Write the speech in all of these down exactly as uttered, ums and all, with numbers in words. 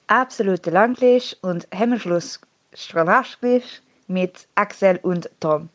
absolute Landlich und Hemmschluss Stranaschlich mit Axel und Tom.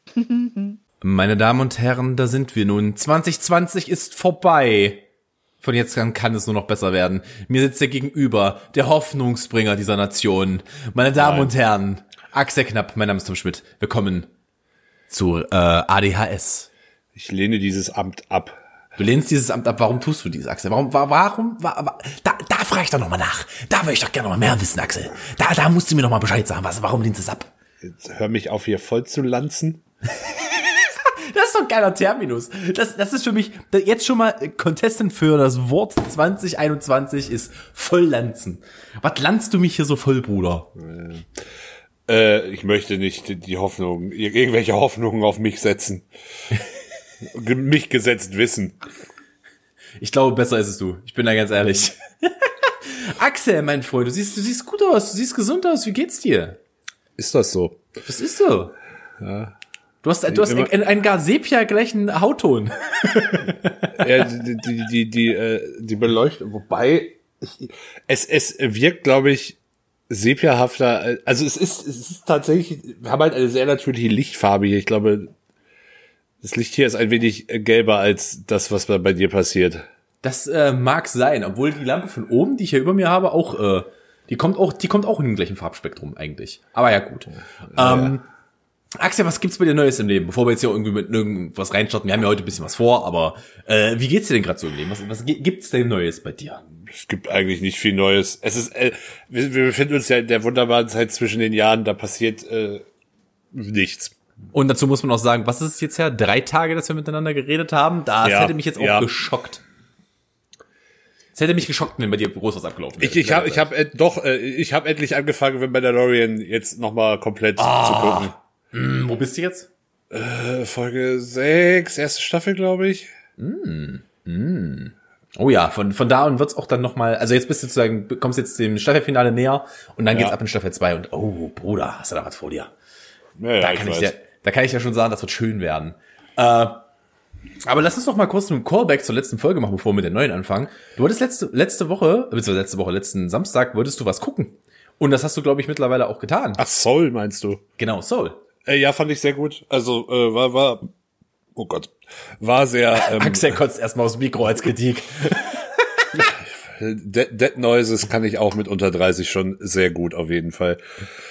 Meine Damen und Herren, da sind wir nun. zwanzig zwanzig ist vorbei. Von jetzt an kann es nur noch besser werden. Mir sitzt der gegenüber, der Hoffnungsbringer dieser Nation. Meine Damen Nein. und Herren, Axel Knapp, mein Name ist Tom Schmidt. Willkommen zu äh, A D H S. Ich lehne dieses Amt ab. Du lehnst dieses Amt ab. Warum tust du dies, Axel? Warum, wa- warum, wa- wa- da, da frage ich doch nochmal nach. Da will ich doch gerne noch mal mehr wissen, Axel. Da, da musst du mir noch mal Bescheid sagen. Was, warum lehnst du es ab? Jetzt hör mich auf, hier voll zu lanzen. Das ist doch ein geiler Terminus. Das, das ist für mich jetzt schon mal Contestant für das Wort zwanzig einundzwanzig ist Volllanzen. Was lanzt du mich hier so voll, Bruder? Äh, ich möchte nicht die Hoffnung, irgendwelche Hoffnungen auf mich setzen. mich gesetzt wissen. Ich glaube, besser ist es du. Ich bin da ganz ehrlich. Axel, mein Freund, du siehst, du siehst gut aus, du siehst gesund aus. Wie geht's dir? Ist das so? Was ist so? Ja. Du hast, du hast einen, einen gar sepia-gleichen Hautton. Ja, die, die, die, die, äh, die Beleuchtung, wobei, ich, es, es wirkt, glaube ich, sepiahafter, also es ist, es ist tatsächlich, wir haben halt eine sehr natürliche Lichtfarbe hier. Ich glaube, das Licht hier ist ein wenig gelber als das, was bei dir passiert. Das äh, mag sein, obwohl die Lampe von oben, die ich hier über mir habe, auch, äh, die kommt auch, die kommt auch in dem gleichen Farbspektrum eigentlich. Aber ja, gut. Ja, ähm, ja. Axel, was gibt's bei dir Neues im Leben? Bevor wir jetzt hier irgendwie mit irgendwas reinstarten, wir haben ja heute ein bisschen was vor, aber äh, wie geht's dir denn gerade so im Leben? Was, was gibt's denn Neues bei dir? Es gibt eigentlich nicht viel Neues. Es ist, äh, wir, wir befinden uns ja in der wunderbaren Zeit zwischen den Jahren, da passiert äh, nichts. Und dazu muss man auch sagen, was ist es jetzt her? Drei Tage, dass wir miteinander geredet haben? Das ja, hätte mich jetzt auch ja. geschockt. Es hätte mich geschockt, wenn bei dir groß was abgelaufen wäre. Ich, ich habe, ich habe äh, doch, äh, ich habe endlich angefangen, wenn Mandalorian jetzt nochmal komplett ah. zu gucken. Mm, wo bist du jetzt? Äh, Folge sechs, erste Staffel, glaube ich. Mm, mm. Oh ja, von von da an wird's auch dann nochmal, also jetzt bist du sozusagen, kommst jetzt dem Staffelfinale näher und dann ja. geht's ab in Staffel zwei und oh, Bruder, hast du da was vor dir? Ja, ja, da ich kann ich, weiß. dir, da kann ich ja schon sagen, das wird schön werden. Äh, aber lass uns doch mal kurz einen Callback zur letzten Folge machen, bevor wir mit der neuen anfangen. Du wolltest letzte letzte Woche, beziehungsweise letzte Woche, letzten Samstag, wolltest du was gucken. Und das hast du, glaube ich, mittlerweile auch getan. Ach, Soul meinst du? Genau, Soul. Äh, ja, fand ich sehr gut. Also, äh, war, war, oh Gott, war sehr, ähm, Axel kotzt erstmal aufs Mikro als Kritik. Dead, Dead Noises kann ich auch mit unter dreißig schon sehr gut, auf jeden Fall.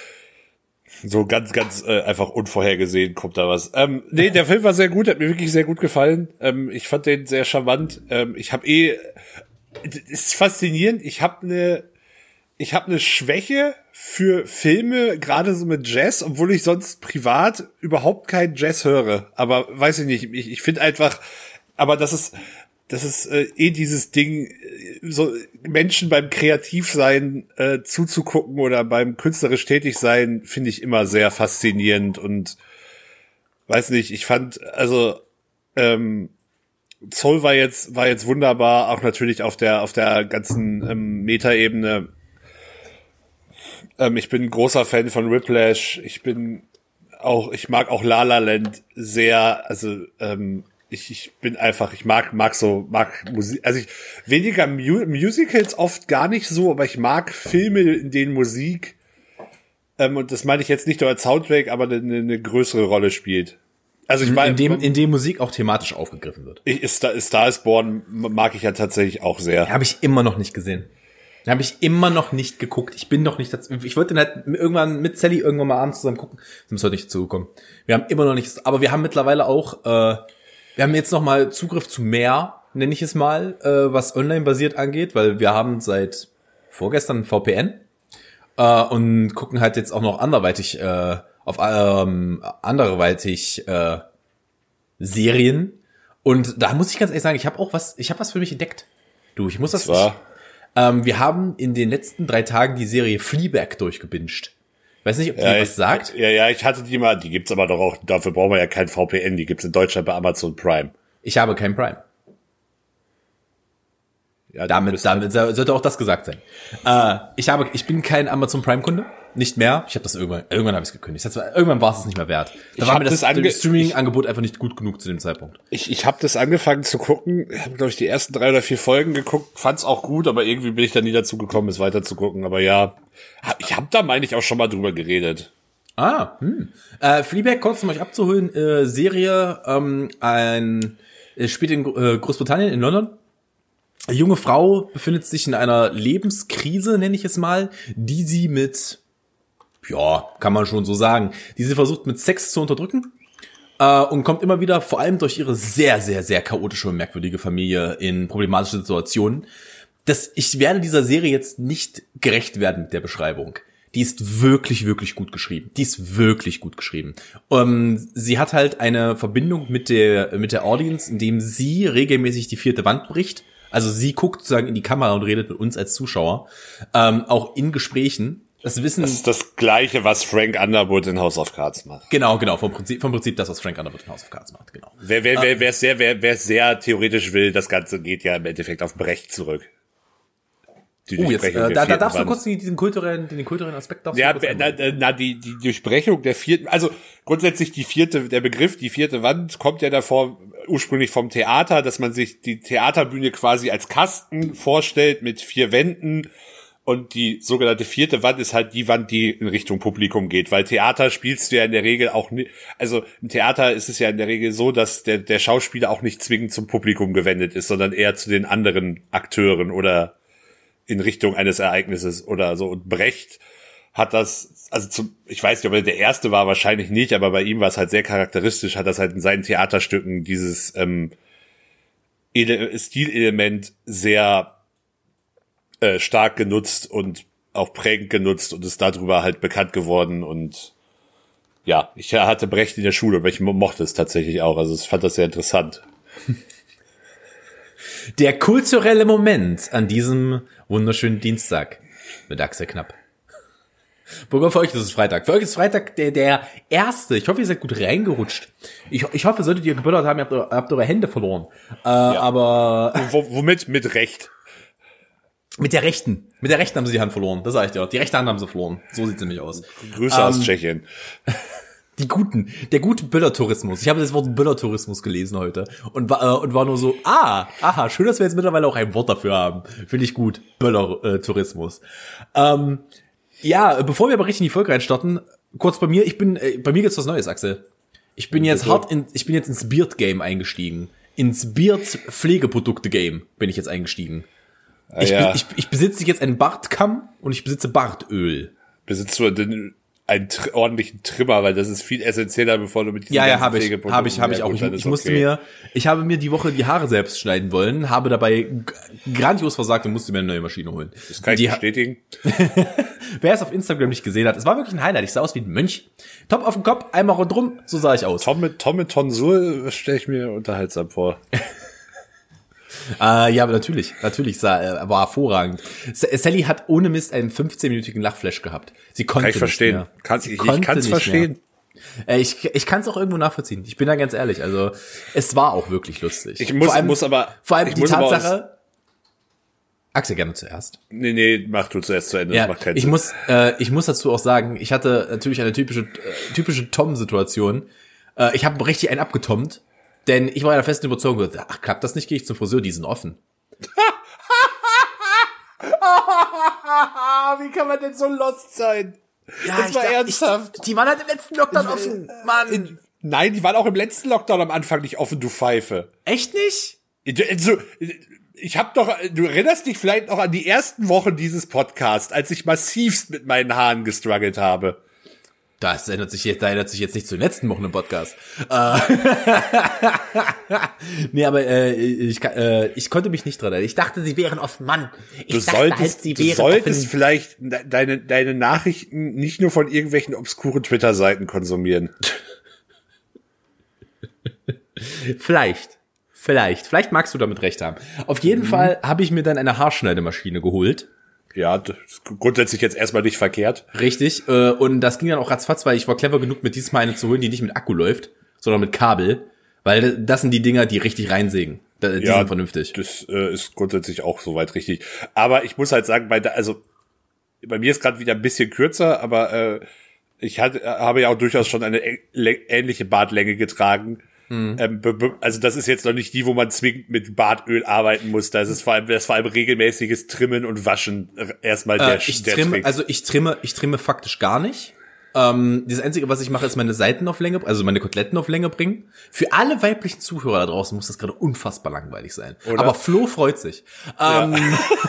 So ganz, ganz äh, einfach unvorhergesehen kommt da was. Ähm, nee, der Film war sehr gut, hat mir wirklich sehr gut gefallen. Ähm, ich fand den sehr charmant. Ähm, ich habe eh, es ist faszinierend, ich habe eine ich habe eine Schwäche für Filme, gerade so mit Jazz, obwohl ich sonst privat überhaupt keinen Jazz höre. Aber weiß ich nicht, ich, ich finde einfach, aber das ist, das ist äh, eh dieses Ding, so Menschen beim Kreativsein äh, zuzugucken oder beim künstlerisch tätig sein, finde ich immer sehr faszinierend und weiß nicht, ich fand, also ähm, Soul war jetzt war jetzt wunderbar, auch natürlich auf der auf der ganzen ähm, Metaebene. Ähm, ich bin ein großer Fan von Whiplash. Ich bin auch, ich mag auch La La Land sehr. Also ähm, ich, ich bin einfach, ich mag mag so mag Musik. Also ich weniger Mu- Musicals oft gar nicht so, aber ich mag Filme, in denen Musik ähm, und das meine ich jetzt nicht nur als Soundtrack, aber eine, eine größere Rolle spielt. Also ich meine, in dem in dem Musik auch thematisch aufgegriffen wird. Ich, Star, Star is Born mag ich ja tatsächlich auch sehr. Habe ich immer noch nicht gesehen. Habe ich immer noch nicht geguckt. Ich bin noch nicht dazu. Ich wollte den halt irgendwann mit Sally irgendwann mal abends zusammen gucken. Sind wir heute nicht dazu gekommen. Wir haben immer noch nicht, aber wir haben mittlerweile auch, äh, wir haben jetzt noch mal Zugriff zu mehr, nenne ich es mal, äh, was online-basiert angeht, weil wir haben seit vorgestern V P N äh, und gucken halt jetzt auch noch anderweitig äh, auf ähm, anderweitig äh, Serien. Und da muss ich ganz ehrlich sagen, ich habe auch was, ich habe was für mich entdeckt. Du, ich muss das. das Ich, ähm, wir haben in den letzten drei Tagen die Serie Fleabag durchgebinged. Weiß nicht, ob die ja, was sagt. Ja, ja, ich hatte die mal, die gibt's aber doch auch, dafür brauchen wir ja kein V P N, die gibt's in Deutschland bei Amazon Prime. Ich habe kein Prime. Ja, damit, damit sollte auch das gesagt sein. Äh, ich habe, ich bin kein Amazon Prime Kunde. nicht mehr. Ich habe das irgendwann, irgendwann habe ich es gekündigt. Das heißt, irgendwann war es nicht mehr wert. Da Ich war hab mir das, das ange- Streaming-Angebot einfach nicht gut genug zu dem Zeitpunkt. Ich, ich habe das angefangen zu gucken, habe, glaube ich, die ersten drei oder vier Folgen geguckt, fand's auch gut, aber irgendwie bin ich da nie dazu gekommen, es weiter zu gucken. Aber ja, hab, ich habe da, meine ich, auch schon mal drüber geredet. Ah, hm. Äh, Fleabag, kurz um euch abzuholen, äh, Serie, ähm, ein, äh, spielt in äh, Großbritannien, in London. Eine junge Frau befindet sich in einer Lebenskrise, nenne ich es mal, die sie mit, ja, kann man schon so sagen, die sie versucht mit Sex zu unterdrücken. Äh, und kommt immer wieder, vor allem durch ihre sehr, sehr, sehr chaotische und merkwürdige Familie in problematische Situationen. Das, ich werde dieser Serie jetzt nicht gerecht werden mit der Beschreibung. Die ist wirklich, wirklich gut geschrieben. Die ist wirklich gut geschrieben. Um, sie hat halt eine Verbindung mit der, mit der Audience, indem sie regelmäßig die vierte Wand bricht. Also sie guckt sozusagen in die Kamera und redet mit uns als Zuschauer. Ähm, auch in Gesprächen. Das Wissen. Das ist das Gleiche, was Frank Underwood in House of Cards macht. Genau, genau. Vom Prinzip, vom Prinzip das, was Frank Underwood in House of Cards macht. Genau. Wer, wer, wer, wer sehr, wer, wer sehr theoretisch will, das Ganze geht ja im Endeffekt auf Brecht zurück. Die oh, jetzt, äh, da, da darfst du kurz die, diesen kulturellen, den kulturellen Aspekt darfst ja, du kurz na, na, die, die Durchbrechung der vierten, also grundsätzlich die vierte, der Begriff, die vierte Wand kommt ja davor ursprünglich vom Theater, dass man sich die Theaterbühne quasi als Kasten vorstellt mit vier Wänden und die sogenannte vierte Wand ist halt die Wand, die in Richtung Publikum geht, weil Theater spielst du ja in der Regel auch nicht, also im Theater ist es ja in der Regel so, dass der, der Schauspieler auch nicht zwingend zum Publikum gewendet ist, sondern eher zu den anderen Akteuren oder in Richtung eines Ereignisses oder so. Und Brecht hat das, also zum, ich weiß nicht, ob er der erste war, wahrscheinlich nicht, aber bei ihm war es halt sehr charakteristisch, hat das halt in seinen Theaterstücken dieses ähm, Ele- Stilelement sehr äh, stark genutzt und auch prägend genutzt und ist darüber halt bekannt geworden. Und ja, ich hatte Brecht in der Schule und ich mochte es tatsächlich auch, also ich fand das sehr interessant. Der kulturelle Moment an diesem wunderschönen Dienstag mit Axel Knapp. Wobei für euch ist es Freitag. Für euch ist Freitag der, der erste. Ich hoffe, ihr seid gut reingerutscht. Ich, ich hoffe, solltet ihr geböllert haben, ihr habt, ihr habt eure Hände verloren. Äh, ja. Aber W- womit? Mit Recht. Mit der rechten. Mit der rechten haben sie die Hand verloren. Das sag ich dir. Die rechte Hand haben sie verloren. So sieht's nämlich aus. Grüße ähm, aus Tschechien. Die guten, der gute Böllertourismus. Ich habe das Wort Böllertourismus gelesen heute und war, äh, und war nur so, ah, aha, schön, dass wir jetzt mittlerweile auch ein Wort dafür haben. Finde ich gut, Böllertourismus. Ähm, ja, bevor wir aber richtig in die Folge reinstarten, kurz bei mir, ich bin, äh, bei mir gibt's was Neues, Axel. Ich bin jetzt hart in, ich bin jetzt ins Beard-Game eingestiegen. Ins Beard-Pflegeprodukte-Game bin ich jetzt eingestiegen. Ah, ich, ja. ich, ich besitze jetzt einen Bartkamm und ich besitze Bartöl. Besitzt du den einen tr- ordentlichen Trimmer, weil das ist viel essentieller, bevor du mit diesen Ja, ja, ganzen habe ich, Pflegeprodukten- habe ich, habe ich Ja, auch. gut, Ich, dann ich ist musste okay. mir, ich habe mir die Woche die Haare selbst schneiden wollen, habe dabei g- grandios versagt und musste mir eine neue Maschine holen. Das kann ich die, bestätigen. Wer es auf Instagram nicht gesehen hat, es war wirklich ein Highlight. Ich sah aus wie ein Mönch. Top auf dem Kopf, einmal rundrum, so sah ich aus. Tom mit, Tom mit Tonsur stelle ich mir unterhaltsam vor. Äh, ja, aber natürlich, natürlich sah, äh, war hervorragend. S- Sally hat ohne Mist einen fünfzehnminütigen Lachflash gehabt. Sie konnte Kann ich nicht verstehen. mehr. Kann, Sie ich ich konnte kann es nicht verstehen. mehr. Äh, ich ich kann es auch irgendwo nachvollziehen. Ich bin da ganz ehrlich. Also es war auch wirklich lustig. Ich muss, vor allem, muss aber, vor allem ich die muss aber aus- Tatsache. Axel, gerne zuerst. Nee, nee, mach du zuerst zu Ende, Ja, das macht keinen ich Sinn. muss, äh, ich muss dazu auch sagen, ich hatte natürlich eine typische, äh, typische Tom-Situation. Äh, ich habe richtig einen abgetommt, denn ich war ja der festen Überzeugung, ach, klappt das nicht, gehe ich zum Friseur, die sind offen. Wie kann man denn so lost sein? Ja, das war ich, ernsthaft. Ich, die waren halt im letzten Lockdown offen, Mann. Nein, die waren auch im letzten Lockdown am Anfang nicht offen, du Pfeife. Echt nicht? Also, ich hab doch, du erinnerst dich vielleicht noch an die ersten Wochen dieses Podcasts, als ich massivst mit meinen Haaren gestruggelt habe. Das ändert sich jetzt, da ändert sich jetzt nicht zu den letzten Wochen im Podcast. Äh, nee, aber äh, ich, äh, ich konnte mich nicht dran erinnern. Ich dachte, sie wären offen, Mann. Ich Du dachte solltest, halt, sie du wären solltest offen. vielleicht de- deine, deine Nachrichten nicht nur von irgendwelchen obskuren Twitter-Seiten konsumieren. Vielleicht. Vielleicht. Vielleicht magst du damit recht haben. Auf jeden Mhm. Fall habe ich mir dann eine Haarschneidemaschine geholt. Ja, das ist grundsätzlich jetzt erstmal nicht verkehrt. Richtig. Äh, und das ging dann auch ratzfatz, weil ich war clever genug, mit diesmal eine zu holen, die nicht mit Akku läuft, sondern mit Kabel. Weil das sind die Dinger, die richtig reinsägen. Die sind vernünftig. Das äh, ist grundsätzlich auch soweit richtig. Aber ich muss halt sagen, bei der, also bei mir ist gerade wieder ein bisschen kürzer, aber äh, ich hatte, habe ja auch durchaus schon eine ä- ähnliche Bartlänge getragen. Hm. Ähm, be- be- also das ist jetzt noch nicht die, wo man zwingend mit Bartöl arbeiten muss. Da ist es vor allem, das ist vor allem regelmäßiges Trimmen und Waschen erstmal der, äh, ich der trimme, Trick. Also ich trimme, ich trimme faktisch gar nicht. Ähm, das Einzige, was ich mache, ist meine Seiten auf Länge, also meine Koteletten auf Länge bringen. Für alle weiblichen Zuhörer da draußen muss das gerade unfassbar langweilig sein. Oder? Aber Flo freut sich. Ja. Ähm,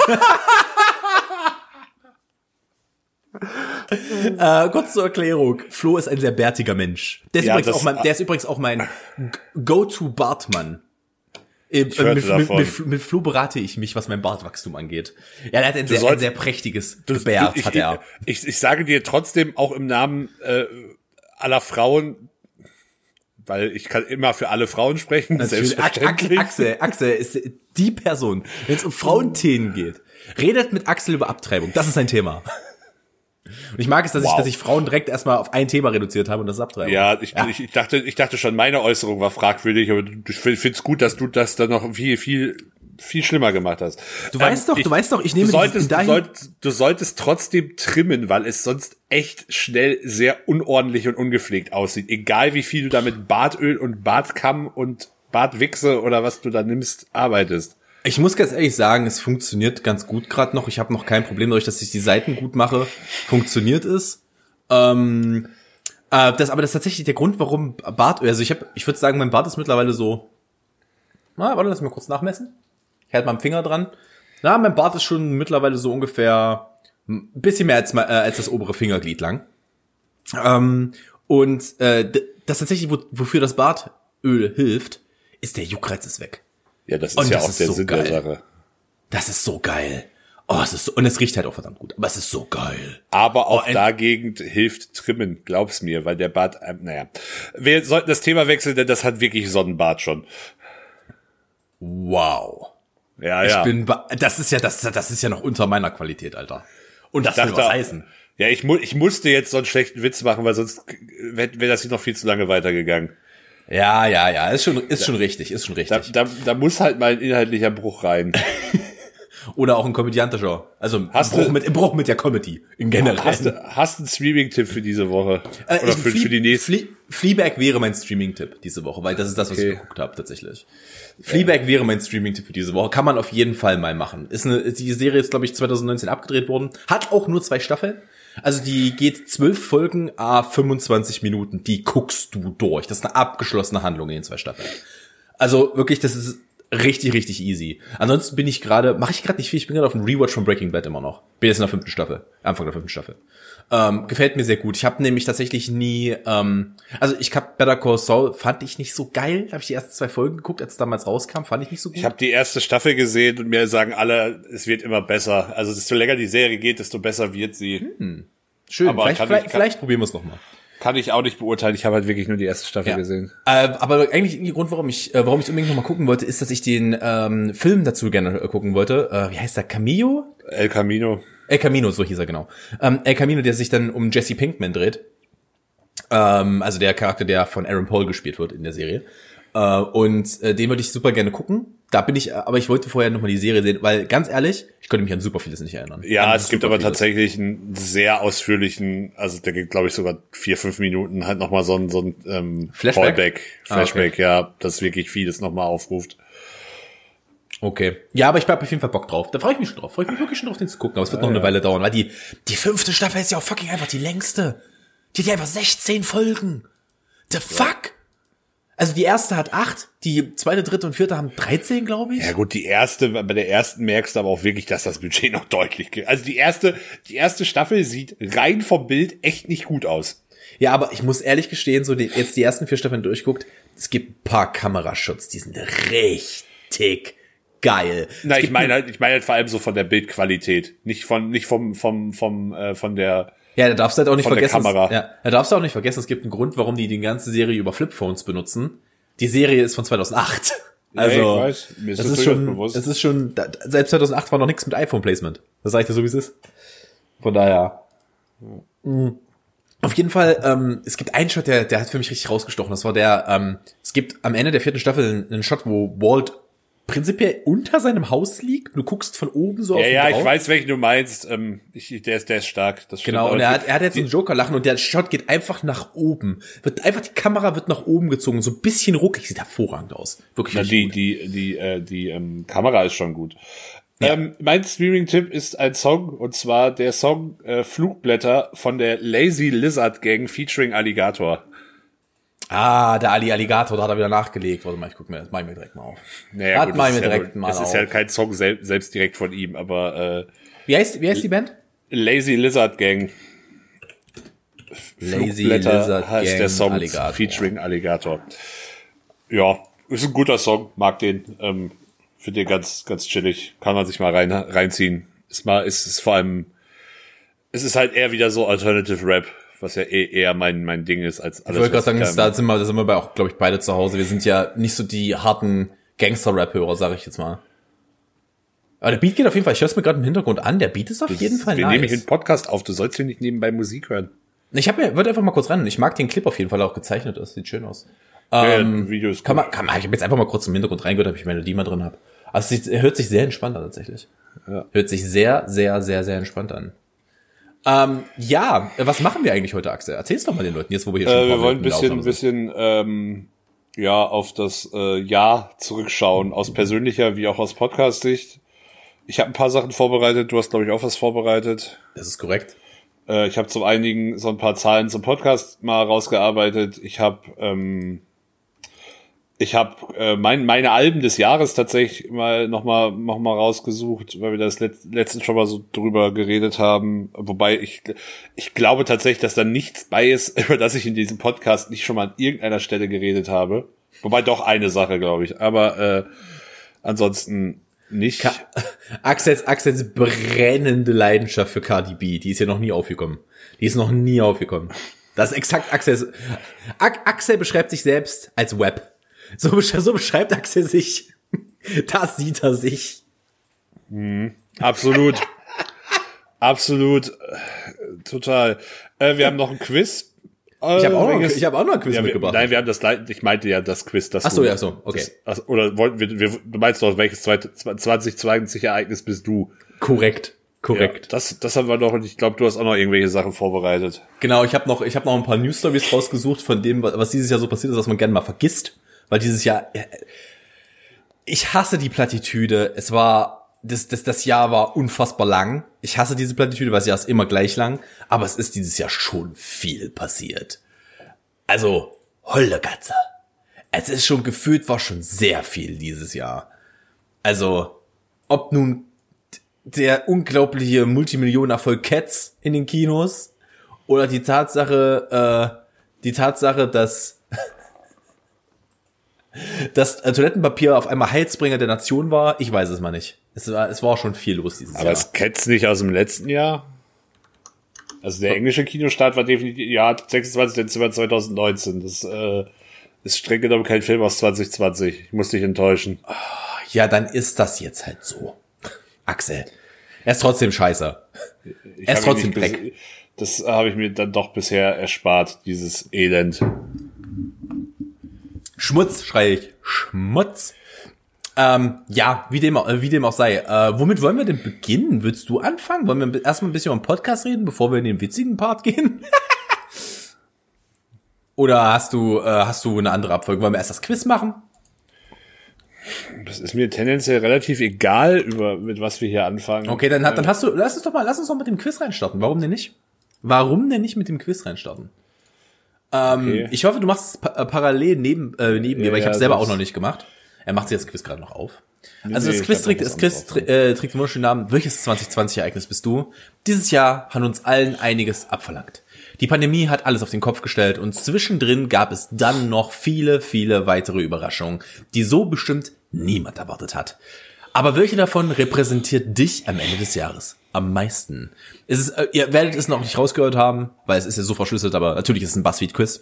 äh, kurz zur Erklärung. Flo ist ein sehr bärtiger Mensch. Der ist, Ja, übrigens, das- auch mein, der ist übrigens auch mein Go-To-Bartmann. Äh, Ich hörte mit, mit, davon. mit, mit Flo berate ich mich, was mein Bartwachstum angeht. Ja, der hat ein, sehr, sollst- ein sehr prächtiges Du- Gebärt, ich, hat er. Ich, ich, ich sage dir trotzdem auch im Namen äh, aller Frauen, weil ich kann immer für alle Frauen sprechen, Natürlich. Ax- selbstverständlich. Axel, Axel ist die Person, wenn es um Frauenthemen geht. Redet mit Axel über Abtreibung. Das ist sein Thema. Und ich mag es, dass ich, Wow. dass ich Frauen direkt erstmal auf ein Thema reduziert habe und das ist Abtreibung. Ja, ich, Ich, ich dachte, ich dachte schon, meine Äußerung war fragwürdig, aber ich finde es gut, dass du das dann noch viel, viel, viel schlimmer gemacht hast. Du weißt doch, ich, du weißt doch, ich nehme du solltest, dieses- du, solltest, du solltest trotzdem trimmen, weil es sonst echt schnell sehr unordentlich und ungepflegt aussieht. Egal wie viel du da mit Bartöl und Bartkamm und Bartwichse oder was du da nimmst, arbeitest. Ich muss ganz ehrlich sagen, es funktioniert ganz gut gerade noch. Ich habe noch kein Problem dadurch, dass ich die Seiten gut mache. Funktioniert es. Ähm, äh, das, aber das ist tatsächlich der Grund, warum Bartöl. Also ich habe, ich würde sagen, mein Bart ist mittlerweile so. Na, warte, lass mich mal kurz nachmessen. Ich halte mal den Finger dran. Na, mein Bart ist schon mittlerweile so ungefähr ein bisschen mehr als, äh, als das obere Fingerglied lang. Ähm, und äh, d- das tatsächlich, wo, wofür das Bartöl hilft, ist der Juckreiz ist weg. Ja, das ist Und ja das auch ist der so Sinn geil. der Sache. Das ist so geil. Oh, es ist so, und es riecht halt auch verdammt gut, aber es ist so geil. Aber auch ein- dagegen hilft Trimmen, glaub's mir, weil der Bart, ähm, naja. Wir sollten das Thema wechseln, denn das hat wirklich Sonnenbart schon. Wow. Ja, Ich ja. bin, be- das ist ja, das, das ist ja noch unter meiner Qualität, Alter. Und das will dachte- was heißen. Ja, ich, mu ich musste jetzt so einen schlechten Witz machen, weil sonst wäre wär das hier noch viel zu lange weitergegangen. Ja, ja, ja, ist schon, ist schon richtig, ist schon Da, richtig. da, da muss halt mal ein inhaltlicher Bruch rein. Oder auch ein komödiantischer. Also, im Hast Bruch du- mit, im Bruch mit der Comedy. In generell. Hast du hast du einen Streaming-Tipp für diese Woche? Äh, Oder ich- für, Fle- für die nächste? Fle- Fleabag wäre mein Streaming-Tipp diese Woche, weil das ist das, was Okay. ich geguckt habe, tatsächlich. Fleabag wäre mein Streaming-Tipp für diese Woche. Kann man auf jeden Fall mal machen. Ist eine, die Serie ist, glaube ich, zwanzig neunzehn abgedreht worden. Hat auch nur zwei Staffeln. Also die geht zwölf Folgen, a fünfundzwanzig Minuten. Die guckst du durch. Das ist eine abgeschlossene Handlung in den zwei Staffeln. Also wirklich, das ist richtig, richtig easy. Ansonsten bin ich gerade, mache ich gerade nicht viel, ich bin gerade auf dem Rewatch von Breaking Bad immer noch. Bin jetzt in der fünften Staffel, Anfang der fünften Staffel. Ähm, gefällt mir sehr gut. Ich habe nämlich tatsächlich nie, ähm, also ich hab Better Call Saul, fand ich nicht so geil. Da habe ich die ersten zwei Folgen geguckt, als es damals rauskam, fand ich nicht so gut. Ich habe die erste Staffel gesehen und mir sagen alle, es wird immer besser. Also desto länger die Serie geht, desto besser wird sie. Schön, aber vielleicht, kann vielleicht, ich- kann- vielleicht probieren wir es nochmal. Kann ich auch nicht beurteilen. Ich habe halt wirklich nur die erste Staffel Ja. gesehen. Äh, aber eigentlich der Grund, warum ich, äh, warum ich unbedingt nochmal gucken wollte, ist, dass ich den ähm, Film dazu gerne äh, gucken wollte. Äh, wie heißt der? Camillo? El Camino. El Camino, so hieß er, genau. Ähm, El Camino, der sich dann um Jesse Pinkman dreht. Ähm, also der Charakter, der von Aaron Paul gespielt wird in der Serie. Äh, und äh, den würde ich super gerne gucken. Da bin ich, aber ich wollte vorher nochmal die Serie sehen, weil ganz ehrlich, ich könnte mich an super vieles nicht erinnern. Ja, An es gibt super aber vieles. tatsächlich einen sehr ausführlichen, also der geht, glaube ich, sogar vier, fünf Minuten, halt nochmal so ein, so ein ähm, Flashback? Callback, Flashback, Ah, okay. ja, das wirklich vieles nochmal aufruft. Okay. Ja, aber ich hab auf jeden Fall Bock drauf. Da freue ich mich schon drauf. Freue ich mich wirklich schon drauf, den zu gucken. Aber es wird noch eine Weile dauern, weil die, die fünfte Staffel ist ja auch fucking einfach die längste. Die hat ja einfach sechzehn Folgen. The fuck? Also die erste hat acht, die zweite, dritte und vierte haben dreizehn, glaube ich. Ja gut, die erste, bei der ersten merkst du aber auch wirklich, dass das Budget noch deutlich geht. Also die erste, die erste Staffel sieht rein vom Bild echt nicht gut aus. Ja, aber ich muss ehrlich gestehen, so die, jetzt die ersten vier Staffeln durchguckt, es gibt ein paar Kameraschutz, die sind richtig geil. Na, Es ich gibt meine halt, ich meine halt vor allem so von der Bildqualität, nicht von, nicht vom, vom, vom, äh, von der. Ja, da darfst du halt auch nicht Von der vergessen. Kamera. Ja, da darfst du auch nicht vergessen, es gibt einen Grund, warum die die ganze Serie über Flipphones benutzen. Die Serie ist von zweitausendacht. Also, Ja, ich weiß. Mir ist das, das ist durchaus schon, bewusst. es ist schon, da, seit zweitausendacht war noch nichts mit iPhone-Placement. Das sage ich dir so, wie es ist. Von daher. Mhm. Auf jeden Fall, ähm, es gibt einen Shot, der, der hat für mich richtig rausgestochen. Das war der, ähm, es gibt am Ende der vierten Staffel einen Shot, wo Walt prinzipiell unter seinem Haus liegt. Du guckst von oben so ja, auf ihn ja, drauf. ich weiß, welchen du meinst. Ähm, ich, der ist, der ist stark. Das stimmt. Genau, und Aber er hat, er hat jetzt so einen Joker-Lachen und der Shot geht einfach nach oben. Wird einfach, die Kamera wird nach oben gezogen, so ein bisschen ruckig, sieht hervorragend aus. Wirklich Na, richtig die, gut. die, die, äh, die ähm, Kamera ist schon gut. Ja. Ähm, mein Streaming-Tipp ist ein Song, und zwar der Song äh, Flugblätter von der Lazy Lizard Gang featuring Alligator. Ah, der Ali Alligator, da hat er wieder nachgelegt. Warte mal, ich guck mir das, mach ich mir direkt mal auf. Naja, Hat gut, mal das mir ist ja direkt wohl- mal Das ist auf. ja kein Song sel selbst direkt von ihm, aber äh, Wie heißt, wie heißt die Band? Lazy Lizard Gang. Lazy Flugblätter Lizard heißt Gang der Song Alligator. featuring Alligator. Ja, ist ein guter Song, mag den. Ähm, Finde den ganz, ganz chillig. Kann man sich mal rein, reinziehen. Ist mal, ist es vor allem, es ist halt eher wieder so Alternative Rap, was ja eh eher mein, mein Ding ist als alles. Ich wollte gerade was sagen, ich da sind wir, da sind wir bei auch, glaube ich, beide zu Hause. Wir sind ja nicht so die harten Gangster-Rap-Hörer, sage ich jetzt mal. Aber der Beat geht auf jeden Fall, ich höre es mir gerade im Hintergrund an, der Beat ist auf jeden Fall Wir nice. nehmen hier einen Podcast auf, du sollst hier nicht nebenbei Musik hören. Ich habe mir, würde einfach mal kurz rein, ich mag den Clip auf jeden Fall, der auch gezeichnet ist, sieht schön aus. Ja, Ähm, ja, Video ist kann gut. man, kann man, ich habe jetzt einfach mal kurz im Hintergrund reingehört, ob ich Melodie mal drin habe. Also es sieht- hört sich sehr entspannt an tatsächlich. Ja. Hört sich sehr, sehr, sehr, sehr entspannt an. Ähm, ja, was machen wir eigentlich heute, Axel? Erzähl's doch mal den Leuten jetzt, wo wir hier schon Äh, ein paar wir wollen ein Minuten in der bisschen, Aufnahme sind. bisschen, ähm, ja, auf das äh, Jahr zurückschauen, aus persönlicher wie auch aus Podcast-Sicht. Ich habe ein paar Sachen vorbereitet, du hast, glaube ich, auch was vorbereitet. Das ist korrekt. Äh, ich habe zum einigen so ein paar Zahlen zum Podcast mal rausgearbeitet. Ich habe ähm, ich habe äh, mein, meine Alben des Jahres tatsächlich mal noch mal noch mal rausgesucht, weil wir das let letztens schon mal so drüber geredet haben. Wobei ich ich glaube tatsächlich, dass da nichts bei ist, über das ich in diesem Podcast nicht schon mal an irgendeiner Stelle geredet habe. Wobei doch eine Sache, glaube ich. Aber äh, ansonsten nicht. Ka Axels, Axels brennende Leidenschaft für Cardi B, die ist ja noch nie aufgekommen. Die ist noch nie aufgekommen. Das ist exakt Axels. Ak Axel beschreibt sich selbst als Web. So, besch so beschreibt Axel sich. Da sieht er sich. Absolut. Absolut. Äh, Total. Äh, wir haben noch ein Quiz. Ich habe auch, noch- Welches- ich hab auch noch ein Quiz Ja, wir, mitgebracht. nein, wir haben das, gleich- ich meinte ja das Quiz, das Ach so, du- ja, so, okay. Das, also, oder wollten wir, wir, du meinst doch, welches zwanzig zwanzig Ereignis bist du? Korrekt. Korrekt. Ja, das, das haben wir noch, und ich glaube, du hast auch noch irgendwelche Sachen vorbereitet. Genau, ich habe noch, ich habe noch ein paar News Stories rausgesucht von dem, was dieses Jahr so passiert ist, was man gerne mal vergisst, weil dieses Jahr, ich hasse die Plattitüde. Es war, das, das, das Jahr war unfassbar lang. Ich hasse diese Plattitüde, weil das Jahr ist immer gleich lang, aber es ist dieses Jahr schon viel passiert. Also, holle Katze. Es ist schon gefühlt, war schon sehr viel dieses Jahr. Also, ob nun der unglaubliche Multimillionen-Erfolg Cats in den Kinos oder die Tatsache, äh, die Tatsache, dass das äh, Toilettenpapier auf einmal Heilsbringer der Nation war, ich weiß es mal nicht. Es war, es war schon viel los dieses Aber Jahr. ist Cats nicht aus dem letzten Jahr? Also der englische Kinostart war definitiv, ja, sechsundzwanzigsten Dezember zweitausendneunzehn. Das äh, ist streng genommen kein Film aus zwanzig zwanzig. Ich muss dich enttäuschen. Ja, dann ist das jetzt halt so. Axel. Er ist trotzdem scheiße. Ich Er ist hab trotzdem ihn nicht Dreck. bis- Das habe ich mir dann doch bisher erspart, dieses Elend. Schmutz, schreie ich. Schmutz. Ähm, ja, wie dem, auch- äh, wie dem auch sei. Äh, womit wollen wir denn beginnen? Willst du anfangen? Wollen wir erstmal ein bisschen über den Podcast reden, bevor wir in den witzigen Part gehen? Oder hast du, äh, hast du eine andere Abfolge? Wollen wir erst das Quiz machen? Das ist mir tendenziell relativ egal, über mit was wir hier anfangen. Okay, dann, hat, dann hast du, lass uns doch mal, lass uns doch mit dem Quiz reinstarten. Warum denn nicht? Warum denn nicht mit dem Quiz reinstarten? Ähm, Okay. ich hoffe, du machst es pa äh, parallel neben, äh, neben mir, Ja, weil ich habe ja, es selber sonst- auch noch nicht gemacht. Er macht sich jetzt das Quiz gerade noch auf. Nee, Also nee, das ich Quiz hab trägt, noch das was Quiz anderes trä- äh, trägt den wunderschönen Namen. Welches zwanzig zwanzig Ereignis bist du? Dieses Jahr hat uns allen einiges abverlangt. Die Pandemie hat alles auf den Kopf gestellt und zwischendrin gab es dann noch viele, viele weitere Überraschungen, die so bestimmt niemand erwartet hat. Aber welche davon repräsentiert dich am Ende des Jahres am meisten? Es ist, äh, ihr werdet es noch nicht rausgehört haben, weil es ist ja so verschlüsselt, aber natürlich ist es ein Buzzfeed-Quiz.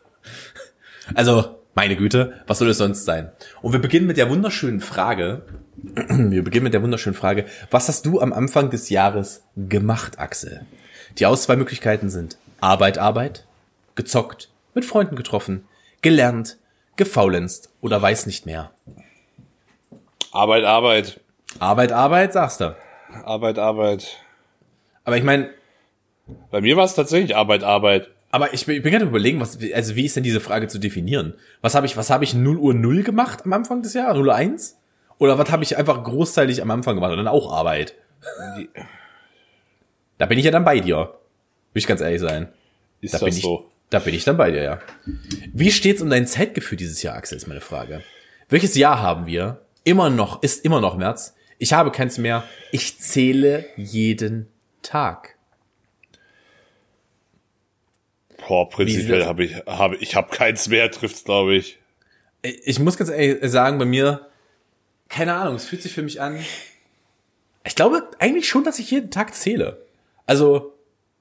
Also, meine Güte, was soll es sonst sein? Und wir beginnen mit der wunderschönen Frage, wir beginnen mit der wunderschönen Frage, was hast du am Anfang des Jahres gemacht, Axel? Die Auswahlmöglichkeiten sind Arbeit, Arbeit, gezockt, mit Freunden getroffen, gelernt, gefaulenzt oder weiß nicht mehr. Arbeit, Arbeit. Arbeit, Arbeit, sagst du. Arbeit, Arbeit. Aber ich meine, Bei mir war es tatsächlich Arbeit, Arbeit. aber ich bin, ich bin gerade überlegen, was, also wie ist denn diese Frage zu definieren? Was habe ich, was habe ich null Uhr null gemacht am Anfang des Jahres? null Uhr eins? Oder was habe ich einfach großteilig am Anfang gemacht und dann auch Arbeit? Da bin ich ja dann bei dir. Will ich ganz ehrlich sein. Ist Da das bin ich, so? da bin ich dann bei dir, ja. Wie steht's um dein Zeitgefühl dieses Jahr, Axel, ist meine Frage. Welches Jahr haben wir? Immer noch, ist immer noch März. Ich habe keins mehr. Ich zähle jeden Tag. Boah, prinzipiell Wie- habe ich, habe ich habe keins mehr, trifft's, glaube ich. Ich muss ganz ehrlich sagen, bei mir, keine Ahnung, es fühlt sich für mich an. Ich glaube eigentlich schon, dass ich jeden Tag zähle. Also,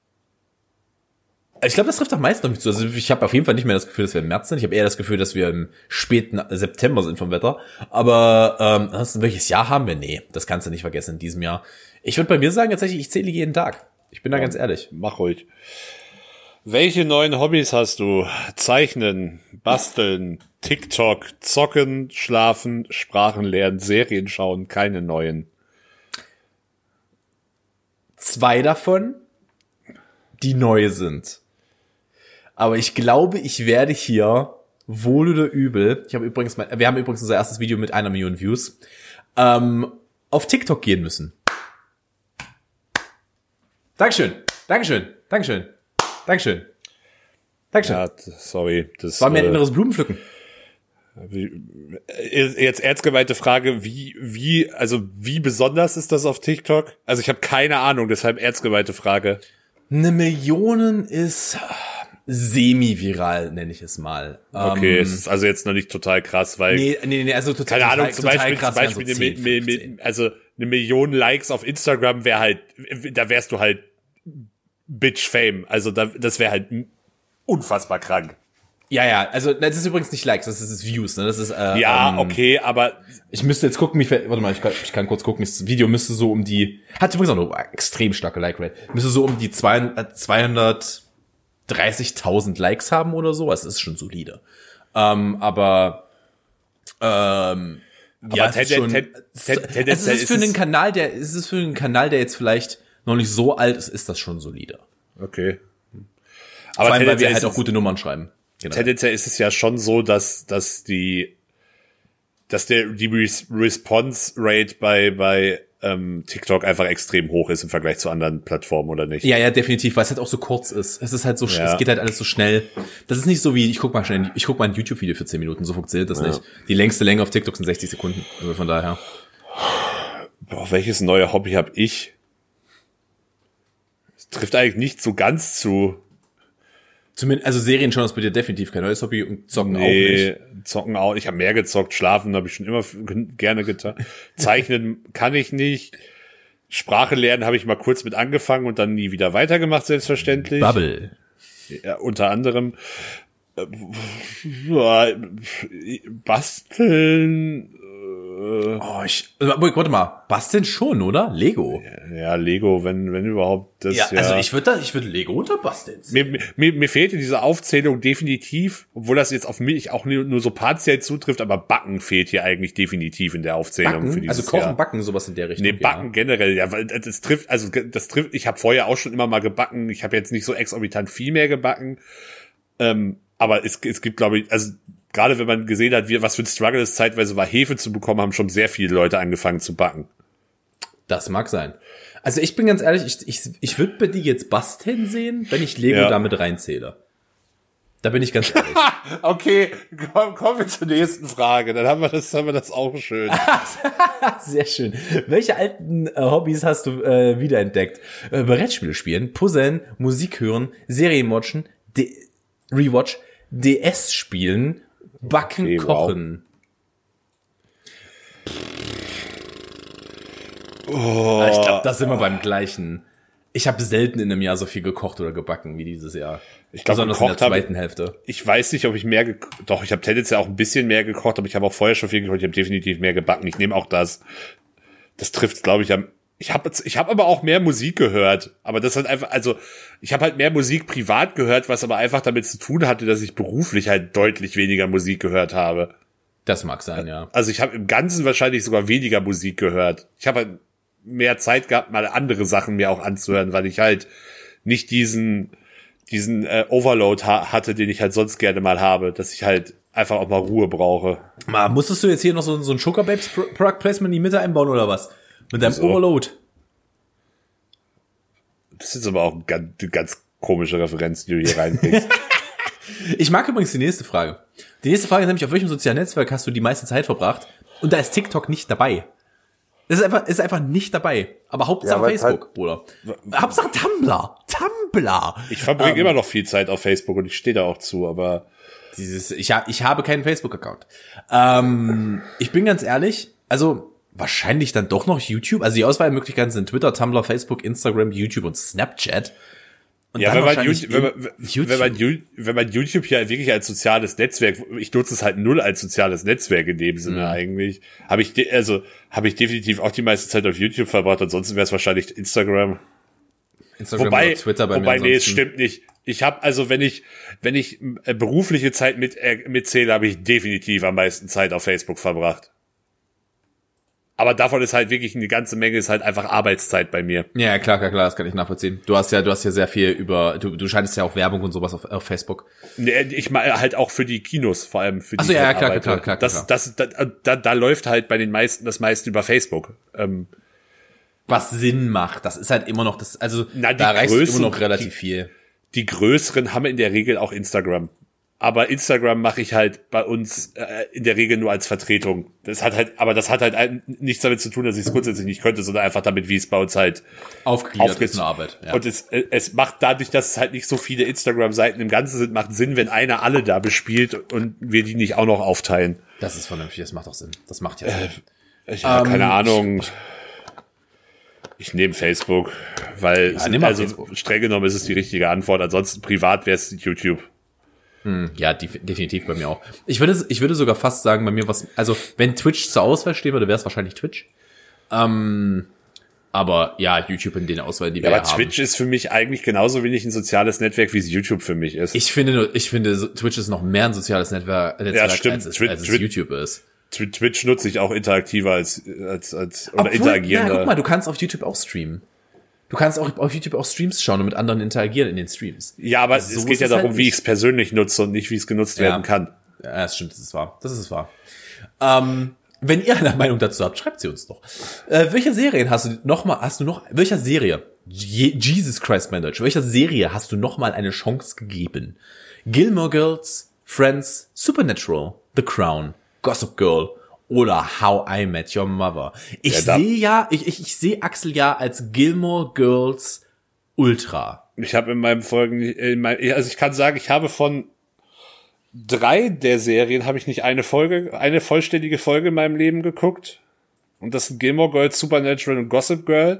ich glaube, das trifft am meisten auf mich zu. Also ich habe auf jeden Fall nicht mehr das Gefühl, dass wir im März sind. Ich habe eher das Gefühl, dass wir im späten September sind vom Wetter. Aber ähm, ansonsten, welches Jahr haben wir? Nee, das kannst du nicht vergessen in diesem Jahr. Ich würde bei mir sagen, tatsächlich, ich zähle jeden Tag. Ich bin da ganz ehrlich. Mach ruhig. Welche neuen Hobbys hast du? Zeichnen, basteln, TikTok, zocken, schlafen, Sprachen lernen, Serien schauen, keine neuen. Zwei davon, die neu sind. Aber ich glaube, ich werde hier wohl oder übel, ich habe übrigens mein, wir haben übrigens unser erstes Video mit einer Million Views, ähm, auf TikTok gehen müssen. Dankeschön, Dankeschön, Dankeschön, Dankeschön, Dankeschön. Ja, sorry. Das War mir ein äh, inneres Blumenpflücken. wie, jetzt ernst gemeinte Frage, wie, wie, also wie besonders ist das auf TikTok? Also ich habe keine Ahnung, deshalb ernst gemeinte Frage. Eine Million ist semi-viral, nenne ich es mal. Okay, Ähm, es ist also jetzt noch nicht total krass, weil nee, nee, nee, also total, keine Ahnung, total, zum total Beispiel, krass, zum Beispiel wären so eine, zehn, Mi- Mi- fünfzehn. also eine Million Likes auf Instagram wäre halt, da wärst du halt Bitch Fame. Also da, das wäre halt unfassbar krank. Ja, ja, also das ist übrigens nicht Likes, das ist Views, ne? Das ist äh, Ja, ähm, okay, aber Ich müsste jetzt gucken, wie viel, warte mal, ich kann, ich kann kurz gucken, das Video müsste so um die, hat übrigens auch eine extrem starke Like-Rate, müsste so um die zweihundertdreißigtausend Likes haben oder so, also das ist schon solide. Ähm, aber, ähm, Aber ja, es ist tenden- schon, ten- ten- es tendenziell ist ist für einen es- Kanal, der, es ist für einen Kanal, der jetzt vielleicht noch nicht so alt ist, ist das schon solide. okay. Vor Aber allem, weil wir tendenziell halt ist auch es- gute Nummern schreiben. Genau. tendenziell ist es ja schon so, dass, dass die, dass der, die Res- Response Rate bei, bei, ähm, TikTok einfach extrem hoch ist im Vergleich zu anderen Plattformen, oder nicht? Ja, ja, definitiv, weil es halt auch so kurz ist. Es ist halt so, sch- Ja. es geht halt alles so schnell. Das ist nicht so wie, ich guck mal schnell, ich guck mal ein YouTube-Video für zehn Minuten, so funktioniert das nicht. Die längste Länge auf TikTok sind sechzig Sekunden, also von daher. Boah, welches neue Hobby habe ich? Es trifft eigentlich nicht so ganz zu. Zumindest, also Serien schon ist bei dir definitiv kein neues Hobby und Zocken auch Nee, nicht. zocken auch. Ich habe mehr gezockt, schlafen habe ich schon immer f- gerne getan. Zeichnen kann ich nicht. Sprache lernen habe ich mal kurz mit angefangen und dann nie wieder weitergemacht, selbstverständlich. Bubble. Ja, unter anderem äh, ja, basteln. Oh, ich, warte mal, basteln schon, oder? Lego. Ja, Lego, wenn wenn überhaupt das. Ja, Ja, also ich würde da, ich würde Lego unter basteln. Mir, mir, mir fehlt in dieser Aufzählung definitiv, obwohl das jetzt auf mich auch nur, nur so partiell zutrifft, aber Backen fehlt hier eigentlich definitiv in der Aufzählung für Backen, dieses also kochen, Jahr. backen, sowas in der Richtung. Nee, Backen generell, ja, weil das trifft, also das trifft, ich habe vorher auch schon immer mal gebacken, ich habe jetzt nicht so exorbitant viel mehr gebacken, ähm, aber es, es gibt, glaube ich, also gerade wenn man gesehen hat, wie, was für ein Struggle es zeitweise war, Hefe zu bekommen, haben schon sehr viele Leute angefangen zu backen. Ja. Das mag sein. Also ich bin ganz ehrlich, ich, ich, ich würde bei dir jetzt basteln sehen, wenn ich Lego Ja. damit reinzähle. Da bin ich ganz ehrlich. Okay, komm, kommen wir zur nächsten Frage, dann haben wir das, haben wir das auch schön. Sehr schön. Welche alten äh, Hobbys hast du äh, wiederentdeckt? Äh, Brettspiele spielen, Puzzeln, Musik hören, Serien watchen, D- Rewatch, D S spielen, Backen, Okay, wow. kochen. Oh, Ich glaube, da sind wir beim gleichen. Ich habe selten in einem Jahr so viel gekocht oder gebacken wie dieses Jahr. Ich glaub, Besonders in der gekocht habe- zweiten Hälfte. ich weiß nicht, ob ich mehr gekocht, doch, ich habe tendenziell auch ein bisschen mehr gekocht, aber ich habe auch vorher schon viel gekocht, ich habe definitiv mehr gebacken. Ich nehme auch das. Das trifft, glaube ich, am ich habe ich hab aber auch mehr Musik gehört, aber das hat einfach, also ich habe halt mehr Musik privat gehört, was aber einfach damit zu tun hatte, dass ich beruflich halt deutlich weniger Musik gehört habe. Das mag sein, ja. Also ich habe im Ganzen wahrscheinlich sogar weniger Musik gehört. Ich habe halt mehr Zeit gehabt, mal andere Sachen mir auch anzuhören, weil ich halt nicht diesen diesen äh, Overload ha- hatte, den ich halt sonst gerne mal habe, dass ich halt einfach auch mal Ruhe brauche. Mal, musstest du jetzt hier noch so, so ein Sugar Babes Product Placement in die Mitte einbauen oder was? Mit deinem so. Overload? Das ist aber auch eine ganz, eine ganz komische Referenz, die du hier reinbringst. Ich mag übrigens die nächste Frage. Die nächste Frage ist nämlich, auf welchem sozialen Netzwerk hast du die meiste Zeit verbracht? Und da ist TikTok nicht dabei. Das ist einfach, ist einfach nicht dabei. Aber Hauptsache ja, Facebook, halt, Bruder. Hauptsache Tumblr. Tumblr. Ich verbringe ähm, immer noch viel Zeit auf Facebook und ich stehe da auch zu, aber dieses, ich, ha, ich habe keinen Facebook-Account. Ähm, ich bin ganz ehrlich, also wahrscheinlich dann doch noch YouTube. Also die Auswahlmöglichkeiten sind Twitter, Tumblr, Facebook, Instagram, YouTube und Snapchat. Und ja, wenn man, YouTube, wenn, man, YouTube. Wenn, man, wenn man YouTube ja wirklich als soziales Netzwerk, ich nutze es halt null als soziales Netzwerk in dem Sinne mhm. eigentlich, habe ich, de, also habe ich definitiv auch die meiste Zeit auf YouTube verbracht. Ansonsten wäre es wahrscheinlich Instagram. Instagram wobei, oder Twitter bei wobei, mir. Nee, es stimmt nicht. Ich habe also, wenn ich, wenn ich äh, berufliche Zeit mit äh, mitzähle, habe ich definitiv am meisten Zeit auf Facebook verbracht. Aber davon ist halt wirklich eine ganze Menge, ist halt einfach Arbeitszeit bei mir. Ja, klar, klar, klar, das kann ich nachvollziehen. Du hast ja, du hast ja sehr viel über, du, du schaltest ja auch Werbung und sowas auf, auf Facebook. Nee, ich meine halt auch für die Kinos, vor allem für die. Ach so, ja, ja, klar, klar, klar, klar. Das, das, das, da, da, da läuft halt bei den meisten das meiste über Facebook. Ähm, Was Sinn macht, das ist halt immer noch das, also na, da reicht Größen, immer noch relativ die, viel. Die größeren haben in der Regel auch Instagram. Aber Instagram mache ich halt bei uns äh, in der Regel nur als Vertretung. Das hat halt, aber das hat halt ein, nichts damit zu tun, dass ich es grundsätzlich nicht könnte, sondern einfach damit, wie es bei uns halt aufgegliedert ist, eine Arbeit. Ja. Und es, es macht dadurch, dass es halt nicht so viele Instagram-Seiten im Ganzen sind, macht Sinn, wenn einer alle da bespielt und wir die nicht auch noch aufteilen. Das ist vernünftig, das macht auch Sinn. Das macht ja Sinn. Äh, ich habe ähm, keine Ahnung. Ich, ich nehme Facebook, weil ja, es, also Facebook. Streng genommen ist es die richtige Antwort. Ansonsten privat wäre es YouTube. Ja, definitiv bei mir auch. Ich würde, ich würde sogar fast sagen, bei mir was, also wenn Twitch zur Auswahl stehen würde, wäre es wahrscheinlich Twitch. Ähm, aber ja, YouTube in den Auswahl, die wir ja, aber haben. Twitch ist für mich eigentlich genauso wenig ein soziales Netzwerk, wie es YouTube für mich ist. Ich finde, nur, ich finde, Twitch ist noch mehr ein soziales Netzwerk, Netzwerk ja, stimmt. als, es, Twitch, als es YouTube ist. Twitch nutze ich auch interaktiver als, als, als oder Obwohl, interagierender. Ja, guck mal, du kannst auf YouTube auch streamen. Du kannst auch auf YouTube auch Streams schauen und mit anderen interagieren in den Streams. Ja, aber also es so geht ja darum, halt wie ich es persönlich nutze und nicht, wie es genutzt ja. werden kann. Ja, das stimmt, das ist wahr. Das ist wahr. Ähm, wenn ihr eine Meinung dazu habt, schreibt sie uns doch. Äh, welche Serien hast du noch mal, hast du noch, welcher Serie, Je- Jesus Christ, mein Deutsch, welcher Serie hast du noch mal eine Chance gegeben? Gilmore Girls, Friends, Supernatural, The Crown, Gossip Girl oder How I Met Your Mother. Ich ja, sehe ja, ich, ich, ich sehe Axel ja als Gilmore Girls Ultra. Ich habe in meinem Folgen, in mein, also ich kann sagen, ich habe von drei der Serien habe ich nicht eine Folge, eine vollständige Folge in meinem Leben geguckt. Und das sind Gilmore Girls, Supernatural und Gossip Girl.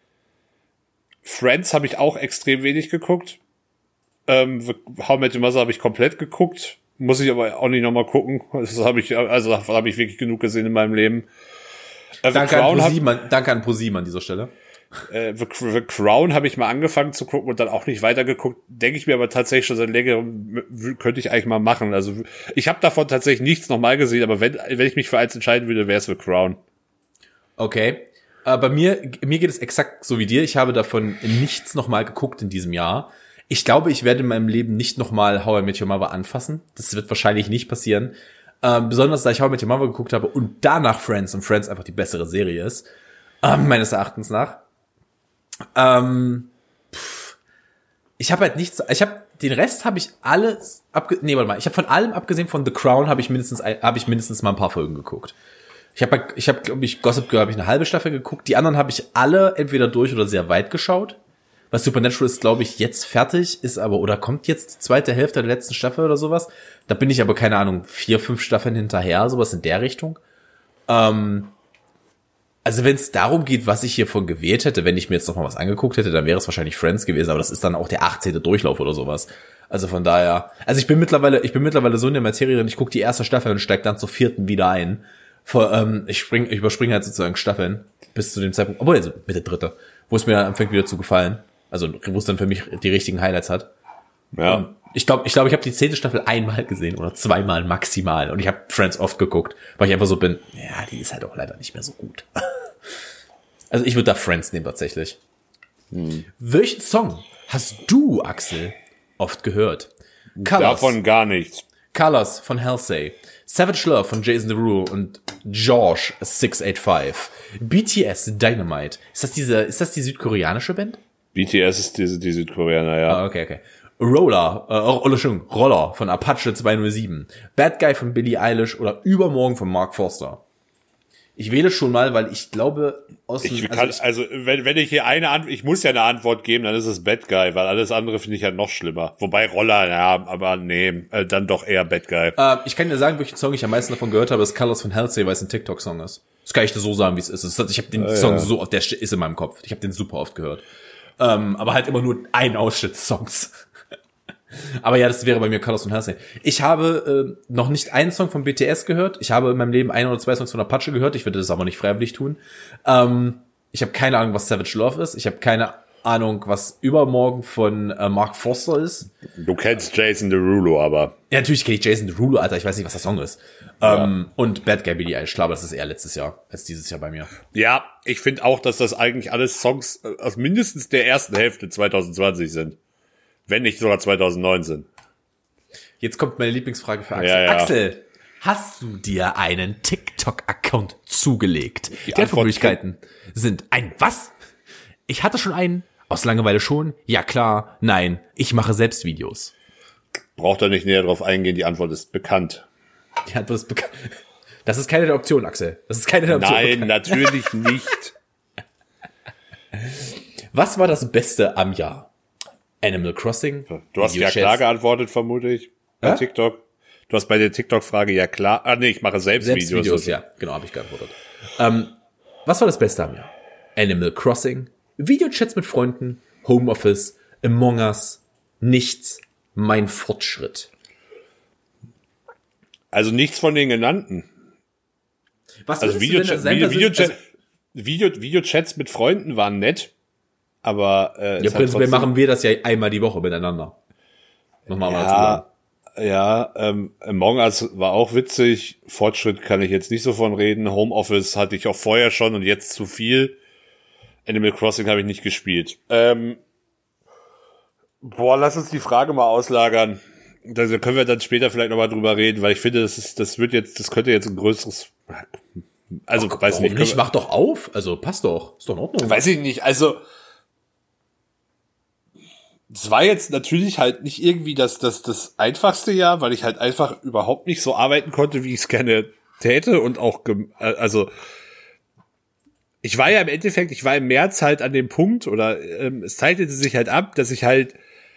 Friends habe ich auch extrem wenig geguckt. Ähm, How I Met Your Mother habe ich komplett geguckt. Muss ich aber auch nicht nochmal gucken. Das habe ich, also habe ich wirklich genug gesehen in meinem Leben. Äh, danke, an ProSieben, danke an ProSieben an dieser Stelle. Äh, The, The Crown habe ich mal angefangen zu gucken und dann auch nicht weitergeguckt. Denke ich mir aber tatsächlich schon seit längerem, könnte ich eigentlich mal machen. Also ich habe davon tatsächlich nichts nochmal gesehen, aber wenn, wenn ich mich für eins entscheiden würde, wäre es The Crown. Okay. Äh, bei mir, mir geht es exakt so wie dir. Ich habe davon nichts nochmal geguckt in diesem Jahr. Ich glaube, ich werde in meinem Leben nicht nochmal How I Met Your Mother anfassen. Das wird wahrscheinlich nicht passieren. Ähm, besonders, da ich How I Met Your Mother geguckt habe und danach Friends und Friends einfach die bessere Serie ist. Ähm, meines Erachtens nach. Ähm, pff, ich habe halt nichts, ich habe, den Rest habe ich alles abge, nee, warte mal, ich habe von allem abgesehen von The Crown habe ich mindestens, habe ich mindestens mal ein paar Folgen geguckt. Ich habe, ich habe, glaube ich, Gossip Girl habe ich eine halbe Staffel geguckt. Die anderen habe ich alle entweder durch oder sehr weit geschaut. Was Supernatural ist, glaube ich, jetzt fertig, ist aber, oder kommt jetzt die zweite Hälfte der letzten Staffel oder sowas. Da bin ich aber, keine Ahnung, vier, fünf Staffeln hinterher, sowas in der Richtung. Ähm, also wenn es darum geht, was ich hiervon gewählt hätte, wenn ich mir jetzt noch mal was angeguckt hätte, dann wäre es wahrscheinlich Friends gewesen, aber das ist dann auch der achtzehnte Durchlauf oder sowas. Also von daher, also ich bin mittlerweile, ich bin mittlerweile so in der Materie und ich gucke die erste Staffel und steige dann zur vierten wieder ein. Vor, ähm, ich spring, ich überspringe halt sozusagen Staffeln bis zu dem Zeitpunkt, obwohl, also mit der dritte, wo es mir dann anfängt wieder zu gefallen. Also, wo es dann für mich die richtigen Highlights hat. Ja. Ich glaube, ich, glaub, ich habe die zehnte Staffel einmal gesehen oder zweimal maximal. Und ich habe Friends oft geguckt, weil ich einfach so bin, ja, die ist halt auch leider nicht mehr so gut. Also ich würde da Friends nehmen tatsächlich. Hm. Welchen Song hast du, Axel, oft gehört? Colors. Davon gar nichts. Colors von Halsey, Savage Love von Jason Derulo und George six eight five. B T S Dynamite. Ist das diese, ist das die südkoreanische Band? B T S ist die, die Südkoreaner, ja. Ah, okay, okay. Roller, äh, oh, schon, Roller von Apache zwei null sieben. Bad Guy von Billie Eilish oder Übermorgen von Mark Forster. Ich wähle schon mal, weil ich glaube, aus ich kann, also, ich, also wenn, wenn ich hier eine Antwort, ich muss ja eine Antwort geben, dann ist es Bad Guy, weil alles andere finde ich ja noch schlimmer. Wobei Roller, ja, aber nee, äh, dann doch eher Bad Guy. Äh, ich kann dir sagen, welchen Song ich am meisten davon gehört habe, ist Colors von Halsey, weil es ein TikTok-Song ist. Das kann ich dir so sagen, wie es ist. Ich habe den äh, Song ja. so, der ist in meinem Kopf. Ich habe den super oft gehört. Ähm, aber halt immer nur ein Ausschnitt des Songs. Aber ja, das wäre bei mir Colors von Halsey. Ich habe äh, noch nicht einen Song von B T S gehört. Ich habe in meinem Leben ein oder zwei Songs von Apache gehört. Ich würde das aber nicht freiwillig tun. Ähm, ich habe keine Ahnung, was Savage Love ist. Ich habe keine Ahnung, was Übermorgen von äh, Mark Forster ist. Du kennst Jason Derulo, aber... Ja, natürlich kenne ich Jason Derulo, Alter. Ich weiß nicht, was der Song ist. Ja. Ähm, und Bad Guy Billie Eilish. Klar, aber das ist eher letztes Jahr als dieses Jahr bei mir. Ja, ich finde auch, dass das eigentlich alles Songs aus mindestens der ersten Hälfte zwanzig zwanzig sind. Wenn nicht sogar zwanzig neunzehn. Jetzt kommt meine Lieblingsfrage für Axel. Ja, ja. Axel, hast du dir einen TikTok-Account zugelegt? Die, Die Antwortmöglichkeiten sind ein was? Ich hatte schon einen. Aus Langeweile schon? Ja klar. Nein. Ich mache selbst Videos. Braucht er nicht näher drauf eingehen. Die Antwort ist bekannt. Die Antwort ist bekannt. Das ist keine der Option, Axel. Das ist keine der Option. Nein, natürlich nicht. Was war das Beste am Jahr? Animal Crossing. Du hast ja klar geantwortet, vermute ich, bei ja? TikTok. Du hast bei der TikTok-Frage ja klar, ah nee, ich mache selbst, selbst Videos. Videos ja, genau, habe ich geantwortet. Ähm, was war das Beste am Jahr? Animal Crossing, Videochats mit Freunden, Homeoffice, Among Us, nichts, mein Fortschritt. Also nichts von den genannten. Was also Videochats Video, Video, also Video, Videochats mit Freunden waren nett. Aber äh, ja, prinzipiell machen wir das ja einmal die Woche miteinander. Nochmal ja, mal zu Ja, ähm, Among Us war auch witzig. Fortschritt kann ich jetzt nicht so von reden. Homeoffice hatte ich auch vorher schon und jetzt zu viel. Animal Crossing habe ich nicht gespielt. Ähm, boah, lass uns die Frage mal auslagern. Da können wir dann später vielleicht nochmal drüber reden, weil ich finde, das ist, das wird jetzt, das könnte jetzt ein größeres, also Ach, weiß nicht. nicht. Mach doch auf, also passt doch, ist doch in Ordnung. Weiß ich nicht, also es war jetzt natürlich halt nicht irgendwie das, das, das einfachste Jahr, weil ich halt einfach überhaupt nicht so arbeiten konnte, wie ich es gerne täte und auch, also, ich war ja im Endeffekt, ich war im März halt an dem Punkt oder ähm, es zeichnete sich halt ab, dass ich halt,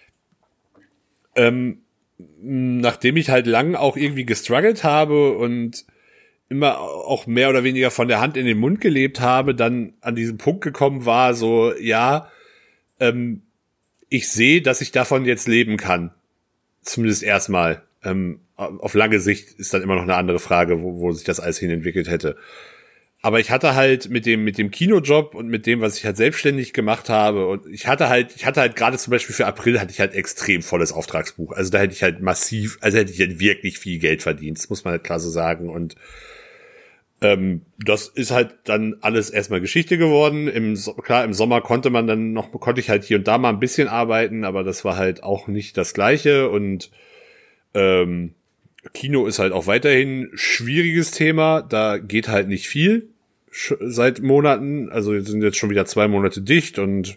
ähm, nachdem ich halt lang auch irgendwie gestruggelt habe und immer auch mehr oder weniger von der Hand in den Mund gelebt habe, dann an diesen Punkt gekommen war, so, ja, ähm, ich sehe, dass ich davon jetzt leben kann. Zumindest erstmal. Ähm, auf lange Sicht ist dann immer noch eine andere Frage, wo, wo sich das alles hin entwickelt hätte. Aber ich hatte halt mit dem, mit dem Kinojob und mit dem, was ich halt selbstständig gemacht habe und ich hatte halt, ich hatte halt gerade zum Beispiel für April hatte ich halt extrem volles Auftragsbuch. Also da hätte ich halt massiv, also hätte ich halt wirklich viel Geld verdient. Das muss man halt klar so sagen und Ähm, das ist halt dann alles erstmal Geschichte geworden. Im, klar, im Sommer konnte man dann noch, konnte ich halt hier und da mal ein bisschen arbeiten, aber das war halt auch nicht das Gleiche und ähm, Kino ist halt auch weiterhin schwieriges Thema. Da geht halt nicht viel sch- seit Monaten. Also sind jetzt schon wieder zwei Monate dicht und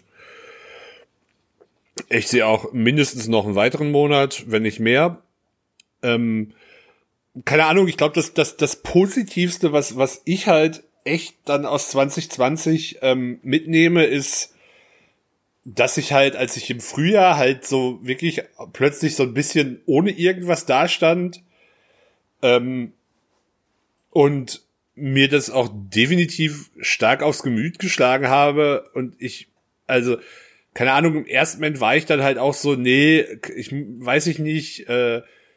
ich sehe auch mindestens noch einen weiteren Monat, wenn nicht mehr. Ähm, Keine Ahnung, ich glaube, das, das, das Positivste, was, was ich halt echt dann aus zwanzig zwanzig ähm, mitnehme, ist, dass ich halt, als ich im Frühjahr halt so wirklich plötzlich so ein bisschen ohne irgendwas dastand ähm, und mir das auch definitiv stark aufs Gemüt geschlagen habe und ich, also, keine Ahnung, im ersten Moment war ich dann halt auch so, nee, ich weiß ich nicht, äh,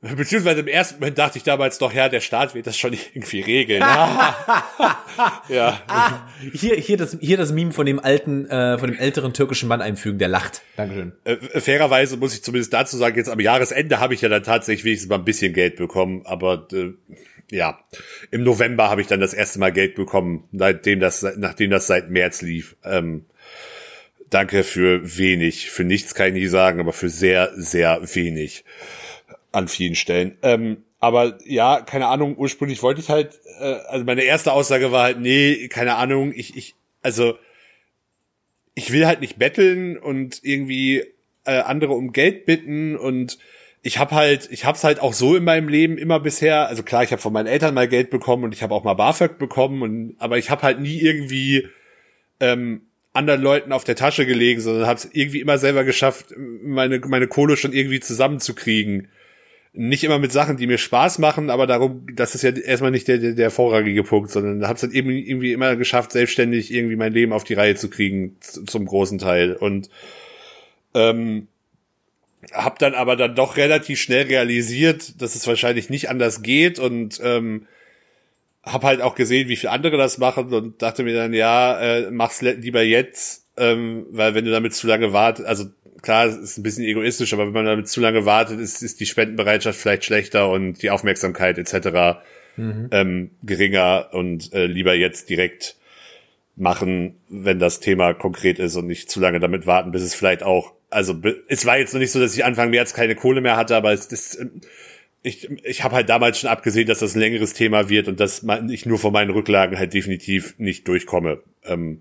Beziehungsweise im ersten Moment dachte ich damals doch, ja, der Staat wird das schon irgendwie regeln. Ja. Ah, hier, hier das, hier das Meme von dem alten, äh, von dem älteren türkischen Mann einfügen, der lacht. Dankeschön. Äh, fairerweise muss ich zumindest dazu sagen, jetzt am Jahresende habe ich ja dann tatsächlich wenigstens mal ein bisschen Geld bekommen, aber äh, ja, im November habe ich dann das erste Mal Geld bekommen, nachdem das, nachdem das seit März lief. Ähm, danke für wenig, für nichts kann ich nicht sagen, aber für sehr, sehr wenig. An vielen Stellen. Ähm, aber ja, keine Ahnung, ursprünglich wollte ich halt, äh, also meine erste Aussage war halt, nee, keine Ahnung, ich, ich, also ich will halt nicht betteln und irgendwie äh, andere um Geld bitten und ich habe halt, ich hab's halt auch so in meinem Leben immer bisher, also klar, ich habe von meinen Eltern mal Geld bekommen und ich habe auch mal BAföG bekommen, und aber ich habe halt nie irgendwie ähm, anderen Leuten auf der Tasche gelegen, sondern habe es irgendwie immer selber geschafft, meine meine Kohle schon irgendwie zusammenzukriegen. Nicht immer mit Sachen, die mir Spaß machen, aber darum, das ist ja erstmal nicht der, der, der vorrangige Punkt, sondern hab's dann eben irgendwie immer geschafft, selbstständig irgendwie mein Leben auf die Reihe zu kriegen, zum großen Teil. Und ähm, hab dann aber dann doch relativ schnell realisiert, dass es wahrscheinlich nicht anders geht, und ähm, hab halt auch gesehen, wie viele andere das machen, und dachte mir dann, ja, äh, mach's lieber jetzt, ähm, weil wenn du damit zu lange wartest, also klar, es ist ein bisschen egoistisch, aber wenn man damit zu lange wartet, ist, ist die Spendenbereitschaft vielleicht schlechter und die Aufmerksamkeit et cetera Mhm. Ähm, geringer, und äh, lieber jetzt direkt machen, wenn das Thema konkret ist, und nicht zu lange damit warten, bis es vielleicht auch, also es war jetzt noch nicht so, dass ich Anfang März keine Kohle mehr hatte, aber es ist, ich, ich habe halt damals schon abgesehen, dass das ein längeres Thema wird und dass ich nur von meinen Rücklagen halt definitiv nicht durchkomme. Ähm,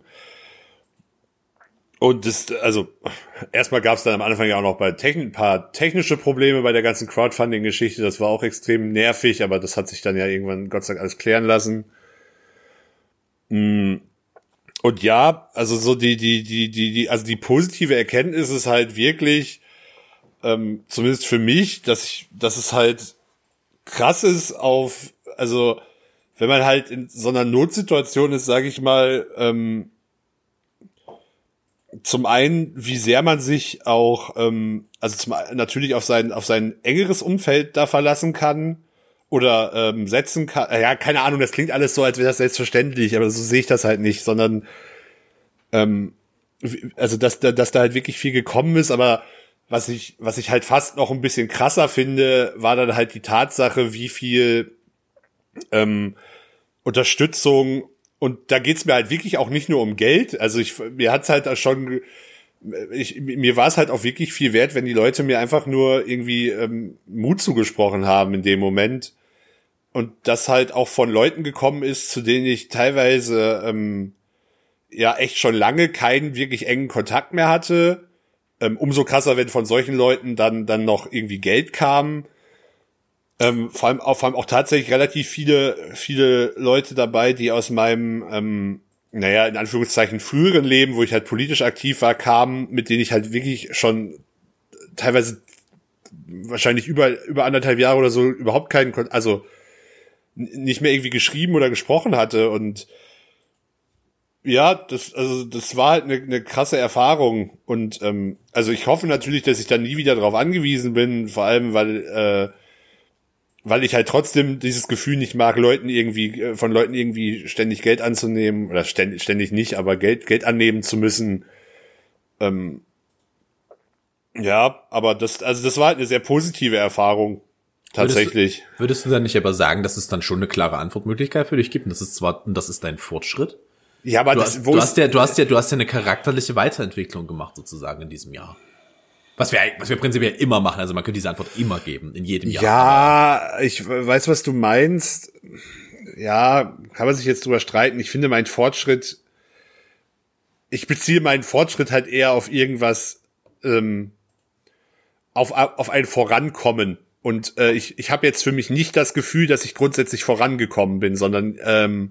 Und das, also erstmal gab es dann am Anfang ja auch noch bei Techn- ein paar technische Probleme bei der ganzen Crowdfunding-Geschichte. Das war auch extrem nervig, aber das hat sich dann ja irgendwann Gott sei Dank alles klären lassen. Und ja, also so die die die die die also die positive Erkenntnis ist halt wirklich, ähm, zumindest für mich, dass ich, dass es halt krass ist auf, also wenn man halt in so einer Notsituation ist, sage ich mal. Ähm, Zum einen, wie sehr man sich auch, ähm, also zum, natürlich auf sein auf sein engeres Umfeld da verlassen kann oder ähm, setzen kann. Ja, keine Ahnung, das klingt alles so, als wäre das selbstverständlich, aber so sehe ich das halt nicht, sondern ähm, also dass, dass da halt wirklich viel gekommen ist, aber was ich was ich halt fast noch ein bisschen krasser finde, war dann halt die Tatsache, wie viel ähm, Unterstützung. Und da geht's mir halt wirklich auch nicht nur um Geld. Also ich, mir hat's halt schon, ich, mir war es halt auch wirklich viel wert, wenn die Leute mir einfach nur irgendwie ähm, Mut zugesprochen haben in dem Moment. Und das halt auch von Leuten gekommen ist, zu denen ich teilweise ähm, ja echt schon lange keinen wirklich engen Kontakt mehr hatte. Ähm, umso krasser, wenn von solchen Leuten dann dann noch irgendwie Geld kam. Ähm, vor allem auch, vor allem auch tatsächlich relativ viele, viele Leute dabei, die aus meinem, ähm, naja, in Anführungszeichen früheren Leben, wo ich halt politisch aktiv war, kamen, mit denen ich halt wirklich schon teilweise wahrscheinlich über, über anderthalb Jahre oder so überhaupt keinen, Kon- also nicht mehr irgendwie geschrieben oder gesprochen hatte. Und ja, das, also das war halt eine, eine krasse Erfahrung. Und ähm, also ich hoffe natürlich, dass ich dann nie wieder darauf angewiesen bin, vor allem weil äh, weil ich halt trotzdem dieses Gefühl nicht mag, Leuten irgendwie, von Leuten irgendwie ständig Geld anzunehmen, oder ständig, ständig nicht, aber Geld, Geld annehmen zu müssen. Ähm, ja, aber das, also das war halt eine sehr positive Erfahrung. Tatsächlich. Würdest du, würdest du dann nicht aber sagen, dass es dann schon eine klare Antwortmöglichkeit für dich gibt? Und das ist zwar, und das ist dein Fortschritt? Ja, aber du das, hast, wo du hast ja, du hast ja, du hast ja eine charakterliche Weiterentwicklung gemacht, sozusagen, in diesem Jahr. Was wir, was wir prinzipiell immer machen, also man könnte diese Antwort immer geben, in jedem Jahr. Ja, ich weiß, was du meinst. Ja, kann man sich jetzt drüber streiten. Ich finde, mein Fortschritt, ich beziehe meinen Fortschritt halt eher auf irgendwas, ähm, auf, auf ein Vorankommen. Und äh, ich, ich habe jetzt für mich nicht das Gefühl, dass ich grundsätzlich vorangekommen bin, sondern ähm,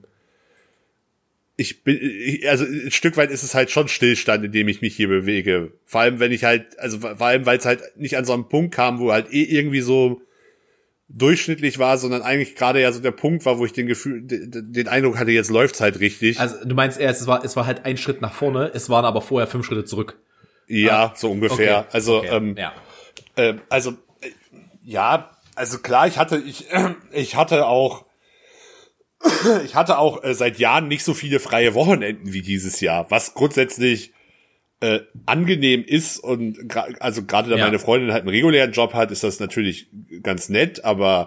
ich bin, ich, also ein Stück weit ist es halt schon Stillstand, in dem ich mich hier bewege. Vor allem, wenn ich halt, also vor allem, weil es halt nicht an so einem Punkt kam, wo halt eh irgendwie so durchschnittlich war, sondern eigentlich gerade ja so der Punkt war, wo ich den Gefühl, den, den Eindruck hatte, jetzt läuft's halt richtig. Also du meinst eher, es war, es war halt ein Schritt nach vorne, es waren aber vorher fünf Schritte zurück. Ja, ah, so ungefähr. Okay, also, okay, ähm, ja. äh, also, äh, ja, Also klar, ich hatte, ich, ich hatte auch, ich hatte auch äh, seit Jahren nicht so viele freie Wochenenden wie dieses Jahr, was grundsätzlich äh, angenehm ist und gra- also gerade da Ja. meine Freundin halt einen regulären Job hat, ist das natürlich ganz nett, aber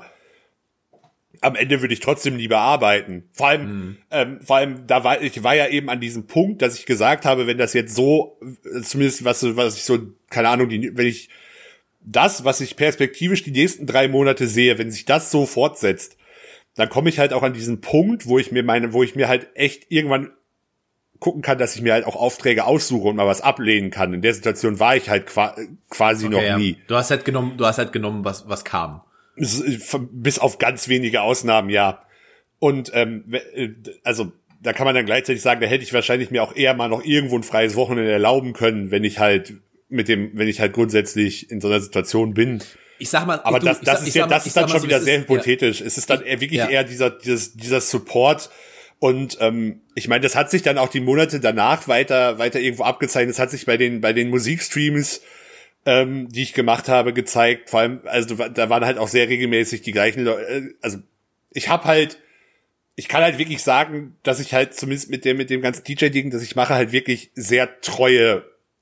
am Ende würde ich trotzdem lieber arbeiten. Vor allem, mhm. ähm, vor allem, da war ich war ja eben an diesem Punkt, dass ich gesagt habe, wenn das jetzt so, zumindest was was ich so, keine Ahnung, die, wenn ich das, was ich perspektivisch die nächsten drei Monate sehe, wenn sich das so fortsetzt, dann komme ich halt auch an diesen Punkt, wo ich mir meine, wo ich mir halt echt irgendwann gucken kann, dass ich mir halt auch Aufträge aussuche und mal was ablehnen kann. In der Situation war ich halt qua- quasi okay, noch ja. nie. Du hast halt genommen, du hast halt genommen, was was kam. Bis auf ganz wenige Ausnahmen, ja. Und ähm, also da kann man dann gleichzeitig sagen, da hätte ich wahrscheinlich mir auch eher mal noch irgendwo ein freies Wochenende erlauben können, wenn ich halt mit dem, wenn ich halt grundsätzlich in so einer Situation bin. Ich sag mal, aber du, das, das sag, ist ja, mal, das ist dann schon so, wieder sehr ist, hypothetisch. Ja. Es ist dann eher wirklich ja. eher dieser, dieses, dieser Support. Und ähm, ich meine, das hat sich dann auch die Monate danach weiter, weiter irgendwo abgezeichnet. Das hat sich bei den, bei den Musikstreams, ähm, die ich gemacht habe, gezeigt. Vor allem, also da waren halt auch sehr regelmäßig die gleichen Leute. Also ich habe halt, ich kann halt wirklich sagen, dass ich halt zumindest mit dem, mit dem ganzen D J-Ding, das ich mache, halt wirklich sehr treue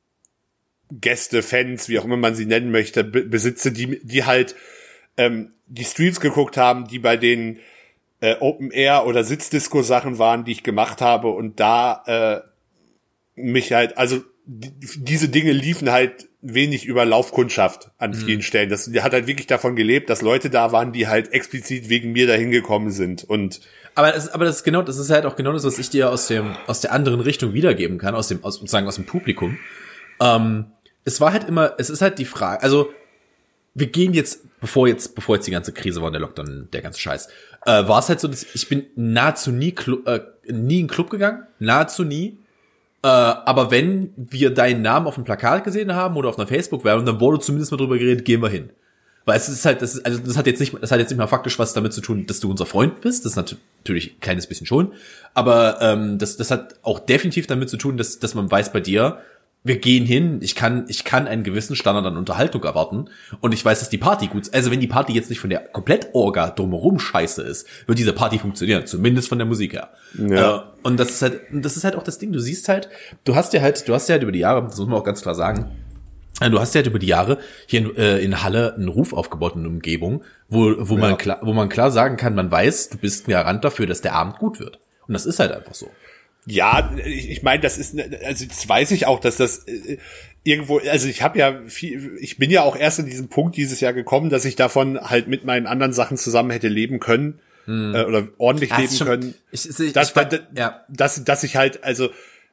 Gäste, Fans, wie auch immer man sie nennen möchte, be- besitze, die, die halt ähm, die Streams geguckt haben, die bei den äh, Open-Air- oder Sitzdisco-Sachen waren, die ich gemacht habe und da äh, mich halt, also die, diese Dinge liefen halt wenig über Laufkundschaft an mhm. vielen Stellen. Das hat halt wirklich davon gelebt, dass Leute da waren, die halt explizit wegen mir dahin gekommen sind und Aber das, aber das ist genau, das ist halt auch genau das, was ich dir aus dem, aus der anderen Richtung wiedergeben kann, aus dem, aus, sozusagen aus dem Publikum. Ähm, es war halt immer, es ist halt die Frage, also, wir gehen jetzt, bevor jetzt, bevor jetzt die ganze Krise war und der Lockdown, der ganze Scheiß, äh, war es halt so, dass ich bin nahezu nie, Clu- äh, nie in den Club gegangen, nahezu nie, äh, aber wenn wir deinen Namen auf dem Plakat gesehen haben oder auf einer Facebook-Werbung, dann wurde zumindest mal drüber geredet, gehen wir hin. Weil es ist halt, das ist, also das hat jetzt nicht, das hat jetzt nicht mal faktisch was damit zu tun, dass du unser Freund bist. Das ist nat- natürlich ein kleines bisschen schon. Aber ähm, das, das hat auch definitiv damit zu tun, dass, dass man weiß bei dir, wir gehen hin, ich kann, ich kann einen gewissen Standard an Unterhaltung erwarten und ich weiß, dass die Party gut ist. Also wenn die Party jetzt nicht von der Komplett-Orga drumherum scheiße ist, wird diese Party funktionieren, zumindest von der Musik her. Ja. Äh, und das ist halt, das ist halt auch das Ding. Du siehst halt, du hast ja halt, du hast ja halt über die Jahre, das muss man auch ganz klar sagen. Du hast ja halt über die Jahre hier in, äh, in Halle einen Ruf aufgebaut in der Umgebung, wo, wo ja. man klar, wo man klar sagen kann, man weiß, du bist ein Garant dafür, dass der Abend gut wird. Und das ist halt einfach so. Ja, ich, ich meine, das ist, also das weiß ich auch, dass das äh, irgendwo, also ich habe ja viel, ich bin ja auch erst in diesen Punkt dieses Jahr gekommen, dass ich davon halt mit meinen anderen Sachen zusammen hätte leben können hm. äh, oder ordentlich ja, leben schon, können. Ich, ich, dass, ich, dass, ja. dass, dass ich halt, also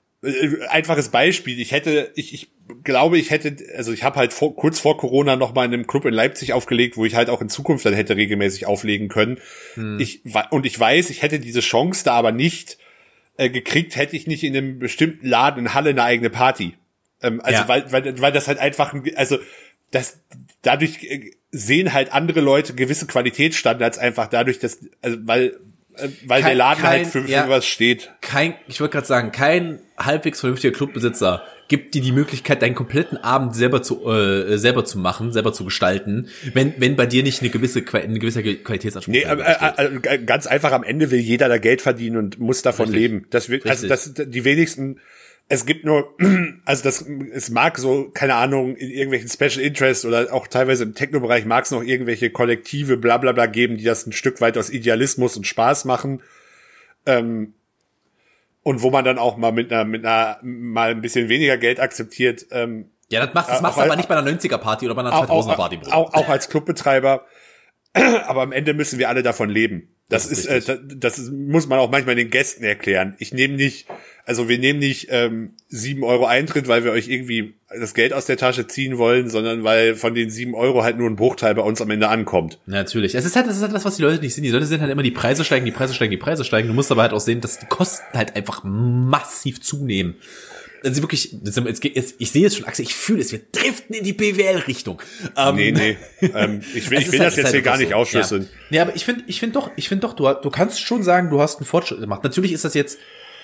äh, einfaches Beispiel, ich hätte, ich, ich glaube, ich hätte, also ich habe halt vor, kurz vor Corona noch mal in einem Club in Leipzig aufgelegt, wo ich halt auch in Zukunft dann hätte regelmäßig auflegen können. Hm. Ich und ich weiß, ich hätte diese Chance da aber nicht äh, gekriegt, hätte ich nicht in einem bestimmten Laden in Halle eine eigene Party. Ähm, also ja. weil, weil weil das halt einfach, also das dadurch sehen halt andere Leute gewisse Qualitätsstandards einfach dadurch, dass also weil weil kein, der Laden kein, halt für, für ja, was steht. Kein, ich wollte gerade sagen, kein halbwegs vernünftiger Clubbesitzer gibt dir die Möglichkeit, deinen kompletten Abend selber zu äh, selber zu machen, selber zu gestalten, wenn wenn bei dir nicht eine gewisse eine gewisse Qualitätsanspruch nee, äh, äh, ganz einfach am Ende will jeder da Geld verdienen und muss davon Richtig. leben. Das wird, also das die wenigsten. Es gibt nur, also das, es mag so, keine Ahnung, in irgendwelchen Special Interest oder auch teilweise im Techno-Bereich mag es noch irgendwelche Kollektive, bla bla bla geben, die das ein Stück weit aus Idealismus und Spaß machen. Ähm, und wo man dann auch mal mit einer, mit einer, mal ein bisschen weniger Geld akzeptiert. Ähm, ja, das machst, das machst du aber nicht bei einer neunziger-Party oder bei einer zweitausender-Party. Auch, auch, auch als Clubbetreiber. Aber am Ende müssen wir alle davon leben. Das, das ist, ist äh, das, das muss man auch manchmal den Gästen erklären. Ich nehme nicht, also wir nehmen nicht ähm, sieben Euro Eintritt, weil wir euch irgendwie das Geld aus der Tasche ziehen wollen, sondern weil von den sieben Euro halt nur ein Bruchteil bei uns am Ende ankommt. Natürlich. Es ist halt, das ist halt das, was die Leute nicht sehen. Die Leute sehen halt immer, die Preise steigen, die Preise steigen, die Preise steigen. Du musst aber halt auch sehen, dass die Kosten halt einfach massiv zunehmen. Also wirklich, jetzt, jetzt, ich sehe jetzt schon, Axel, ich fühle es, wir driften in die B W L-Richtung. Ähm, nee, nee, ähm, ich will, ich will halt, das jetzt halt hier gar nicht so ausschlüsseln. Ja. Nee, aber ich finde, ich finde doch, ich finde doch, du, du kannst schon sagen, du hast einen Fortschritt gemacht. Natürlich ist das jetzt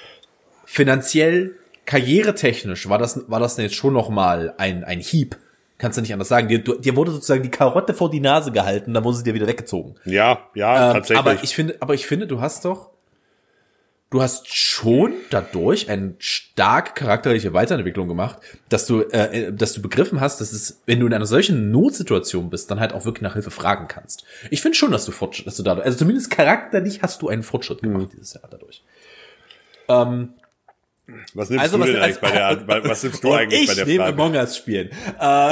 finanziell, karrieretechnisch, war das, war das jetzt schon noch mal ein, ein Hieb Kannst du nicht anders sagen. Dir, du, dir wurde sozusagen die Karotte vor die Nase gehalten, dann wurde sie dir wieder weggezogen. Ja, ja, ähm, tatsächlich. Aber ich finde, aber ich finde, du hast doch, du hast schon dadurch eine stark charakterliche Weiterentwicklung gemacht, dass du, äh, dass du begriffen hast, dass es, wenn du in einer solchen Notsituation bist, dann halt auch wirklich nach Hilfe fragen kannst. Ich finde schon, dass du Fortschritt, dass du dadurch, also zumindest charakterlich hast du einen Fortschritt gemacht mhm. dieses Jahr dadurch. Ähm, was nimmst also, du was, denn eigentlich bei der, bei, was nimmst du eigentlich bei der Frage? Ich nehme Among Us spielen. Äh,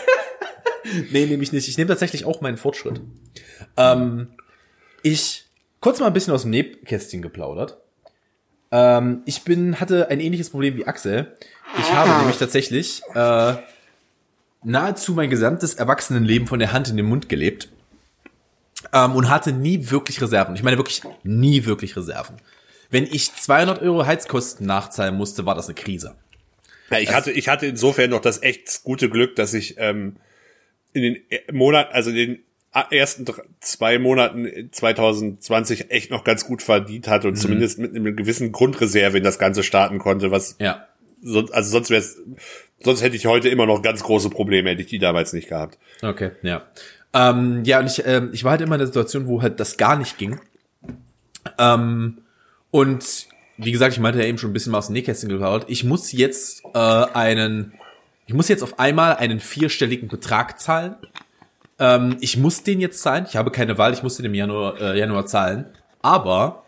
nee, nehme ich nicht. Ich nehme tatsächlich auch meinen Fortschritt. Ähm, ich, kurz mal ein bisschen aus dem Nähkästchen geplaudert. Ähm, ich bin, hatte ein ähnliches Problem wie Axel. Ich habe nämlich tatsächlich äh, nahezu mein gesamtes Erwachsenenleben von der Hand in den Mund gelebt ähm, und hatte nie wirklich Reserven. Ich meine wirklich nie wirklich Reserven. Wenn ich zweihundert Euro Heizkosten nachzahlen musste, war das eine Krise. Ja, ich hatte, ich hatte insofern noch das echt gute Glück, dass ich ähm, in den Monaten, also in den ersten zwei Monaten zwanzig zwanzig echt noch ganz gut verdient hatte und mhm. zumindest mit einer gewissen Grundreserve in das Ganze starten konnte, was ja. sonst, also sonst wäre es, sonst hätte ich heute immer noch ganz große Probleme, hätte ich die damals nicht gehabt. Okay, ja. Ähm, ja, und ich, ähm, ich war halt immer in der Situation, wo halt das gar nicht ging. Ähm, und wie gesagt, ich meinte ja eben schon ein bisschen mal aus dem Nähkästchen geplaudert, ich muss jetzt äh, einen, ich muss jetzt auf einmal einen vierstelligen Betrag zahlen. Ähm, ich muss den jetzt zahlen. Ich habe keine Wahl. Ich muss den im Januar, äh, Januar zahlen. Aber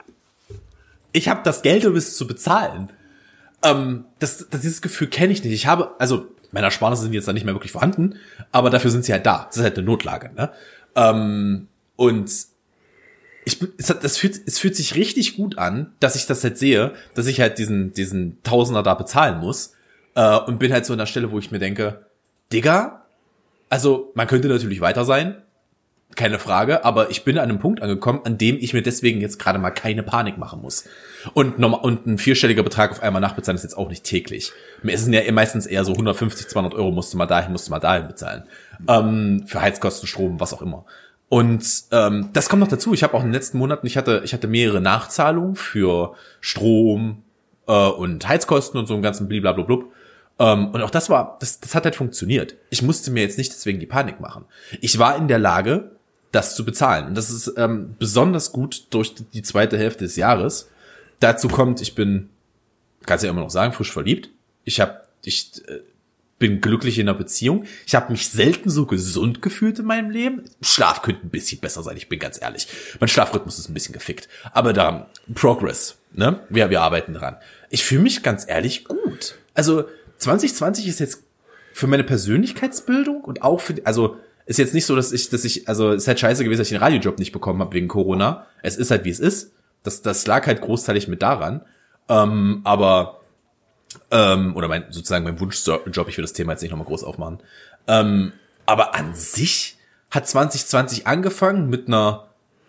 ich habe das Geld, um es zu bezahlen. Ähm, das, das, dieses Gefühl kenne ich nicht. Ich habe, also meine Ersparnisse sind jetzt da nicht mehr wirklich vorhanden, aber dafür sind sie halt da. Das ist halt eine Notlage. Ne? Ähm, und ich, es, hat, das fühlt, es fühlt sich richtig gut an, dass ich das halt sehe, dass ich halt diesen, diesen Tausender da bezahlen muss. Äh, und bin halt so an der Stelle, wo ich mir denke, Digga, also, man könnte natürlich weiter sein, keine Frage, aber ich bin an einem Punkt angekommen, an dem ich mir deswegen jetzt gerade mal keine Panik machen muss. Und, normal, und ein vierstelliger Betrag auf einmal nachbezahlen ist jetzt auch nicht täglich. Es sind ja meistens eher so hundertfünfzig, zweihundert Euro musst du mal dahin, musst du mal dahin bezahlen. Ähm, für Heizkosten, Strom, was auch immer. Und ähm, das kommt noch dazu. Ich habe auch in den letzten Monaten, ich hatte ich hatte mehrere Nachzahlungen für Strom äh, und Heizkosten und so einen ganzen bliblablub. Um, und auch das war, das, das hat halt funktioniert. Ich musste mir jetzt nicht deswegen die Panik machen. Ich war in der Lage, das zu bezahlen. Und das ist ähm, besonders gut durch die zweite Hälfte des Jahres. Dazu kommt, ich bin, kannst ja immer noch sagen, frisch verliebt. Ich hab, ich äh, bin glücklich in einer Beziehung. Ich habe mich selten so gesund gefühlt in meinem Leben. Schlaf könnte ein bisschen besser sein, ich bin ganz ehrlich. Mein Schlafrhythmus ist ein bisschen gefickt. Aber da, Progress, ne? Wir, wir arbeiten dran. Ich fühle mich ganz ehrlich gut. Also, zwanzig zwanzig ist jetzt für meine Persönlichkeitsbildung und auch für, also ist jetzt nicht so, dass ich, dass ich, also es ist halt scheiße gewesen, dass ich den Radiojob nicht bekommen habe wegen Corona. Es ist halt, wie es ist. Das, das lag halt großteilig mit daran. Ähm, aber, ähm, oder mein, sozusagen mein Wunschjob, ich will das Thema jetzt nicht nochmal groß aufmachen. Ähm, aber an sich hat zwanzig zwanzig angefangen mit einer,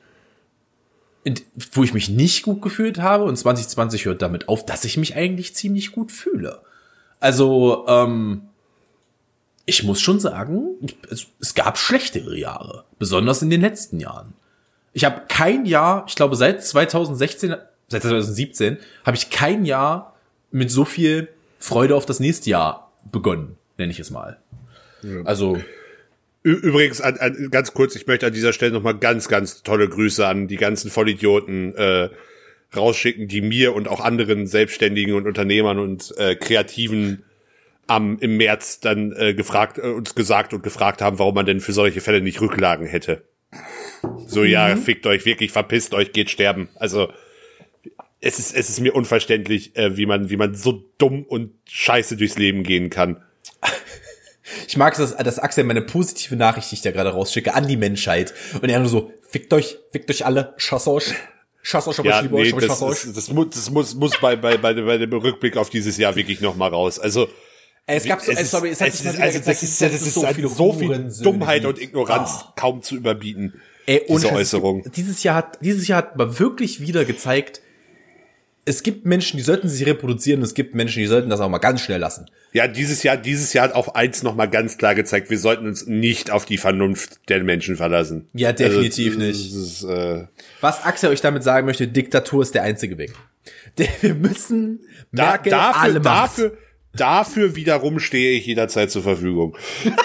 wo ich mich nicht gut gefühlt habe, und zwanzig zwanzig hört damit auf, dass ich mich eigentlich ziemlich gut fühle. Also, ähm, ich muss schon sagen, es, es gab schlechtere Jahre, besonders in den letzten Jahren. Ich habe kein Jahr, ich glaube seit zwanzig sechzehn, seit zwanzig siebzehn, habe ich kein Jahr mit so viel Freude auf das nächste Jahr begonnen, nenne ich es mal. Ja. Also übrigens, an, an, ganz kurz, ich möchte an dieser Stelle nochmal ganz, ganz tolle Grüße an die ganzen Vollidioten äh, rausschicken, die mir und auch anderen Selbstständigen und Unternehmern und äh, Kreativen am im März dann äh, gefragt äh, uns gesagt und gefragt haben, warum man denn für solche Fälle nicht Rücklagen hätte. So, mhm. ja, fickt euch, wirklich, verpisst euch, geht sterben. Also es ist es ist mir unverständlich, äh, wie man wie man so dumm und scheiße durchs Leben gehen kann. Ich mag das, dass Axel meine positive Nachricht, die ich da gerade rausschicke, an die Menschheit. Und er nur so, fickt euch, fickt euch alle, schass euch. Schass euch, ja, ich nee, euch, das, ich das, das, das, muss, das muss, muss bei, bei, bei, bei dem Rückblick auf dieses Jahr wirklich noch mal raus. Also, es gab so, es, ist, sorry, es hat es sich ist, mal also, gezeigt, das ist, das ist, so, viel, so viel Dummheit und Ignoranz oh. kaum zu überbieten. Ey, diese Äußerung. Gibt, dieses Jahr hat, dieses Jahr hat mal wirklich wieder gezeigt, es gibt Menschen, die sollten sich reproduzieren, und es gibt Menschen, die sollten das auch mal ganz schnell lassen. Ja, dieses Jahr, dieses Jahr hat auch eins noch mal ganz klar gezeigt, wir sollten uns nicht auf die Vernunft der Menschen verlassen. Ja, definitiv also, nicht. Ist, äh Was Axel euch damit sagen möchte, Diktatur ist der einzige Weg. Wir müssen da, Merkel dafür, alle dafür, dafür wiederum stehe ich jederzeit zur Verfügung.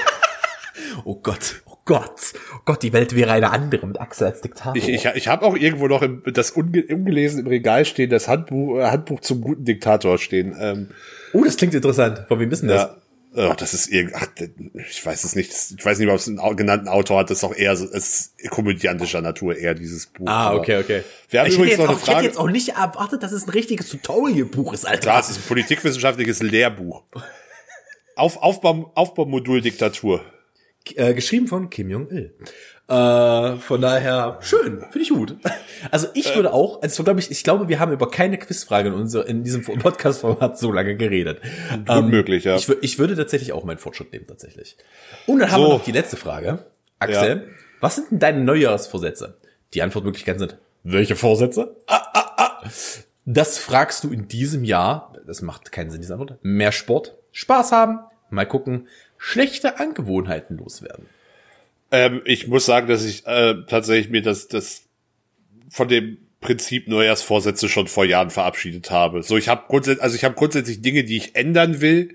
Oh Gott, oh Gott, oh Gott, die Welt wäre eine andere mit Axel als Diktator. Ich, ich, ich habe auch irgendwo noch im, das unge, ungelesen im Regal stehen, das Handbuch, äh, Handbuch zum guten Diktator stehen. Ähm, oh, das klingt interessant. Von wem wissen das? Ja. Oh, das ist irgend, ach, ich weiß es nicht. Ich weiß nicht, ob es einen genannten Autor hat. Das ist auch eher so, es ist komödiantischer Natur eher dieses Buch. Ah, okay, okay. Wir haben ich, übrigens hätte noch auch, eine ich hätte Frage. jetzt auch nicht erwartet, dass es ein richtiges Tutorial-Buch ist, Alter. Klar, es ist ein politikwissenschaftliches Lehrbuch. Auf, Aufbau, Aufbaumodul Diktatur. Äh, geschrieben von Kim Jong-il. Äh, von daher, schön, finde ich gut. Also ich würde auch, also glaube ich, ich glaube, wir haben über keine Quizfrage in unser, in diesem Podcast-Format so lange geredet. Gut ähm, möglich, ja. Ich, ich würde tatsächlich auch meinen Fortschritt nehmen, tatsächlich. Und dann haben So. wir noch die letzte Frage. Axel, ja. Was sind denn deine Neujahrsvorsätze? Die Antwortmöglichkeiten sind, welche Vorsätze? Ah, ah, ah. Das fragst du in diesem Jahr, das macht keinen Sinn, diese Antwort. Mehr Sport, Spaß haben, mal gucken, schlechte Angewohnheiten loswerden. Ähm, ich muss sagen, dass ich äh, tatsächlich mir das, das von dem Prinzip Neujahrsvorsätze schon vor Jahren verabschiedet habe. So, ich habe grundsätzlich, also ich habe grundsätzlich Dinge, die ich ändern will,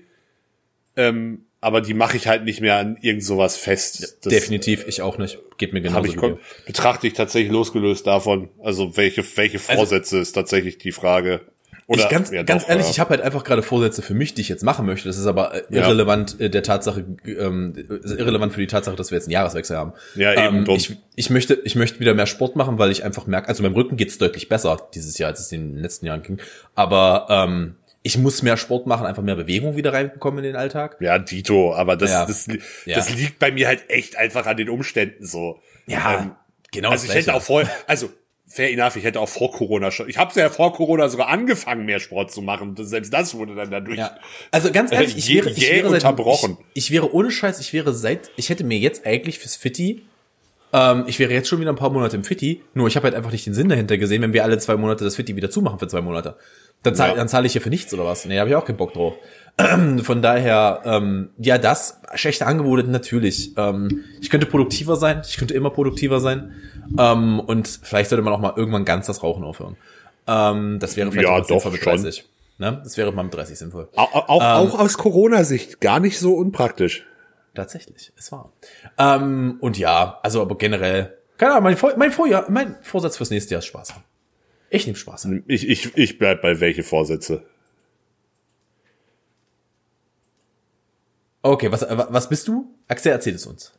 ähm, aber die mache ich halt nicht mehr an irgend sowas fest. Das Definitiv, ich auch nicht. Geht mir genauso. Hab ich kon- betrachte ich tatsächlich losgelöst davon. Also welche welche Vorsätze also, ist tatsächlich die Frage. Oder, ich ganz, ja, ganz doch, ehrlich, ja. ich habe halt einfach gerade Vorsätze für mich, die ich jetzt machen möchte. Das ist aber äh, irrelevant äh, der Tatsache, ähm, ist irrelevant für die Tatsache, dass wir jetzt einen Jahreswechsel haben. Ja, eben. Ähm, ich, ich möchte, ich möchte wieder mehr Sport machen, weil ich einfach merke, also meinem Rücken geht's deutlich besser dieses Jahr, als es in den letzten Jahren ging. Aber ähm, ich muss mehr Sport machen, einfach mehr Bewegung wieder reinbekommen in den Alltag. Ja, Dito, aber das, Ja. das, Ja. das liegt bei mir halt echt einfach an den Umständen so. Ja, Ähm, genau. Also das ich hätte Gleiche. auch vor, also fair enough, ich hätte auch vor Corona schon, ich habe ja vor Corona sogar angefangen, mehr Sport zu machen. Das, selbst das wurde dann dadurch. Ja. Also ganz ehrlich, ich Jäh- wäre, ich jäh wäre seit, unterbrochen. Ich, ich wäre ohne Scheiß, ich wäre seit, ich hätte mir jetzt eigentlich fürs Fitti, ähm, ich wäre jetzt schon wieder ein paar Monate im Fitti, nur ich habe halt einfach nicht den Sinn dahinter gesehen, wenn wir alle zwei Monate das Fitti wieder zumachen für zwei Monate. Dann zahle Ja. dann zahle ich hier für nichts oder was? Nee, habe ich auch keinen Bock drauf. Von daher, ähm, ja, das, schlechte Angewohnheiten natürlich. Ähm, ich könnte produktiver sein, ich könnte immer produktiver sein. Ähm, und vielleicht sollte man auch mal irgendwann ganz das Rauchen aufhören. Ähm, das wäre vielleicht Ja, auch mal doch, sinnvoll mit schon. dreißig. Ne? Das wäre mal mit dreißig sinnvoll. Auch, auch, auch aus Corona-Sicht gar nicht so unpraktisch. Tatsächlich, es war. Ähm, und ja, also aber generell, keine Ahnung, mein, Vor- mein Vorjahr, mein Vorsatz fürs nächste Jahr ist Spaß haben. Ich nehme Spaß haben. Ich, ich, ich bleib bei welche Vorsätze. Okay, was, was bist du? Axel, erzähl es uns.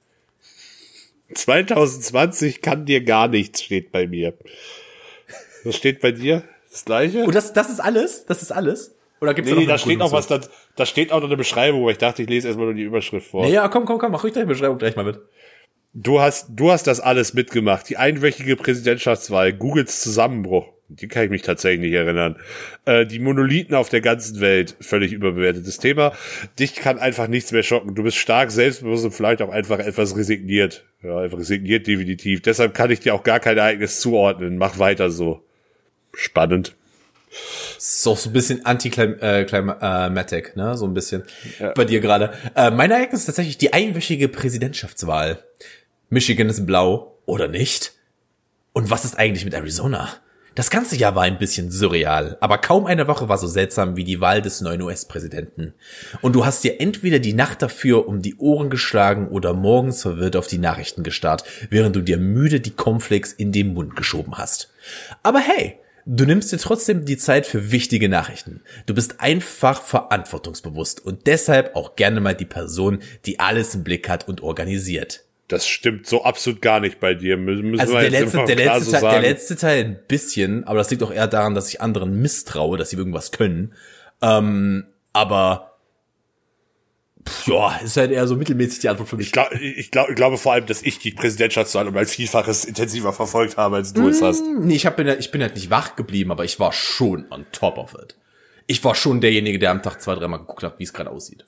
zwanzig zwanzig kann dir gar nichts, steht bei mir. Was steht bei dir? Das Gleiche? Und das, das ist alles? Das ist alles? Oder gibt's Nee, da nee, noch da eine steht noch was, Begründung da, da steht auch noch eine Beschreibung, aber ich dachte, ich lese erstmal nur die Überschrift vor. zu? Ja, komm, komm, komm, mach ruhig deine Beschreibung gleich mal mit. Du hast, du hast das alles mitgemacht. Die einwöchige Präsidentschaftswahl, Googles Zusammenbruch. Die kann ich mich tatsächlich nicht erinnern. Äh, die Monolithen auf der ganzen Welt, völlig überbewertetes Thema. Dich kann einfach nichts mehr schocken. Du bist stark, selbstbewusst und vielleicht auch einfach etwas resigniert. Ja, einfach resigniert definitiv. Deshalb kann ich dir auch gar kein Ereignis zuordnen. Mach weiter so. Spannend. Ist auch so ein bisschen anti-climatic, ne? So ein bisschen bei dir gerade. Äh, mein Ereignis ist tatsächlich die einwöchige Präsidentschaftswahl. Michigan ist blau, oder nicht? Und was ist eigentlich mit Arizona? Das ganze Jahr war ein bisschen surreal, aber kaum eine Woche war so seltsam wie die Wahl des neuen U S-Präsidenten. Und du hast dir entweder die Nacht dafür um die Ohren geschlagen oder morgens verwirrt auf die Nachrichten gestarrt, während du dir müde die Cornflakes in den Mund geschoben hast. Aber hey, du nimmst dir trotzdem die Zeit für wichtige Nachrichten. Du bist einfach verantwortungsbewusst und deshalb auch gerne mal die Person, die alles im Blick hat und organisiert. Das stimmt so absolut gar nicht bei dir. Müssen Also wir der jetzt letzte, einfach der, klar letzte so Teil, der sagen. letzte Teil ein bisschen, aber das liegt auch eher daran, dass ich anderen misstraue, dass sie irgendwas können. Ähm, aber pff, ja, ist halt eher so mittelmäßig die Antwort für mich. Ich, glaub, ich, glaub, ich glaube vor allem, dass ich die Präsidentschaftswahl um ein Vielfaches intensiver verfolgt habe, als du es hast. Nee, ich, hab, bin ja- ich bin halt nicht wach geblieben, aber ich war schon on top of it. Ich war schon derjenige, der am Tag zwei, dreimal geguckt hat, wie es gerade aussieht.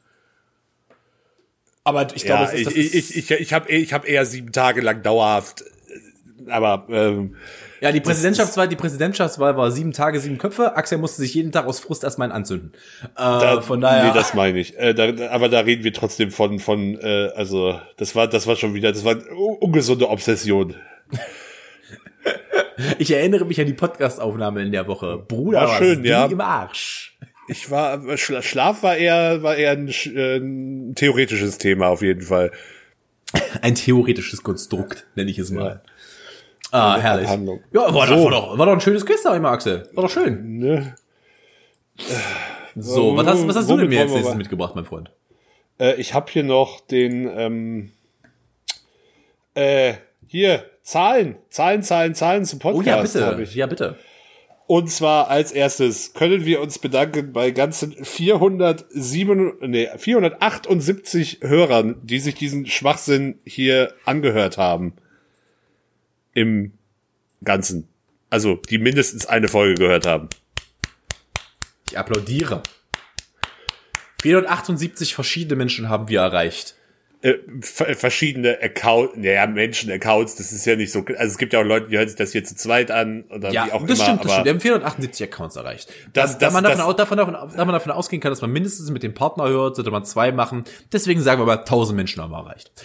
Aber ich glaube, Ja, es ist, ich, das ich, ist, ich, ich, ich habe ich hab eher sieben Tage lang dauerhaft, äh, aber ähm, ja, die Präsidentschaftswahl, die Präsidentschaftswahl war sieben Tage, sieben Köpfe. Axel musste sich jeden Tag aus Frust erstmal einen anzünden. Äh, da, von daher. nee, das meine ich. Äh, da, aber da reden wir trotzdem von, von, äh, also das war, das war schon wieder, das war eine ungesunde Obsession. Ich erinnere mich an die Podcastaufnahme in der Woche. Bruder, War schön, was ja. du im Arsch. Ich war, Schlaf war eher, war eher ein, ein theoretisches Thema auf jeden Fall. Ein theoretisches Konstrukt, nenne ich es mal. Ja. Ah, herrlich. Abhandlung. Ja, war, So. doch, war, doch, war doch ein schönes Quiz da immer, Axel. War doch schön. Ne? So, was hast, was hast du denn Womit mir wollen jetzt wir nächstes mal- mitgebracht, mein Freund? Äh, ich habe hier noch den, ähm, äh, hier, Zahlen, Zahlen, Zahlen, Zahlen zum Oh Podcast. ja, hab bitte. ich. Ja, bitte. Und zwar als erstes können wir uns bedanken bei ganzen vierhundertsieben, nee, vierhundertachtundsiebzig Hörern, die sich diesen Schwachsinn hier angehört haben. Im Ganzen. Also, die mindestens eine Folge gehört haben. Ich applaudiere. vierhundertachtundsiebzig verschiedene Menschen haben wir erreicht. Äh, ver- verschiedene Accounts, naja, Menschen-Accounts, das ist ja nicht so, also es gibt ja auch Leute, die hören sich das hier zu zweit an oder Ja, wie auch das immer, stimmt, das aber stimmt. Wir haben vierhundertachtundsiebzig Accounts erreicht. Das- da, das- da, man davon, das- au- davon, davon, da man davon ausgehen kann, dass man mindestens mit dem Partner hört, sollte man zwei machen. Deswegen sagen wir mal, tausend Menschen haben wir erreicht.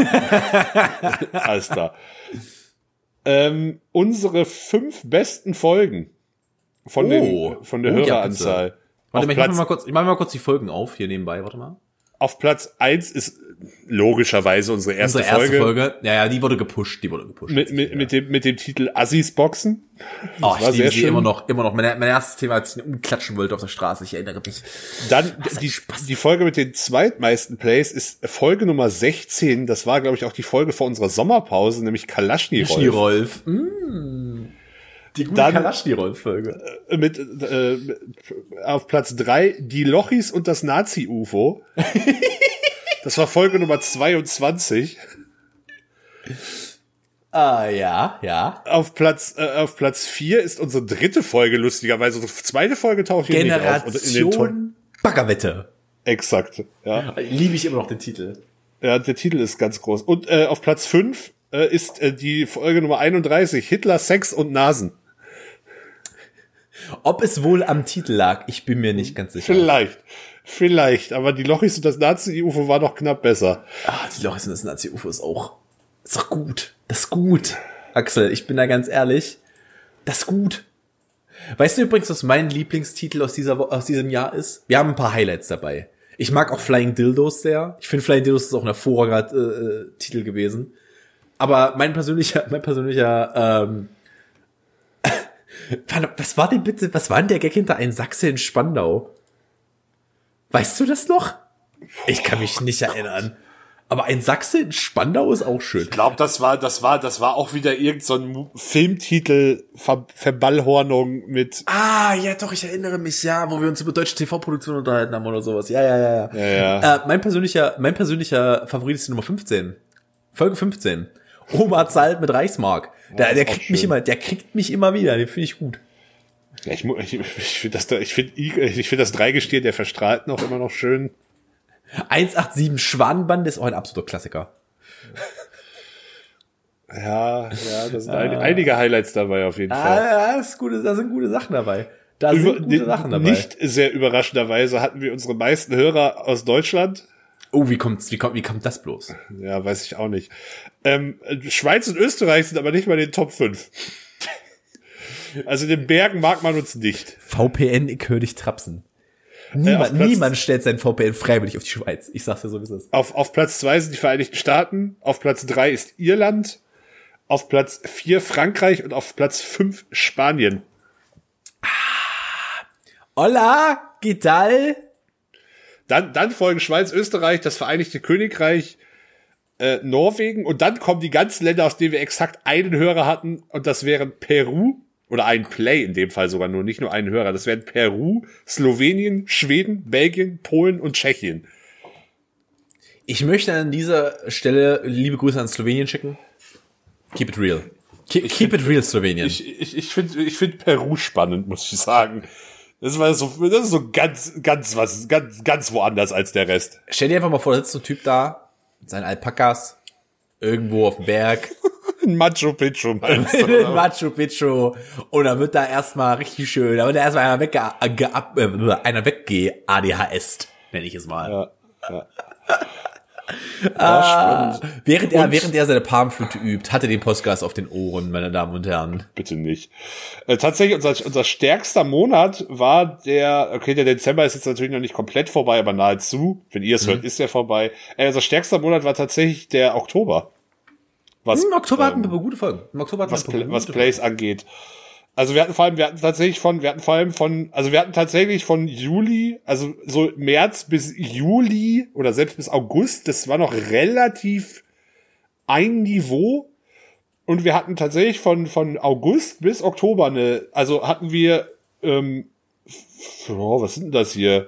alles klar. ähm, unsere fünf besten Folgen von, den, von der Oh, ja, Höreranzahl. bitte. Warte auf, mal, ich mach Platz, mal kurz, ich mach mal kurz die Folgen auf, hier nebenbei, warte mal. auf Platz eins ist logischerweise unsere erste, Unsere erste Folge. Folge. Ja, ja, die wurde gepusht, die wurde gepusht. Mit, mit, mit, dem, mit dem Titel Assis Boxen. Oh, war ich liebe sehr sie schön. immer noch, immer noch. Mein, mein erstes Thema, als ich ihn umklatschen wollte auf der Straße, ich erinnere mich. Dann die, die Folge mit den zweitmeisten Plays ist Folge Nummer sechzehn. Das war, glaube ich, auch die Folge vor unserer Sommerpause, nämlich Kalaschnirolf. Rolf. Mm. Die gute Dann- Kalaschnirolf-Folge. Mit, äh, mit, auf Platz drei die Lochis und das Nazi-U F O. Das war Folge Nummer zweiundzwanzig. Ah, ja, ja. Auf Platz äh, auf Platz vier ist unsere dritte Folge, lustigerweise. Unsere zweite Folge taucht hier nicht auf. Und in den Top- Generation Baggerwette. Exakt, ja. Liebe ich immer noch den Titel. Ja, der Titel ist ganz groß. Und äh, auf Platz fünf äh, ist äh, die Folge Nummer einunddreißig, Hitler, Sex und Nasen. Ob es wohl am Titel lag, ich bin mir nicht ganz sicher. Vielleicht, vielleicht. Aber die Lochis und das Nazi-U F O war doch knapp besser. Ah, die Lochis und das Nazi-U F O ist auch, ist doch gut. Das ist gut. Axel, ich bin da ganz ehrlich. Das ist gut. Weißt du übrigens, was mein Lieblingstitel aus dieser, Wo- aus diesem Jahr ist? Wir haben ein paar Highlights dabei. Ich mag auch Flying Dildos sehr. Ich finde Flying Dildos ist auch ein hervorragender äh, Titel gewesen. Aber mein persönlicher, mein persönlicher, ähm, Warte, was war denn bitte, was war denn der Gag hinter ein Sachse in Spandau? Weißt du das noch? Ich kann mich nicht erinnern. Aber ein Sachse in Spandau ist auch schön. Ich glaube, das war, das war, das war auch wieder irgend so ein Mu- Filmtitel, Ver Verballhornung mit. Ah, ja doch, ich erinnere mich, ja, wo wir uns über deutsche T V-Produktionen unterhalten haben oder sowas. Ja, ja, ja, ja. Ja, ja. Äh, mein persönlicher, mein persönlicher Favorit ist die Nummer fünfzehn. Folge fünfzehn. Oma zahlt mit Reichsmark. Der, Ja, der ist auch kriegt mich schön. immer, der kriegt mich immer wieder, den finde ich gut. Ja, ich mu- ich, ich finde das, ich finde, ich finde das Dreigestirn der Verstrahlten auch immer noch schön. hundertsiebenundachtzig Schwanenband ist auch ein absoluter Klassiker. Ja, ja, da sind ein, einige Highlights dabei auf jeden Ah, Fall. ja, das ist gute, da sind gute Sachen dabei. Da sind Über- gute Sachen dabei. Nicht sehr überraschenderweise hatten wir unsere meisten Hörer aus Deutschland. Oh, wie kommt's, wie kommt, wie kommt das bloß? Ja, weiß ich auch nicht. Ähm, Schweiz und Österreich sind aber nicht mal in den Top fünf. Also in den Bergen mag man uns nicht. V P N, ich höre dich trapsen. Niemand, auf Platz- niemand stellt sein V P N freiwillig auf die Schweiz. Ich sag's dir so, wie es ist. Auf, auf Platz zwei sind die Vereinigten Staaten, auf Platz drei ist Irland, auf Platz vier Frankreich und auf Platz fünf Spanien. Hola, ¿qué tal? Dann, dann folgen Schweiz, Österreich, das Vereinigte Königreich, äh, Norwegen und dann kommen die ganzen Länder, aus denen wir exakt einen Hörer hatten und das wären Peru oder ein Play in dem Fall sogar nur, nicht nur einen Hörer. Das wären Peru, Slowenien, Schweden, Belgien, Polen und Tschechien. Ich möchte an dieser Stelle liebe Grüße an Slowenien schicken. Keep it real. Keep, keep it real, Slowenien. Ich, ich, ich finde ich find Peru spannend, muss ich sagen. Das war so, das ist so ganz, ganz was, ganz, ganz woanders als der Rest. Stell dir einfach mal vor, da sitzt so ein Typ da mit seinen Alpakas irgendwo auf dem Berg In Machu Picchu, meinst du? in oder? Machu Picchu und dann wird da erstmal richtig schön, da wird da erstmal einer wegge, ge, ab- äh, einer wegge A D H S, nenne ich es mal. Ja, ja. Ah, während er, und, während er seine Palmflöte übt, hatte den Podcast auf den Ohren, meine Damen und Herren. Bitte nicht. Äh, tatsächlich, unser, unser stärkster Monat war der, okay, der Dezember ist jetzt natürlich noch nicht komplett vorbei, aber nahezu. Wenn ihr es mhm. hört, ist der vorbei. Äh, unser stärkster Monat war tatsächlich der Oktober. Was, Im Oktober ähm, hatten wir gute Folgen. Im Oktober hatten was, wir was Plays angeht. Also wir hatten vor allem, wir hatten tatsächlich von, wir hatten vor allem von, also wir hatten tatsächlich von Juli, also so März bis Juli oder selbst bis August, das war noch relativ ein Niveau. Und wir hatten tatsächlich von, von August bis Oktober eine, also hatten wir, ähm, oh, was sind denn das hier?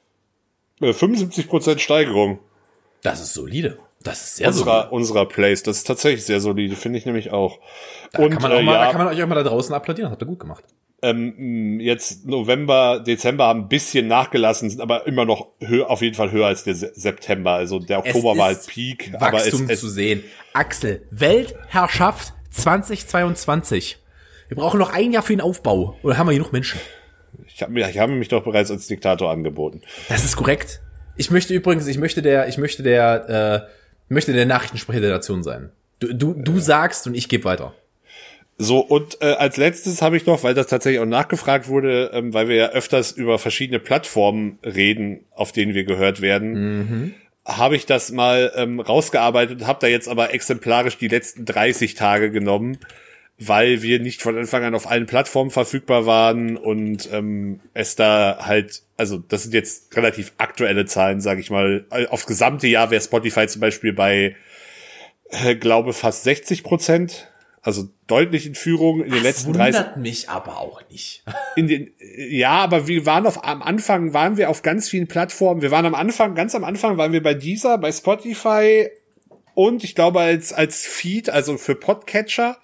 Äh, fünfundsiebzig Prozent Steigerung. Das ist solide. Das ist sehr unserer, solide. Unserer Plays. Das ist tatsächlich sehr solide, finde ich nämlich auch. Da, und, kann man auch äh, mal, ja, da kann man euch auch mal da draußen applaudieren. Habt ihr gut gemacht. Ähm, jetzt November, Dezember haben ein bisschen nachgelassen, sind aber immer noch höher, auf jeden Fall höher als der Se- September. Also der Oktober war halt Peak. Wachstum aber es, es zu sehen. Axel, Weltherrschaft zweitausendzweiundzwanzig. Wir brauchen noch ein Jahr für den Aufbau. Oder haben wir genug Menschen? Ich habe mir, ich habe mich doch bereits als Diktator angeboten. Das ist korrekt. Ich möchte übrigens, ich möchte der, ich möchte der, äh, möchte der Nachrichtensprecher der Nation sein. Du, du, du sagst und ich gebe weiter. So, und äh, als letztes habe ich noch, weil das tatsächlich auch nachgefragt wurde, ähm, weil wir ja öfters über verschiedene Plattformen reden, auf denen wir gehört werden, mhm. habe ich das mal ähm, rausgearbeitet und habe da jetzt aber exemplarisch die letzten dreißig Tage genommen, weil wir nicht von Anfang an auf allen Plattformen verfügbar waren und ähm, es da halt, also das sind jetzt relativ aktuelle Zahlen, sage ich mal. Aufs gesamte Jahr wäre Spotify zum Beispiel bei, äh, glaube fast sechzig Prozent, also deutlich in Führung in den das letzten dreißig. Das wundert mich aber auch nicht. In den, ja, aber wir waren auf, am Anfang waren wir auf ganz vielen Plattformen. Wir waren am Anfang, ganz am Anfang waren wir bei Deezer, bei Spotify und ich glaube als als Feed, also für Podcatcher.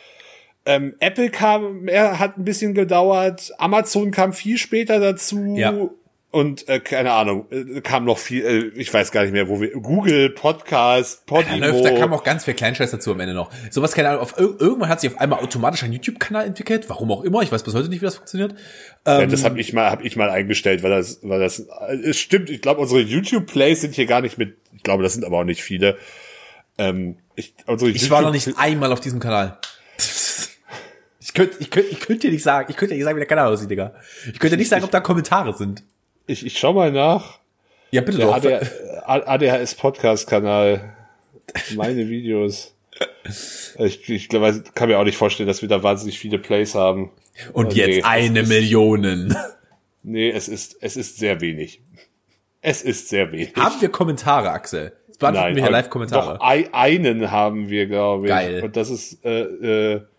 Ähm, Apple kam, er hat ein bisschen gedauert, Amazon kam viel später dazu ja. und äh, keine Ahnung, äh, kam noch viel, äh, ich weiß gar nicht mehr, wo wir, Google, Podcast, Podimo. Ja, da kam auch ganz viel Kleinscheiß dazu am Ende noch. Sowas, keine Ahnung, auf, irgendwann hat sich auf einmal automatisch ein YouTube-Kanal entwickelt, warum auch immer, ich weiß bis heute nicht, wie das funktioniert. Ja, ähm, das habe ich mal, hab ich mal eingestellt, weil das, weil das, es stimmt, ich glaube, unsere YouTube-Plays sind hier gar nicht mit, ich glaube, das sind aber auch nicht viele. Ähm, ich unsere ich war noch nicht einmal auf diesem Kanal. Ich könnte, ich könnte, ich könnte dir nicht sagen, ich könnte dir nicht sagen, wie der Kanal aussieht, Digga. Ich könnte nicht sagen, ob da Kommentare sind. Ich, ich schau mal nach. Ja, bitte der doch. A D H S-Podcast-Kanal. Meine Videos. Ich, ich glaube, kann mir auch nicht vorstellen, dass wir da wahnsinnig viele Plays haben. Und oh, jetzt nee, eine ist, Million. Nee, es ist, es ist sehr wenig. Es ist sehr wenig. Haben wir Kommentare, Axel? Jetzt beantworten Nein, wir hier live Kommentare. Doch, einen haben wir, glaube ich. Geil. Und das ist, äh, äh,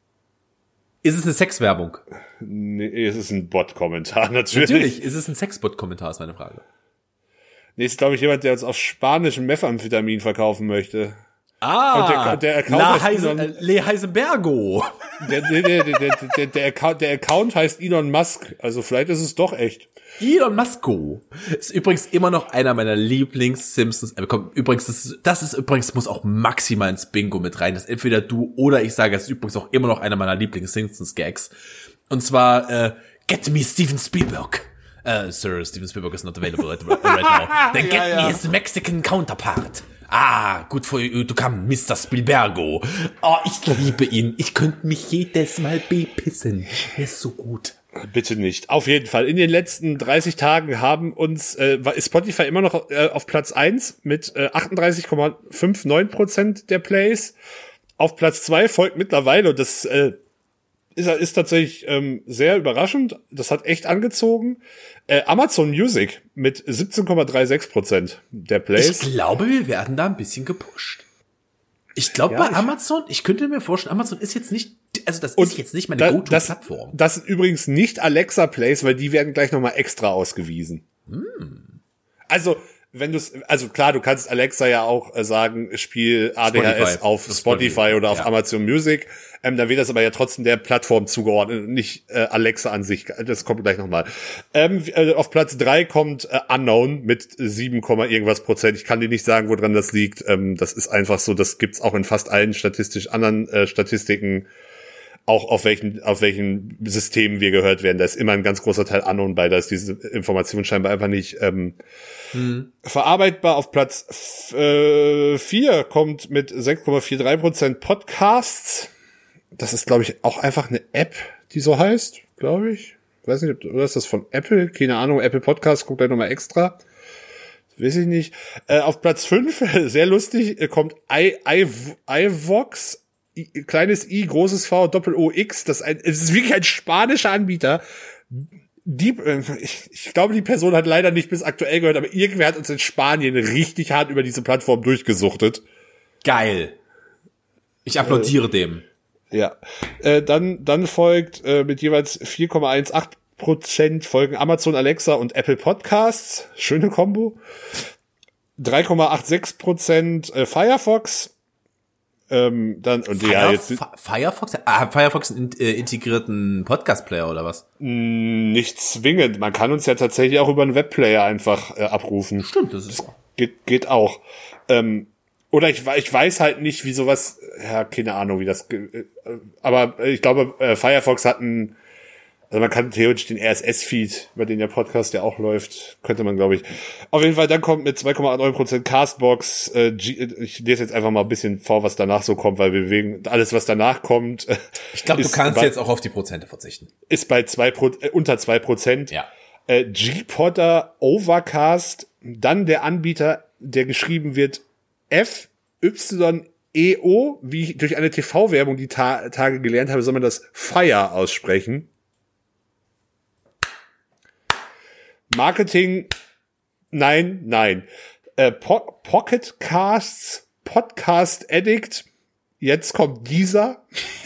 ist es eine Sexwerbung? Nee, es ist ein Bot-Kommentar, natürlich. Natürlich, ist es ein Sexbot-Kommentar, ist meine Frage. Nee, ist, glaube ich, jemand, der uns auf Spanisch Methamphetamin verkaufen möchte. Ah, und der, der Account La heißt Heise, Elon, äh, Le Heisenbergo. Der, der, der, der, der, der, Account, der Account heißt Elon Musk, also vielleicht ist es doch echt. Elon Musko ist übrigens immer noch einer meiner Lieblings-Simpsons. Äh, komm, übrigens, das ist, das ist übrigens, muss auch maximal ins Bingo mit rein. Das ist entweder du oder ich sage, es ist übrigens auch immer noch einer meiner Lieblings-Simpsons-Gags. Und zwar, äh, Get me Steven Spielberg. Uh, sir, Steven Spielberg is not available right, right now. Then get ja, ja. me his Mexican counterpart. Ah, good for you to come, Mister Spielbergo. Oh, ich liebe ihn. Ich könnte mich jedes Mal bepissen. Er ist so gut. Bitte nicht. Auf jeden Fall. In den letzten dreißig Tagen haben uns, äh, ist Spotify immer noch äh, auf Platz eins mit äh, achtunddreißig Komma neunundfünfzig Prozent der Plays. Auf Platz zwei folgt mittlerweile, und das äh, ist, ist tatsächlich ähm, sehr überraschend, das hat echt angezogen, äh, Amazon Music mit siebzehn Komma sechsunddreißig Prozent der Plays. Ich glaube, wir werden da ein bisschen gepusht. Ich glaube, ja, bei Amazon, ich könnte mir vorstellen, Amazon ist jetzt nicht, also das ist jetzt nicht meine da, Go-To-Plattform. Das, das sind übrigens nicht Alexa-Plays, weil die werden gleich nochmal extra ausgewiesen. Hm. Also, wenn du also klar, du kannst Alexa ja auch äh, sagen, spiel A D H S Spotify. auf Spotify, Spotify oder auf ja. Amazon Music. Ähm, da wird das aber ja trotzdem der Plattform zugeordnet, nicht äh, Alexa an sich. Das kommt gleich nochmal. Ähm, äh, auf Platz drei kommt äh, Unknown mit sieben, irgendwas Prozent. Ich kann dir nicht sagen, woran das liegt. Ähm, das ist einfach so, das gibt's auch in fast allen statistisch anderen äh, Statistiken. auch auf welchen, auf welchen Systemen wir gehört werden. Da ist immer ein ganz großer Teil unknown bei, da ist diese Information scheinbar einfach nicht ähm, hm. verarbeitbar. Auf Platz vier kommt mit sechs Komma dreiundvierzig Prozent Podcasts. Das ist, glaube ich, auch einfach eine App, die so heißt, glaube ich. Weiß nicht, oder ist das von Apple? Keine Ahnung, Apple Podcast, guckt gleich nochmal extra. Weiß ich nicht. Äh, auf Platz fünf, sehr lustig, kommt I, I, iVox, I, kleines I, großes V, Doppel O X. Das ist, ein, es ist wirklich ein spanischer Anbieter. Die, äh, ich, ich glaube, die Person hat leider nicht bis aktuell gehört, aber irgendwer hat uns in Spanien richtig hart über diese Plattform durchgesuchtet. Geil. Ich applaudiere äh, dem. Ja. Äh, dann, dann folgt äh, mit jeweils vier Komma achtzehn Prozent folgen Amazon Alexa und Apple Podcasts. Schöne Kombo. drei Komma sechsundachtzig Prozent äh, Firefox. Ähm, dann, und Fire, ja, jetzt. Firefox? Ah, Firefox einen äh, integrierten Podcast-Player oder was? Nicht zwingend. Man kann uns ja tatsächlich auch über einen Webplayer einfach äh, abrufen. Stimmt, das ist. Geht, geht auch. Ähm, oder ich, ich weiß halt nicht, wie sowas, ja, keine Ahnung, wie das, äh, aber ich glaube, äh, Firefox hat ein, also man kann theoretisch den R S S-Feed, über den der Podcast ja auch läuft, könnte man, glaube ich. Auf jeden Fall, dann kommt mit zwei Komma neun Prozent Castbox, äh, G, ich lese jetzt einfach mal ein bisschen vor, was danach so kommt, weil wir bewegen, alles, was danach kommt. Ich glaube, du kannst bei, jetzt auch auf die Prozente verzichten. Ist bei zwei, äh, unter zwei Prozent. Ja. Äh, G-Podder, Overcast, dann der Anbieter, der geschrieben wird F Y E O, wie ich durch eine T V-Werbung die Ta- Tage gelernt habe, soll man das Fire aussprechen. Marketing, nein, nein. Äh, po- Pocket Casts, Podcast Addict, jetzt kommt dieser.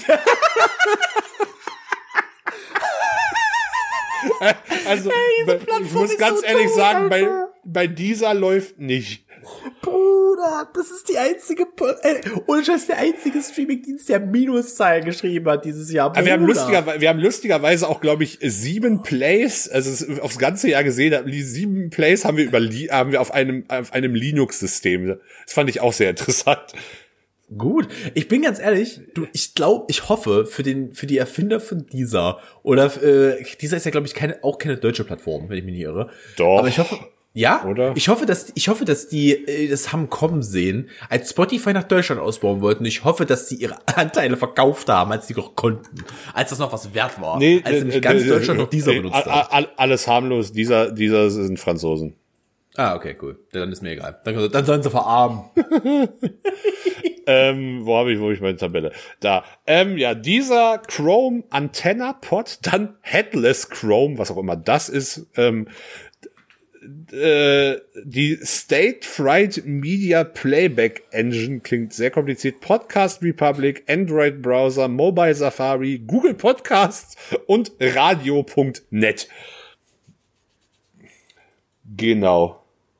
Also, hey, ich muss ganz so ehrlich sagen, bei, bei dieser läuft nicht. Bruder, das ist die einzige, äh, ohne Scheiß, der einzige Streamingdienst, der Minuszahlen geschrieben hat dieses Jahr. Aber wir haben lustiger, wir haben lustigerweise auch, glaube ich, sieben Plays, also es, aufs ganze Jahr gesehen, die sieben Plays haben wir über, haben wir auf einem, auf einem Linux-System. Das fand ich auch sehr interessant. Gut, ich bin ganz ehrlich, du, ich glaube, ich hoffe für den, für die Erfinder von dieser oder äh, dieser ist ja, glaube ich, keine, auch keine deutsche Plattform, wenn ich mich nicht irre. Doch. Aber ich hoffe, ja, oder? Ich hoffe, dass ich hoffe, dass die äh, das haben kommen sehen, als Spotify nach Deutschland ausbauen wollten. Ich hoffe, dass die ihre Anteile verkauft haben, als die noch konnten, als das noch was wert war, nee, als nämlich ganz äh, Deutschland noch dieser äh, benutzt hat. Alles harmlos, dieser, dieser sind Franzosen. Ah, okay, cool. Dann ist mir egal. Dann, dann sollen sie verarmen. ähm, wo habe ich, wo hab ich meine Tabelle? Da. Ähm, ja, dieser Chrome Antenna Pod, dann Headless Chrome, was auch immer das ist, ähm, äh, die State Fright Media Playback Engine klingt sehr kompliziert. Podcast Republic, Android Browser, Mobile Safari, Google Podcasts und radio Punkt net. Genau.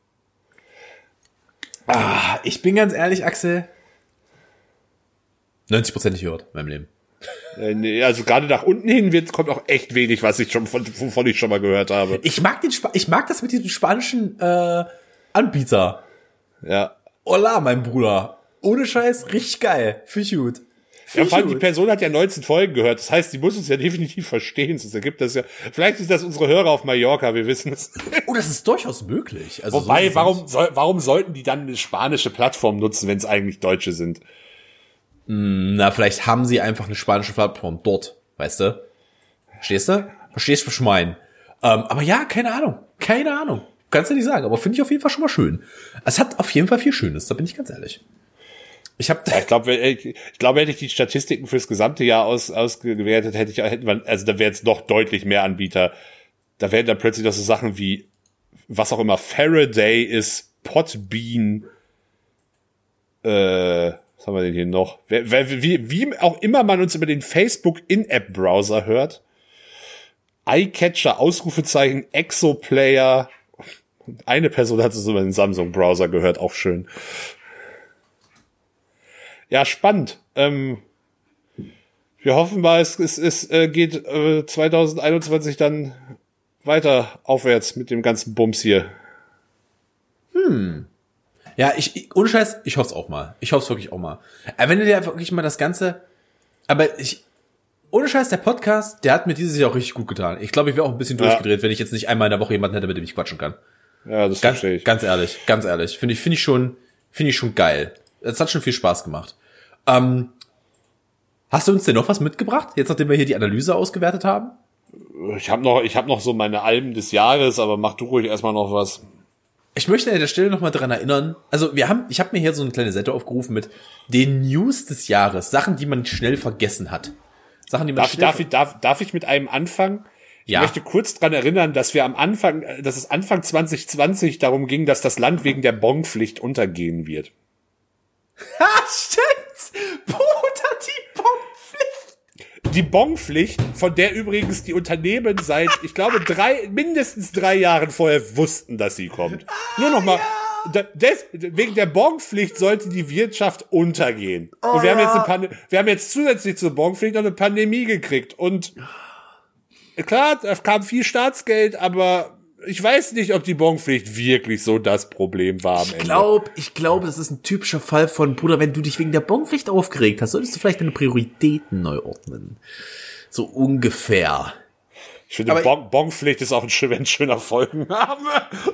Ah, ich bin ganz ehrlich, Axel. neunzig Prozent nicht gehört in meinem Leben. Äh, nee, also gerade nach unten hin wird, kommt auch echt wenig, was ich schon von, wovon ich schon mal gehört habe. Ich mag den, Sp- ich mag das mit diesem spanischen äh, Anbieter. Ja. Hola, mein Bruder. Ohne Scheiß, richtig geil. Find ich gut. Ja, vor allem die Person hat ja neunzehn Folgen gehört. Das heißt, die muss uns ja definitiv verstehen. Das ergibt das ja. Vielleicht ist das unsere Hörer auf Mallorca, wir wissen es. Oh, das ist durchaus möglich. Also Wobei, so warum, soll, warum sollten die dann eine spanische Plattform nutzen, wenn es eigentlich Deutsche sind? Na, vielleicht haben sie einfach eine spanische Plattform dort, weißt du? Verstehst du? Verstehst du, was ich meine? Ähm, aber ja, keine Ahnung. Keine Ahnung. Kannst du nicht sagen, aber finde ich auf jeden Fall schon mal schön. Es hat auf jeden Fall viel Schönes, da bin ich ganz ehrlich. Ich habe, ja, ich glaube, ich, ich glaube, hätte ich die Statistiken fürs gesamte Jahr aus, ausgewertet, hätte ich, hätten wir, also da wäre jetzt noch deutlich mehr Anbieter. Da wären dann plötzlich noch so Sachen wie, was auch immer, Faraday ist, Podbean, äh, was haben wir denn hier noch? Wie, wie auch immer man uns über den Facebook In-App-Browser hört. Eyecatcher, Ausrufezeichen, Exoplayer. Eine Person hat es über den Samsung-Browser gehört, auch schön. Ja, spannend. Ähm, wir hoffen mal, es, es, es äh, geht äh, zwanzig einundzwanzig dann weiter aufwärts mit dem ganzen Bums hier. Hm. Ja, ich, ich ohne Scheiß, ich hoffe es auch mal. Ich hoffe es wirklich auch mal. Aber wenn du dir wirklich mal das Ganze, aber ich, ohne Scheiß, der Podcast, der hat mir dieses Jahr auch richtig gut getan. Ich glaube, ich wäre auch ein bisschen Ja. durchgedreht, wenn ich jetzt nicht einmal in der Woche jemanden hätte, mit dem ich quatschen kann. Ja, das Ganz, verstehe ich. ganz ehrlich, ganz ehrlich. Finde ich, finde ich schon, finde ich schon geil. Es hat schon viel Spaß gemacht. Ähm, hast du uns denn noch was mitgebracht? Jetzt, nachdem wir hier die Analyse ausgewertet haben? Ich habe noch, ich habe noch so meine Alben des Jahres, aber mach du ruhig erstmal noch was. Ich möchte an der Stelle noch mal dran erinnern. Also, wir haben, ich habe mir hier so eine kleine Seite aufgerufen mit den News des Jahres. Sachen, die man schnell vergessen hat. Sachen, die man Darf, schnell darf, ich, darf, darf ich mit einem anfangen? Ich Ja. möchte kurz dran erinnern, dass wir am Anfang, dass es Anfang zwanzig zwanzig darum ging, dass das Land wegen der Bonpflicht untergehen wird. Ha, stimmt! Bruder, die Bonpflicht! Die Bonpflicht, von der übrigens die Unternehmen seit, ich glaube, drei, mindestens drei Jahren vorher wussten, dass sie kommt. Nur noch mal, da, des, wegen der Bonpflicht sollte die Wirtschaft untergehen. Oh, und wir haben ja. jetzt eine Pande- wir haben jetzt zusätzlich zur Bonpflicht noch eine Pandemie gekriegt. Und klar, da kam viel Staatsgeld, aber ich weiß nicht, ob die Bonpflicht wirklich so das Problem war am Ich Ende. glaube, ich glaube, das ist ein typischer Fall von, Bruder, wenn du dich wegen der Bonpflicht aufgeregt hast, solltest du vielleicht deine Prioritäten neu ordnen. So ungefähr. Ich finde, aber- bon Bonpflicht ist auch ein, schön, ein schöner Folgenname.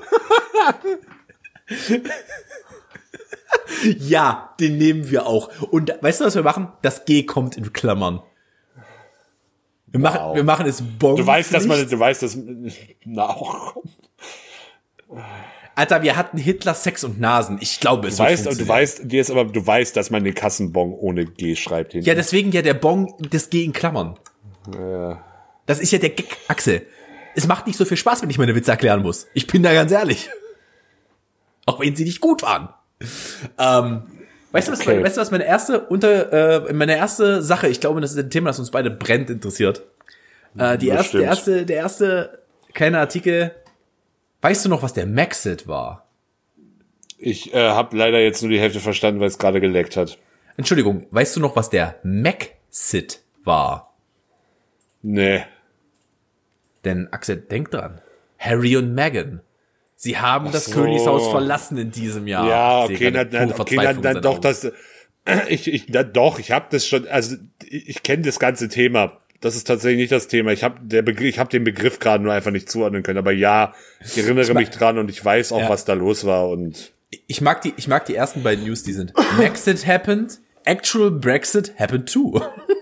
Ja, den nehmen wir auch. Und weißt du, was wir machen? Das G kommt in Klammern. Wir machen, Wow. wir machen es Bonpflicht. Du weißt, dass man, du weißt, dass, na, oh, Alter, wir hatten Hitler, Sex und Nasen. Ich glaube, es du wird weißt, du funktionieren. weißt, dir ist aber, du weißt, dass man den Kassenbon ohne G schreibt hinten. Ja, deswegen ja der Bon, das G in Klammern. Ja. Das ist ja der Gag, Axel. Es macht nicht so viel Spaß, wenn ich meine Witze erklären muss. Ich bin da ganz ehrlich. Auch wenn sie nicht gut waren. Ähm, weißt du, was, Okay. weißt du, was meine erste unter, äh, meine erste Sache, ich glaube, das ist ein Thema, das uns beide brennend interessiert. Äh, die Das erste, stimmt. der erste, der erste kleine Artikel. Weißt du noch, was der Maxit war? Ich äh, habe leider jetzt nur die Hälfte verstanden, weil es gerade geleckt hat. Entschuldigung, weißt du noch, was der Maxit war? Nee. Denn Axel, denk dran. Harry und Meghan. Sie haben das so. Königshaus verlassen in diesem Jahr. Ja, Ich sehe okay, gerade dann, dann, pure okay, dann, Verzweiflung in dann seinen doch Augen. das. Ich, ich, na, doch, ich habe das schon. Also ich, ich kenne das ganze Thema. Das ist tatsächlich nicht das Thema. Ich habe der Begriff, ich habe den Begriff gerade nur einfach nicht zuordnen können. Aber ja, ich erinnere Ich mag- mich dran und ich weiß auch, Ja. was da los war. Und Ich mag die, ich mag die ersten beiden News, die sind Maxit happened, actual Brexit happened too.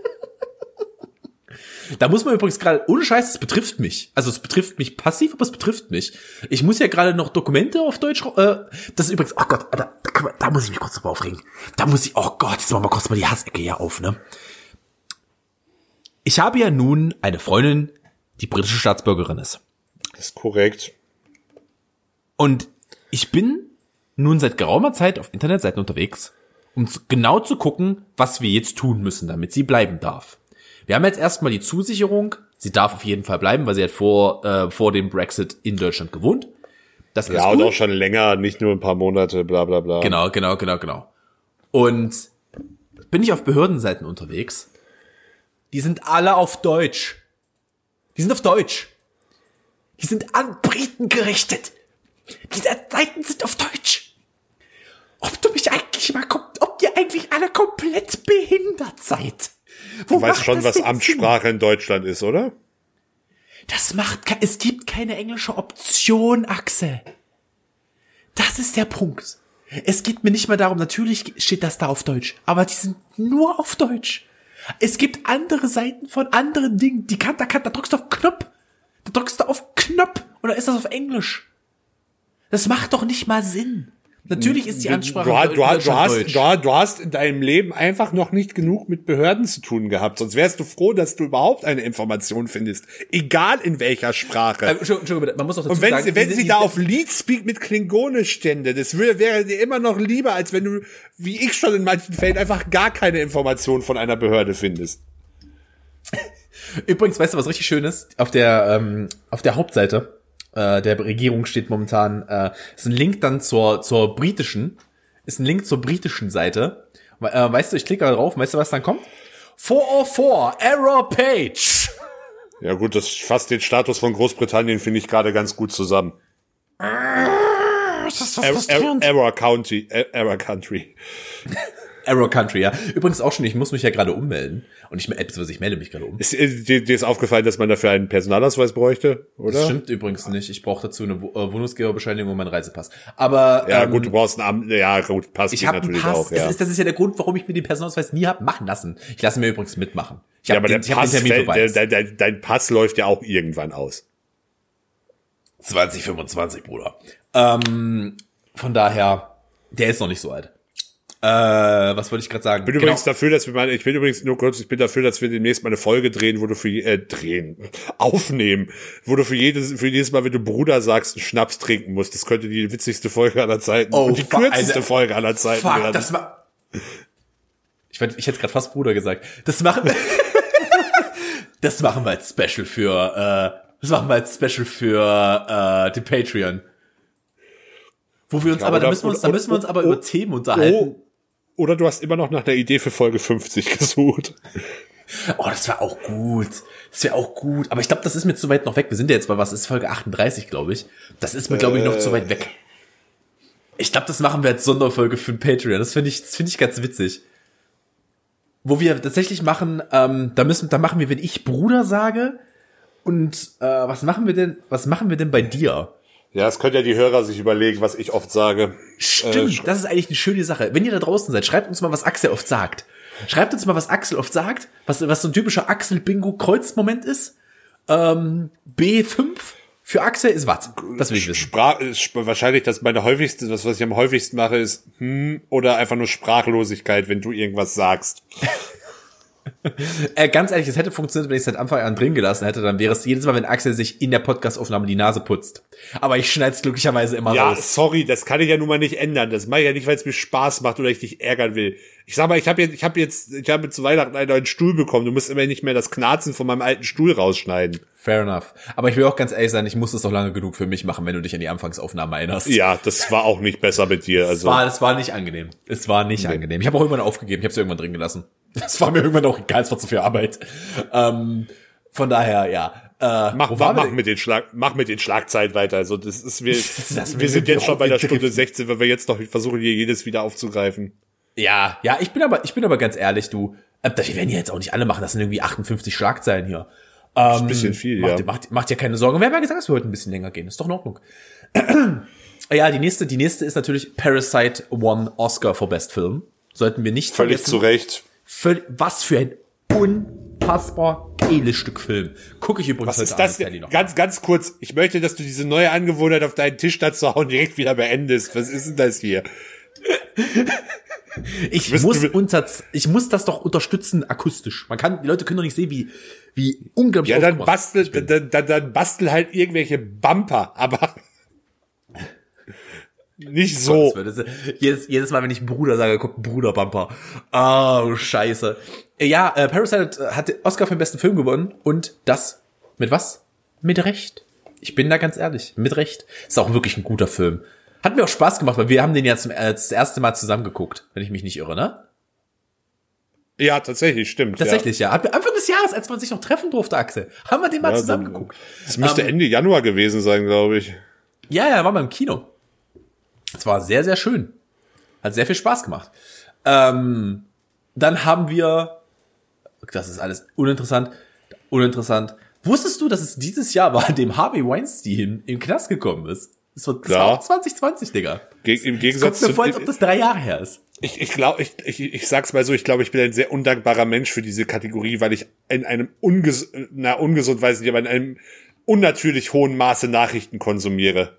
Da muss man übrigens gerade, ohne Scheiß, es betrifft mich. Also es betrifft mich passiv, aber es betrifft mich. Ich muss ja gerade noch Dokumente auf Deutsch, äh, das ist übrigens, oh Gott, da, da, kann man, da muss ich mich kurz drüber aufregen. Da muss ich, oh Gott, jetzt machen wir kurz mal die Hassecke hier auf, ne? Ich habe ja nun eine Freundin, die britische Staatsbürgerin ist. das ist korrekt. Und ich bin nun seit geraumer Zeit auf Internetseiten unterwegs, um zu, genau zu gucken, was wir jetzt tun müssen, damit sie bleiben darf. Wir haben jetzt erstmal die Zusicherung, sie darf auf jeden Fall bleiben, weil sie hat vor äh, vor dem Brexit in Deutschland gewohnt. Das ist Ja, und cool. auch schon länger, nicht nur ein paar Monate, bla bla bla. Genau, genau, genau, genau. Und bin ich auf Behördenseiten unterwegs. Die sind alle auf Deutsch. Die sind auf Deutsch. Die sind an Briten gerichtet. Diese Seiten sind auf Deutsch. Ob du mich eigentlich mal kommt, ob ihr eigentlich alle komplett behindert seid. Wo Du weißt macht schon, das was denn Sinn? Amtssprache in Deutschland ist, oder? Das macht, ke- es gibt keine englische Option, Axel. Das ist der Punkt. Es geht mir nicht mal darum, natürlich steht das da auf Deutsch, aber die sind nur auf Deutsch. Es gibt andere Seiten von anderen Dingen, die kann, da kann, da drückst du auf Knopf. Da drückst du auf Knopf und dann ist das auf Englisch. Das macht doch nicht mal Sinn. Natürlich ist die Ansprache Du, hast- in du, hast- du, Deutschland hast, Deutsch. du, hast- du hast in deinem Leben einfach noch nicht genug mit Behörden zu tun gehabt. Sonst wärst du froh, dass du überhaupt eine Information findest. Egal in welcher Sprache. Äh, Entschuldigung, Entschuldigung, bitte, man muss auch dazu Und wenn, sagen, sie, wenn diese- sie da diese- auf Leadspeak mit Klingonisch stände, das wär- wäre dir immer noch lieber, als wenn du, wie ich schon in manchen Fällen, einfach gar keine Information von einer Behörde findest. Übrigens, weißt du, was richtig schön ist? Auf der, ähm, auf der Hauptseite äh, der Regierung steht momentan, äh, ist ein Link dann zur, zur britischen, ist ein Link zur britischen Seite. We- Äh, weißt du, ich klicke da drauf, weißt du, was dann kommt? four oh four, Error Page. Ja gut, das fasst den Status von Großbritannien, finde ich, gerade ganz gut zusammen. Das ist Er, er, Error County, er, Error Country. Arrow Country, ja. Übrigens auch schon, ich muss mich ja gerade ummelden. Und ich, beziehungsweise ich melde mich gerade um. Ist, dir, dir ist aufgefallen, dass man dafür einen Personalausweis bräuchte, oder? Das stimmt übrigens nicht. Ich brauche dazu eine Wohnungsgeberbescheinigung und meinen Reisepass. Aber ja, ähm, gut, du brauchst einen Amt, ja, gut, Pass ich geht habe natürlich Pass. auch, ja. Das ist, das ist ja der Grund, warum ich mir den Personalausweis nie hab machen lassen. Ich lasse mir übrigens mitmachen. Ich ja, hab aber den, der ich hab Pass, den Termin der, der, der, dein Pass läuft ja auch irgendwann aus. zwanzig fünfundzwanzig, Bruder. Ähm, von daher, der ist noch nicht so alt. Äh, was wollte ich gerade sagen? Ich bin genau. übrigens dafür, dass wir mal, ich bin übrigens nur kurz, ich bin dafür, dass wir demnächst mal eine Folge drehen, wo du für, äh, drehen, aufnehmen, wo du für jedes, für jedes Mal, wenn du Bruder sagst, einen Schnaps trinken musst. Das könnte die witzigste Folge aller Zeiten oh, und die fuck, kürzeste Alter. Folge aller Zeiten Fuck, werden. das war, ich, ich hätte gerade fast Bruder gesagt. Das machen wir, das machen wir als Special für, äh, das machen wir als Special für, äh, die Patreon. Wo wir uns, Ja, aber oder- da müssen wir uns, da oder- müssen wir uns aber oh, über Themen unterhalten. Oh, oder du hast immer noch nach der Idee für Folge fünfzig gesucht. Oh, das wäre auch gut. Das wäre auch gut. Aber ich glaube, das ist mir zu weit noch weg. Wir sind ja jetzt bei was ist Folge achtunddreißig, glaube ich. Das ist mir, glaube ich, noch zu weit weg. Ich glaube, das machen wir als Sonderfolge für den Patreon. Das finde ich, das finde ich ganz witzig. Wo wir tatsächlich machen, ähm, da müssen, da machen wir, wenn ich Bruder sage. Und äh, was machen wir denn? Was machen wir denn bei dir? Ja, das können ja die Hörer sich überlegen, was ich oft sage. Stimmt, Äh, das ist eigentlich eine schöne Sache. Wenn ihr da draußen seid, schreibt uns mal, was Axel oft sagt. Schreibt uns mal, was Axel oft sagt, was, was so ein typischer Axel-Bingo-Kreuz-Moment ist. Ähm, B fünf für Axel ist was? Das will ich wissen. Sprach, wahrscheinlich das meine häufigste, das, was ich am häufigsten mache, ist hm oder einfach nur Sprachlosigkeit, wenn du irgendwas sagst. Äh, ganz ehrlich, es hätte funktioniert, wenn ich es seit Anfang an drin gelassen hätte, dann wäre es jedes Mal, wenn Axel sich in der Podcast-Aufnahme die Nase putzt. Aber ich schneide es glücklicherweise immer Ja, raus. sorry, das kann ich ja nun mal nicht ändern. Das mache ich ja nicht, weil es mir Spaß macht oder ich dich ärgern will. Ich sag mal, ich habe jetzt, ich habe jetzt, ich habe zu Weihnachten einen neuen Stuhl bekommen. Du musst immer nicht mehr das Knarzen von meinem alten Stuhl rausschneiden. Fair enough. Aber ich will auch ganz ehrlich sein, ich muss es doch lange genug für mich machen, wenn du dich an die Anfangsaufnahme erinnerst. Ja, das war auch nicht besser mit dir. Es Also war, es war nicht angenehm. Es war nicht Nee. angenehm. Ich habe auch irgendwann aufgegeben. Ich habe es irgendwann drin gelassen. Das war mir irgendwann auch egal. Es war zu viel Arbeit. Ähm, von daher, ja. Äh, mach, wo mach, waren wir mach denn? mit den Schlag, mach mit den Schlagzeilen weiter. Also das ist wir, Das- wir sind jetzt schon bei der wir- Stunde sechzehn, wenn wir jetzt noch versuchen, hier jedes wieder aufzugreifen. Ja, ja. Ich bin aber, ich bin aber ganz ehrlich, du. Äh, wir werden ja jetzt auch nicht alle machen. Das sind irgendwie achtundfünfzig Schlagzeilen hier. Das ist ein bisschen viel, macht, ja. dir- Macht, macht dir keine Sorgen. Wir haben ja gesagt, dass wir heute ein bisschen länger gehen. Ist doch in Ordnung. Ja, die nächste, die nächste ist natürlich Parasite won Oscar for Best Film. Sollten wir nicht Völlig vergessen. zu Recht. Völl- Was für ein unfassbar geiles Stück Film. Gucke ich übrigens Was heute ist das Abend mit Sally denn? noch. Ganz, ganz kurz. Ich möchte, dass du diese neue Angewohnheit auf deinen Tisch da zu hauen direkt wieder beendest. Was ist denn das hier? Ich Wirst muss du- unter, ich muss das doch unterstützen akustisch. Man kann, die Leute können doch nicht sehen, wie, wie unglaublich Ja, dann aufgebracht bastel, ich bin. dann, dann, dann bastel halt irgendwelche Bumper, aber nicht so. Gottes Willen, das ist- Jedes, jedes Mal, wenn ich Bruder sage, kommt ein Bruderbumper. Oh, scheiße. Ja, äh, Parasite hat den Oscar für den besten Film gewonnen und das mit was? Mit Recht. Ich bin da ganz ehrlich, mit Recht. Ist auch wirklich ein guter Film. Hat mir auch Spaß gemacht, weil wir haben den ja zum, äh, das erste Mal zusammen geguckt, wenn ich mich nicht irre, ne? Ja, tatsächlich, stimmt. Tatsächlich, ja. ja. Anfang des Jahres, als man sich noch treffen durfte, Axel, haben wir den mal Ja, zusammen dann- geguckt. Es müsste Ähm, Ende Januar gewesen sein, glaube ich. Ja, ja, war mal im Kino. Es war sehr, sehr schön. Hat sehr viel Spaß gemacht. Ähm, dann haben wir, das ist alles uninteressant, uninteressant. Wusstest du, dass es dieses Jahr war, an dem Harvey Weinstein im Knast gekommen ist? Das war, das Ja. war auch zwanzig zwanzig, Digga. Ge Im Es Gegensatz kommt mir vor, als zu, ob das drei Jahre her ist. ich, ich glaube, ich, ich, ich sag's mal so, ich glaube, ich bin ein sehr undankbarer Mensch für diese Kategorie, weil ich in einem unges na, ungesund weiß nicht, aber in einem unnatürlich hohen Maße Nachrichten konsumiere.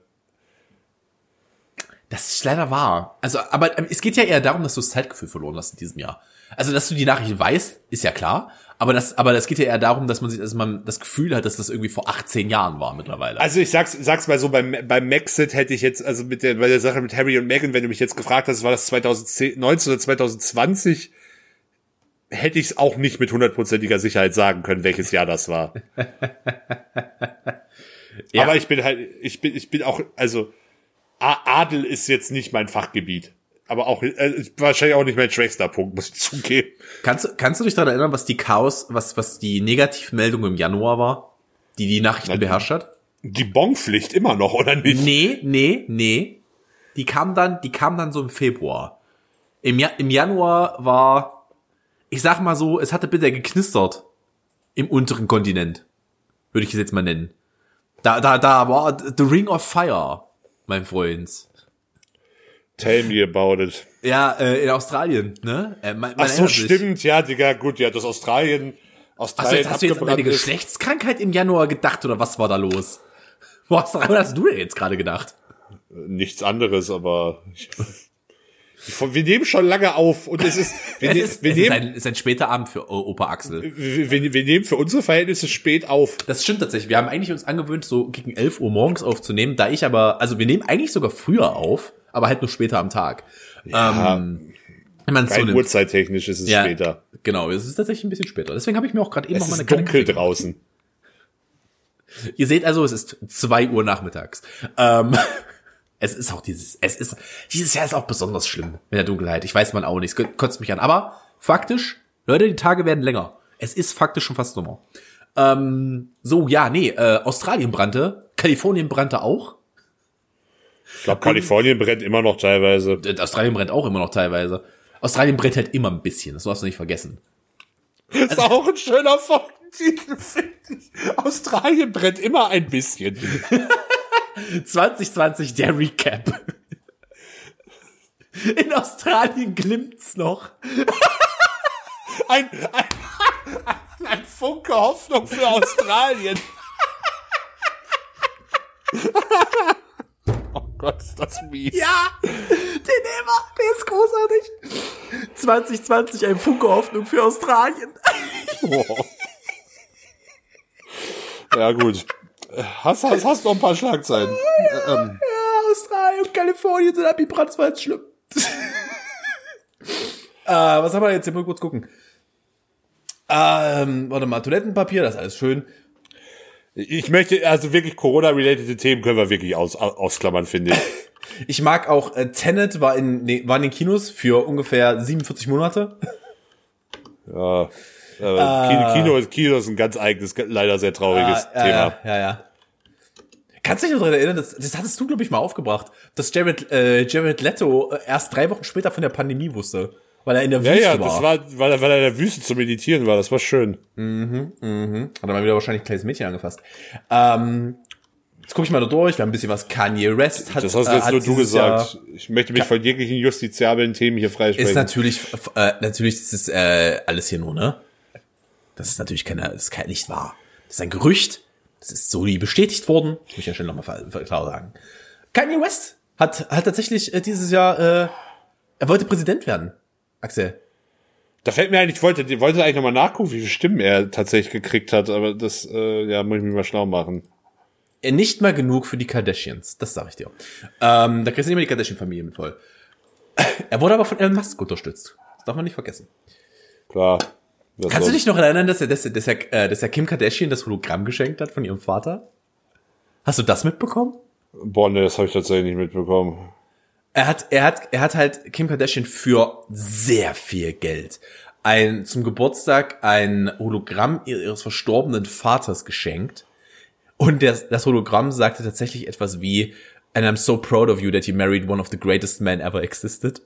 Das ist leider wahr. Also, aber ähm, es geht ja eher darum, dass du das Zeitgefühl verloren hast in diesem Jahr. Also, dass du die Nachricht weißt, ist ja klar. Aber das, aber das geht ja eher darum, dass man sich, dass man das Gefühl hat, dass das irgendwie vor achtzehn Jahren war mittlerweile. Also ich sag's, sag's mal so, beim, beim Maxit hätte ich jetzt, also mit der, bei der Sache mit Harry und Meghan, wenn du mich jetzt gefragt hast, war das zwanzig neunzehn oder zwanzig zwanzig, hätte ich es auch nicht mit hundertprozentiger Sicherheit sagen können, welches Jahr das war. Ja. Aber ich bin halt, ich bin, ich bin auch, also A- Adel ist jetzt nicht mein Fachgebiet. Aber auch, äh, wahrscheinlich auch nicht mein schwächster Punkt, muss ich zugeben. Kannst, du- kannst du dich daran erinnern, was die Chaos, was, was die Negativmeldung im Januar war, die die Nachrichten Na, beherrscht hat? Die Bonpflicht immer noch, oder nicht? Nee, nee, nee. Die kam dann, die kam dann so im Februar. Im, ja- Im Januar war, ich sag mal so, es hatte bitter geknistert im unteren Kontinent. Würde ich es jetzt mal nennen. Da, da, da war The Ring of Fire, mein Freund. Tell me about it. Ja, äh, in Australien, ne? Äh, man, man Ach so, erinnert sich. stimmt, ja, Digga, gut, ja, das Australien, Achso, Australien jetzt hast du jetzt an eine abgebrannt ist. Geschlechtskrankheit im Januar gedacht, oder was war da los? Was hast du denn jetzt gerade gedacht? Nichts anderes, aber ich, ich, wir nehmen schon lange auf und es ist, wir, Es ne- ist, wir es ist, nehmen, ein, ist ein später Abend für O- Opa Axel. wir, wir, wir nehmen für unsere Verhältnisse spät auf. Das stimmt tatsächlich. Wir haben eigentlich uns angewöhnt, so gegen elf Uhr morgens aufzunehmen, da ich aber, also wir nehmen eigentlich sogar früher auf, aber halt nur später am Tag. Ja, ähm, wenn man es so rein nimmt. uhrzeittechnisch ist es Ja, später. genau, es ist tatsächlich ein bisschen später. Deswegen habe ich mir auch gerade eben Es noch mal eine ist kleine dunkel Kaffee- draußen. Ihr seht also, es ist zwei Uhr nachmittags. Ähm, es ist auch dieses, es ist, dieses Jahr ist auch besonders schlimm mit der Dunkelheit. Ich weiß man auch nicht, es kotzt mich an. Aber faktisch, Leute, die Tage werden länger. Es ist faktisch schon fast Sommer. Ähm, so, ja, nee, äh, Australien brannte, Kalifornien brannte auch. Ich glaube, Kalifornien brennt immer noch teilweise. Äh, Australien brennt auch immer noch teilweise. Australien brennt halt immer ein bisschen, das darfst du nicht vergessen. Das ist auch ein schöner Folgentitel, finde ich. Australien brennt immer ein bisschen. zwanzig zwanzig, der Recap. In Australien glimmt's noch. Ein, ein, ein Funke Hoffnung für Australien. Oh Gott, ist das mies. Ja, den Emma, der ist großartig. zwanzig zwanzig, ein Funke Hoffnung für Australien. Oh. Ja, gut. Hast, hast, hast noch ein paar Schlagzeilen. Ähm, Ja, Australien und Kalifornien sind abgebrannt, das war jetzt schlimm. äh, was haben wir jetzt? Hier mal kurz gucken. Ähm, warte mal, Toilettenpapier, das ist alles schön. ich möchte, also wirklich Corona-related Themen können wir wirklich aus, ausklammern, finde ich. Ich mag auch, äh, Tenet war in, nee, war in den Kinos für ungefähr siebenundvierzig Monate. Ja. Äh, Kino, Kino, ist, Kino ist ein ganz eigenes, leider sehr trauriges Ah, ja, Thema. Ja, ja, ja. Kannst du dich noch daran erinnern, das, das hattest du, glaube ich, mal aufgebracht, dass Jared, äh, Jared Leto erst drei Wochen später von der Pandemie wusste, weil er in der Ja, Wüste ja, war. das war, weil er, weil er in der Wüste zu meditieren war, das war schön. Mhm, mhm. Hat er mal wieder wahrscheinlich ein kleines Mädchen angefasst. Ähm, jetzt gucke ich mal da durch, wir haben ein bisschen was. Kanye West hat, Das hast äh, jetzt hat nur du dieses gesagt. Jahr, Ich möchte mich von jeglichen justiziablen Themen hier freisprechen. ist natürlich, äh, natürlich ist es äh, alles hier nur, ne? Das ist natürlich keine, das ist kein, nicht wahr. Das ist ein Gerücht. Das ist so nie bestätigt worden. Das muss ich ja schnell nochmal klar sagen. Kanye West hat, hat tatsächlich äh, dieses Jahr, äh, er wollte Präsident werden. Axel. Da fällt mir eigentlich, ich wollte, ich wollte eigentlich nochmal nachgucken, wie viele Stimmen er tatsächlich gekriegt hat, aber das, äh, ja, muss ich mich mal schlau machen. Er nicht mal genug für die Kardashians, das sag ich dir. Ähm, da kriegst du nicht mehr die Kardashian-Familie mit voll. Er wurde aber von Elon Musk unterstützt. Das darf man nicht vergessen. Klar. Was Kannst du sonst? dich noch erinnern, dass er, dass er, dass er, äh, dass er Kim Kardashian das Hologramm geschenkt hat von ihrem Vater? Hast du das mitbekommen? Boah, ne, das habe ich tatsächlich nicht mitbekommen. Er hat, er hat, er hat halt Kim Kardashian für sehr viel Geld ein, zum Geburtstag ein Hologramm ihres verstorbenen Vaters geschenkt. Und das, das Hologramm sagte tatsächlich etwas wie, and I'm so proud of you that you married one of the greatest men ever existed.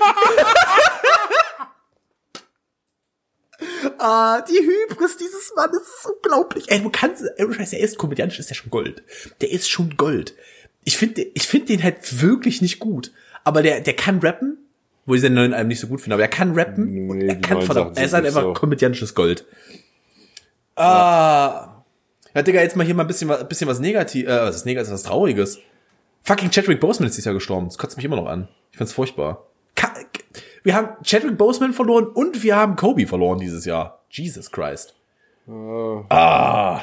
Ah, die Hybris dieses Mannes ist unglaublich. Ey, du kannst, ey, Scheiße, er ist komödiantisch, ist ja schon Gold. Der ist schon Gold. Ich finde, ich finde den halt wirklich nicht gut. Aber der, der kann rappen, wo ich den neuen Album nicht so gut finde, aber er kann rappen und Nee, er die kann neuen verdammt, Sachen er ist sind halt nicht einfach so. komödiantisches Gold. Ah. Ja, Digga, jetzt mal hier mal ein bisschen, was- ein bisschen was Negativ, äh, was ist Negatives, was Trauriges. Fucking Chadwick Boseman ist dieses Jahr gestorben. Das kotzt mich immer noch an. Ich find's furchtbar. Ka- Wir haben Chadwick Boseman verloren und wir haben Kobe verloren dieses Jahr. Jesus Christ. Ah.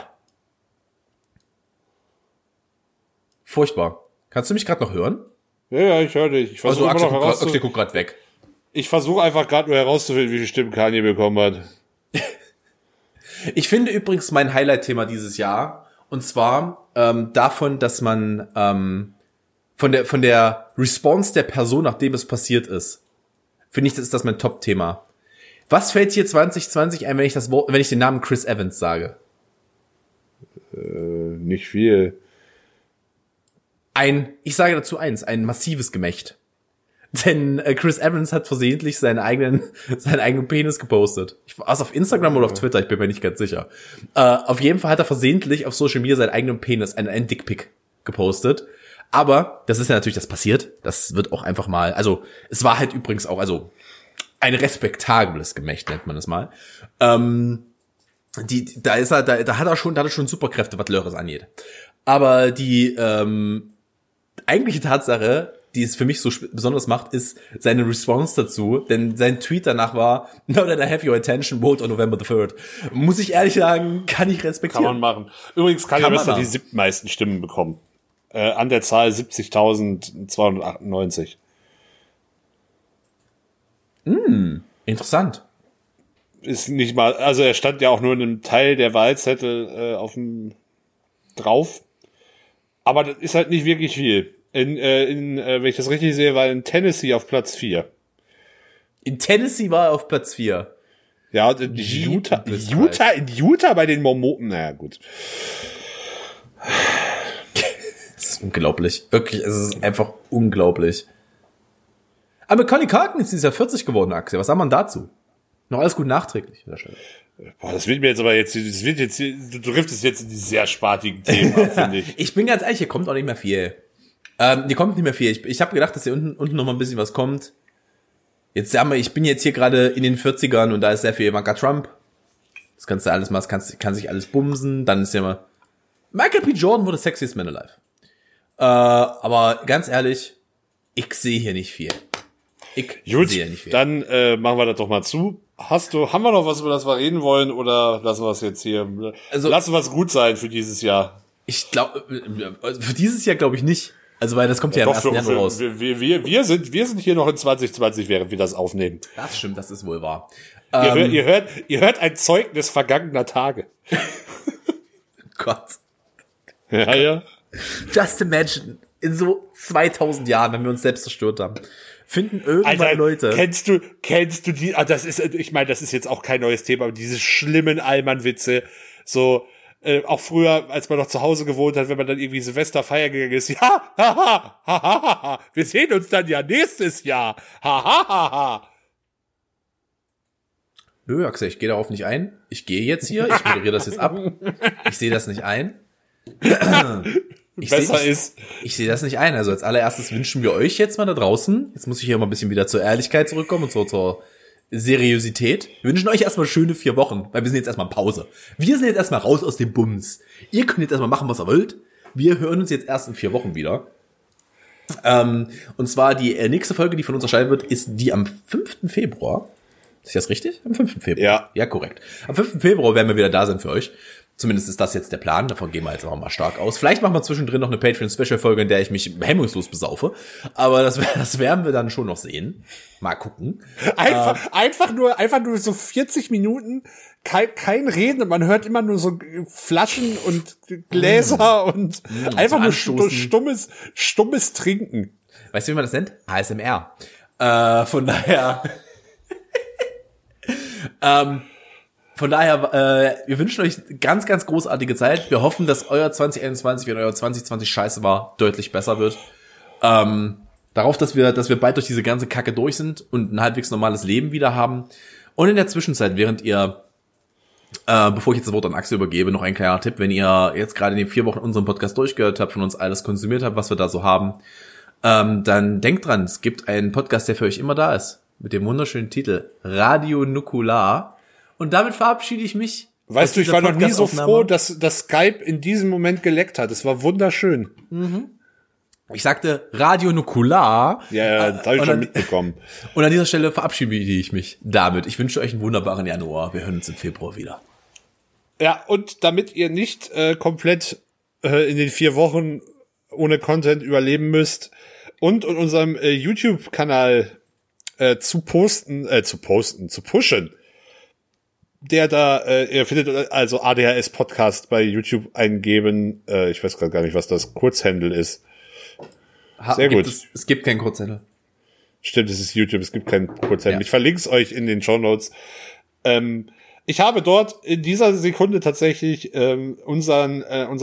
Furchtbar. Kannst du mich gerade noch hören? Ja, ja, ich höre dich. Ich versuche Also immer Axel noch guckt grad- Axel herauszufinden. guckt gerade weg. Ich versuche einfach gerade nur herauszufinden, wie viele Stimmen Kanye bekommen hat. Ich finde übrigens mein Highlight-Thema dieses Jahr, und zwar ähm, davon, dass man ähm, von der von der Response der Person, nachdem es passiert ist, finde ich, das ist das mein Top-Thema. Was fällt hier zwanzig zwanzig ein, wenn ich das Wort, wenn ich den Namen Chris Evans sage? Äh, nicht viel. Ein, ich sage dazu eins, ein massives Gemächt. Denn äh, Chris Evans hat versehentlich seinen eigenen, seinen eigenen Penis gepostet. Ich war auf Instagram oder auf Twitter, ich bin mir nicht ganz sicher. Äh, auf jeden Fall hat er versehentlich auf Social Media seinen eigenen Penis, einen, einen Dickpick gepostet. Aber das ist ja natürlich das passiert. Das wird auch einfach mal, also es war halt übrigens auch, also ein respektables Gemächt nennt man es mal. Ähm, die, da ist er, da, da hat er schon, da hat er schon Superkräfte, was Lörres angeht. Aber die ähm, eigentliche Tatsache, die es für mich so besonders macht, ist seine Response dazu, denn sein Tweet danach war, now that I have your attention, vote on November the third. Muss ich ehrlich sagen, kann ich respektieren. Kann man machen. Übrigens kann, kann ja die siebtmeisten Stimmen bekommen. Äh, an der Zahl siebzigtausendzweihundertachtundneunzig. Hm, interessant. Ist nicht mal, also er stand ja auch nur in einem Teil der Wahlzettel äh, auf dem drauf. Aber das ist halt nicht wirklich viel. In, äh, in äh, wenn ich das richtig sehe, war in Tennessee auf Platz vier. In Tennessee war er auf Platz vier. Ja, in Utah, Utah, in Utah bei den Mormonen, naja, gut. Das ist unglaublich. Wirklich, es ist einfach unglaublich. Aber Macaulay Culkin ist dieser vierzig geworden, Axel. Was sagt man dazu? Noch alles gut nachträglich. Boah, das wird mir jetzt aber jetzt, das wird jetzt, du driftest jetzt in die sehr spartigen Themen ab, finde ich. Ich bin ganz ehrlich, hier kommt auch nicht mehr viel. Ähm, hier kommt nicht mehr viel. Ich, ich habe gedacht, dass hier unten, unten noch mal ein bisschen was kommt. Jetzt sagen wir, ich bin jetzt hier gerade in den vierzigern und da ist sehr viel Ivanka Trump. Das kannst du alles machen, das kannst, kann sich alles bumsen. Dann ist ja mal Michael P. Jordan wurde Sexiest Man Alive. Äh, aber ganz ehrlich, ich sehe hier nicht viel. Ich Gut, sehe nicht viel. Dann äh, machen wir das doch mal zu. Hast du, haben wir noch was, über das wir reden wollen, oder lassen wir es jetzt hier? Also, lassen wir es gut sein für dieses Jahr. Ich glaube, für dieses Jahr glaube ich nicht. Also, weil das kommt ja, ja im ersten Januar raus. Wir, wir, wir, sind, wir sind hier noch in zwanzig zwanzig, während wir das aufnehmen. Das stimmt, das ist wohl wahr. Ihr, Ähm, hört, ihr, hört, ihr hört ein Zeugnis vergangener Tage. Gott. Ja, ja. Just imagine, in so zweitausend Jahren, wenn wir uns selbst zerstört haben, finden irgendwann Alter, Leute. Kennst du, kennst du die, ah, das ist, ich meine, das ist jetzt auch kein neues Thema, aber diese schlimmen Allmann-Witze, so, äh, auch früher, als man noch zu Hause gewohnt hat, wenn man dann irgendwie Silvester feiern gegangen ist, ja, ha, ha, ha, ha, ha, wir sehen uns dann ja nächstes Jahr, ha, ha, ha, ha. Nö, Axel, ich gehe darauf nicht ein. Ich gehe jetzt hier, ich moderiere das jetzt ab. Ich sehe das nicht ein. Ich Besser seh, ich, ist. Ich sehe das nicht ein. Also als allererstes wünschen wir euch jetzt mal da draußen, jetzt muss ich hier mal ein bisschen wieder zur Ehrlichkeit zurückkommen und so zur Seriosität. Wir wünschen euch erstmal schöne vier Wochen, weil wir sind jetzt erstmal in Pause. Wir sind jetzt erstmal raus aus dem Bums. Ihr könnt jetzt erstmal machen, was ihr wollt. Wir hören uns jetzt erst in vier Wochen wieder. Ähm, und zwar die äh, nächste Folge, die von uns erscheinen wird, ist die am fünften Februar. Ist das richtig? Am fünften Februar? Ja. Ja, korrekt. Am fünften Februar werden wir wieder da sein für euch. Zumindest ist das jetzt der Plan. Davon gehen wir jetzt auch mal stark aus. Vielleicht machen wir zwischendrin noch eine Patreon-Special-Folge, in der ich mich hemmungslos besaufe. Aber das, das werden wir dann schon noch sehen. Mal gucken. Einfach, äh, einfach nur, einfach nur so vierzig Minuten, kein, kein Reden. Und man hört immer nur so Flaschen und Gläser mm. und mm, einfach nur stummes, stummes Trinken. Weißt du, wie man das nennt? A S M R. Äh, von daher, ähm, Von daher, äh, wir wünschen euch ganz, ganz großartige Zeit. Wir hoffen, dass euer zwanzig einundzwanzig, wenn euer zwanzig zwanzig scheiße war, deutlich besser wird. Ähm, darauf, dass wir, dass wir bald durch diese ganze Kacke durch sind und ein halbwegs normales Leben wieder haben. Und in der Zwischenzeit, während ihr, äh, bevor ich jetzt das Wort an Axel übergebe, noch ein kleiner Tipp, wenn ihr jetzt gerade in den vier Wochen unseren Podcast durchgehört habt, von uns alles konsumiert habt, was wir da so haben, ähm, dann denkt dran, es gibt einen Podcast, der für euch immer da ist, mit dem wunderschönen Titel Radio Nukular. Und damit verabschiede ich mich. Weißt du, ich war noch nie so froh, dass das Skype in diesem Moment geleckt hat. Es war wunderschön. Mhm. Ich sagte Radio Nukular. Ja, ja, das habe ich schon mitbekommen. Und an dieser Stelle verabschiede ich mich damit. Ich wünsche euch einen wunderbaren Januar. Wir hören uns im Februar wieder. Ja, und damit ihr nicht äh, komplett äh, in den vier Wochen ohne Content überleben müsst und in unserem äh, YouTube-Kanal äh, zu posten, äh, zu posten, zu pushen, der da, äh, ihr findet also A D H S Podcast bei YouTube eingeben. Äh, ich weiß gerade gar nicht, was das Kurzhandle ist. Ha, Sehr gut. Es, es gibt kein Kurzhandle. Stimmt, es ist YouTube, es gibt kein Kurzhandle. Ja. Ich verlinke es euch in den Shownotes. Ähm, ich habe dort in dieser Sekunde tatsächlich ähm, unseren, äh, unser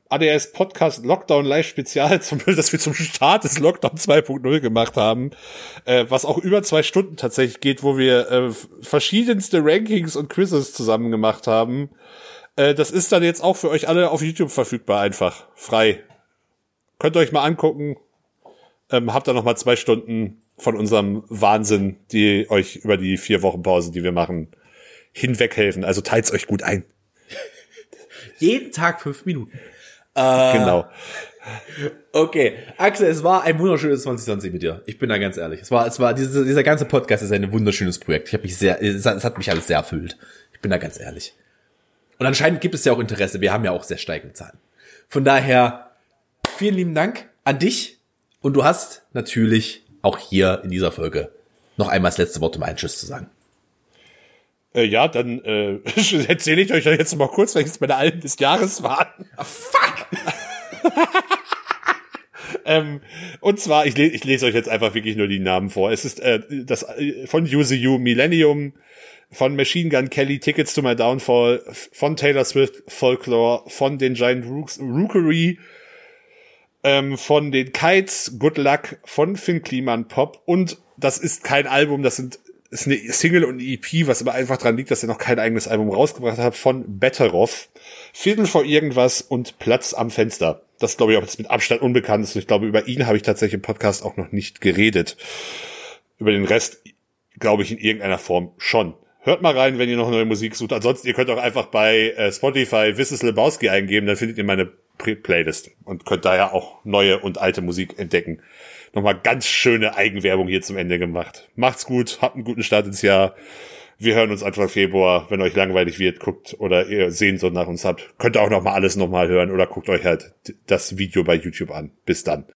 A D S Podcast Lockdown Live Spezial, zum, das wir zum Start des Lockdown zwei Punkt null gemacht haben, äh, was auch über zwei Stunden tatsächlich geht, wo wir äh, verschiedenste Rankings und Quizzes zusammen gemacht haben. Äh, das ist dann jetzt auch für euch alle auf YouTube verfügbar, einfach frei. Könnt ihr euch mal angucken. Ähm, habt da noch mal zwei Stunden von unserem Wahnsinn, die euch über die vier Wochen Pause, die wir machen, hinweghelfen. Also teilt's euch gut ein. Jeden Tag fünf Minuten. Äh, genau. Okay, Axel, es war ein wunderschönes zwanzig zwanzig mit dir. Ich bin da ganz ehrlich. Es war, es war, dieser, dieser ganze Podcast ist ein wunderschönes Projekt. Ich habe mich sehr, es hat, es hat mich alles sehr erfüllt. Ich bin da ganz ehrlich. Und anscheinend gibt es ja auch Interesse. Wir haben ja auch sehr steigende Zahlen. Von daher, vielen lieben Dank an dich. Und du hast natürlich auch hier in dieser Folge noch einmal das letzte Wort, um einen Tschüss zu sagen. Äh, ja, dann äh, erzähle ich euch jetzt mal kurz, welches meine Alben des Jahres waren. Ah, fuck! ähm, und zwar, ich, le- ich lese euch jetzt einfach wirklich nur die Namen vor. Es ist äh, das äh, von Use You Millennium, von Machine Gun Kelly Tickets to My Downfall, von Taylor Swift Folklore, von den Giant Rooks, Rookery, ähm, von den Kites Good Luck, von Finn Kliman Pop, und das ist kein Album, das sind ist eine Single und eine E P, was aber einfach dran liegt, dass er noch kein eigenes Album rausgebracht hat, von Betteroff, Viertel vor irgendwas und Platz am Fenster. Das glaube ich auch jetzt mit Abstand unbekannt ist. Und ich glaube, über ihn habe ich tatsächlich im Podcast auch noch nicht geredet. Über den Rest glaube ich in irgendeiner Form schon. Hört mal rein, wenn ihr noch neue Musik sucht. Ansonsten, ihr könnt auch einfach bei äh, Spotify Wisses Lebowski eingeben, dann findet ihr meine Pre- Playlist und könnt daher auch neue und alte Musik entdecken. Nochmal ganz schöne Eigenwerbung hier zum Ende gemacht. Macht's gut, habt einen guten Start ins Jahr. Wir hören uns Anfang Februar. Wenn euch langweilig wird, guckt oder ihr Sehnsucht nach uns habt, könnt ihr auch nochmal alles nochmal hören oder guckt euch halt das Video bei YouTube an. Bis dann.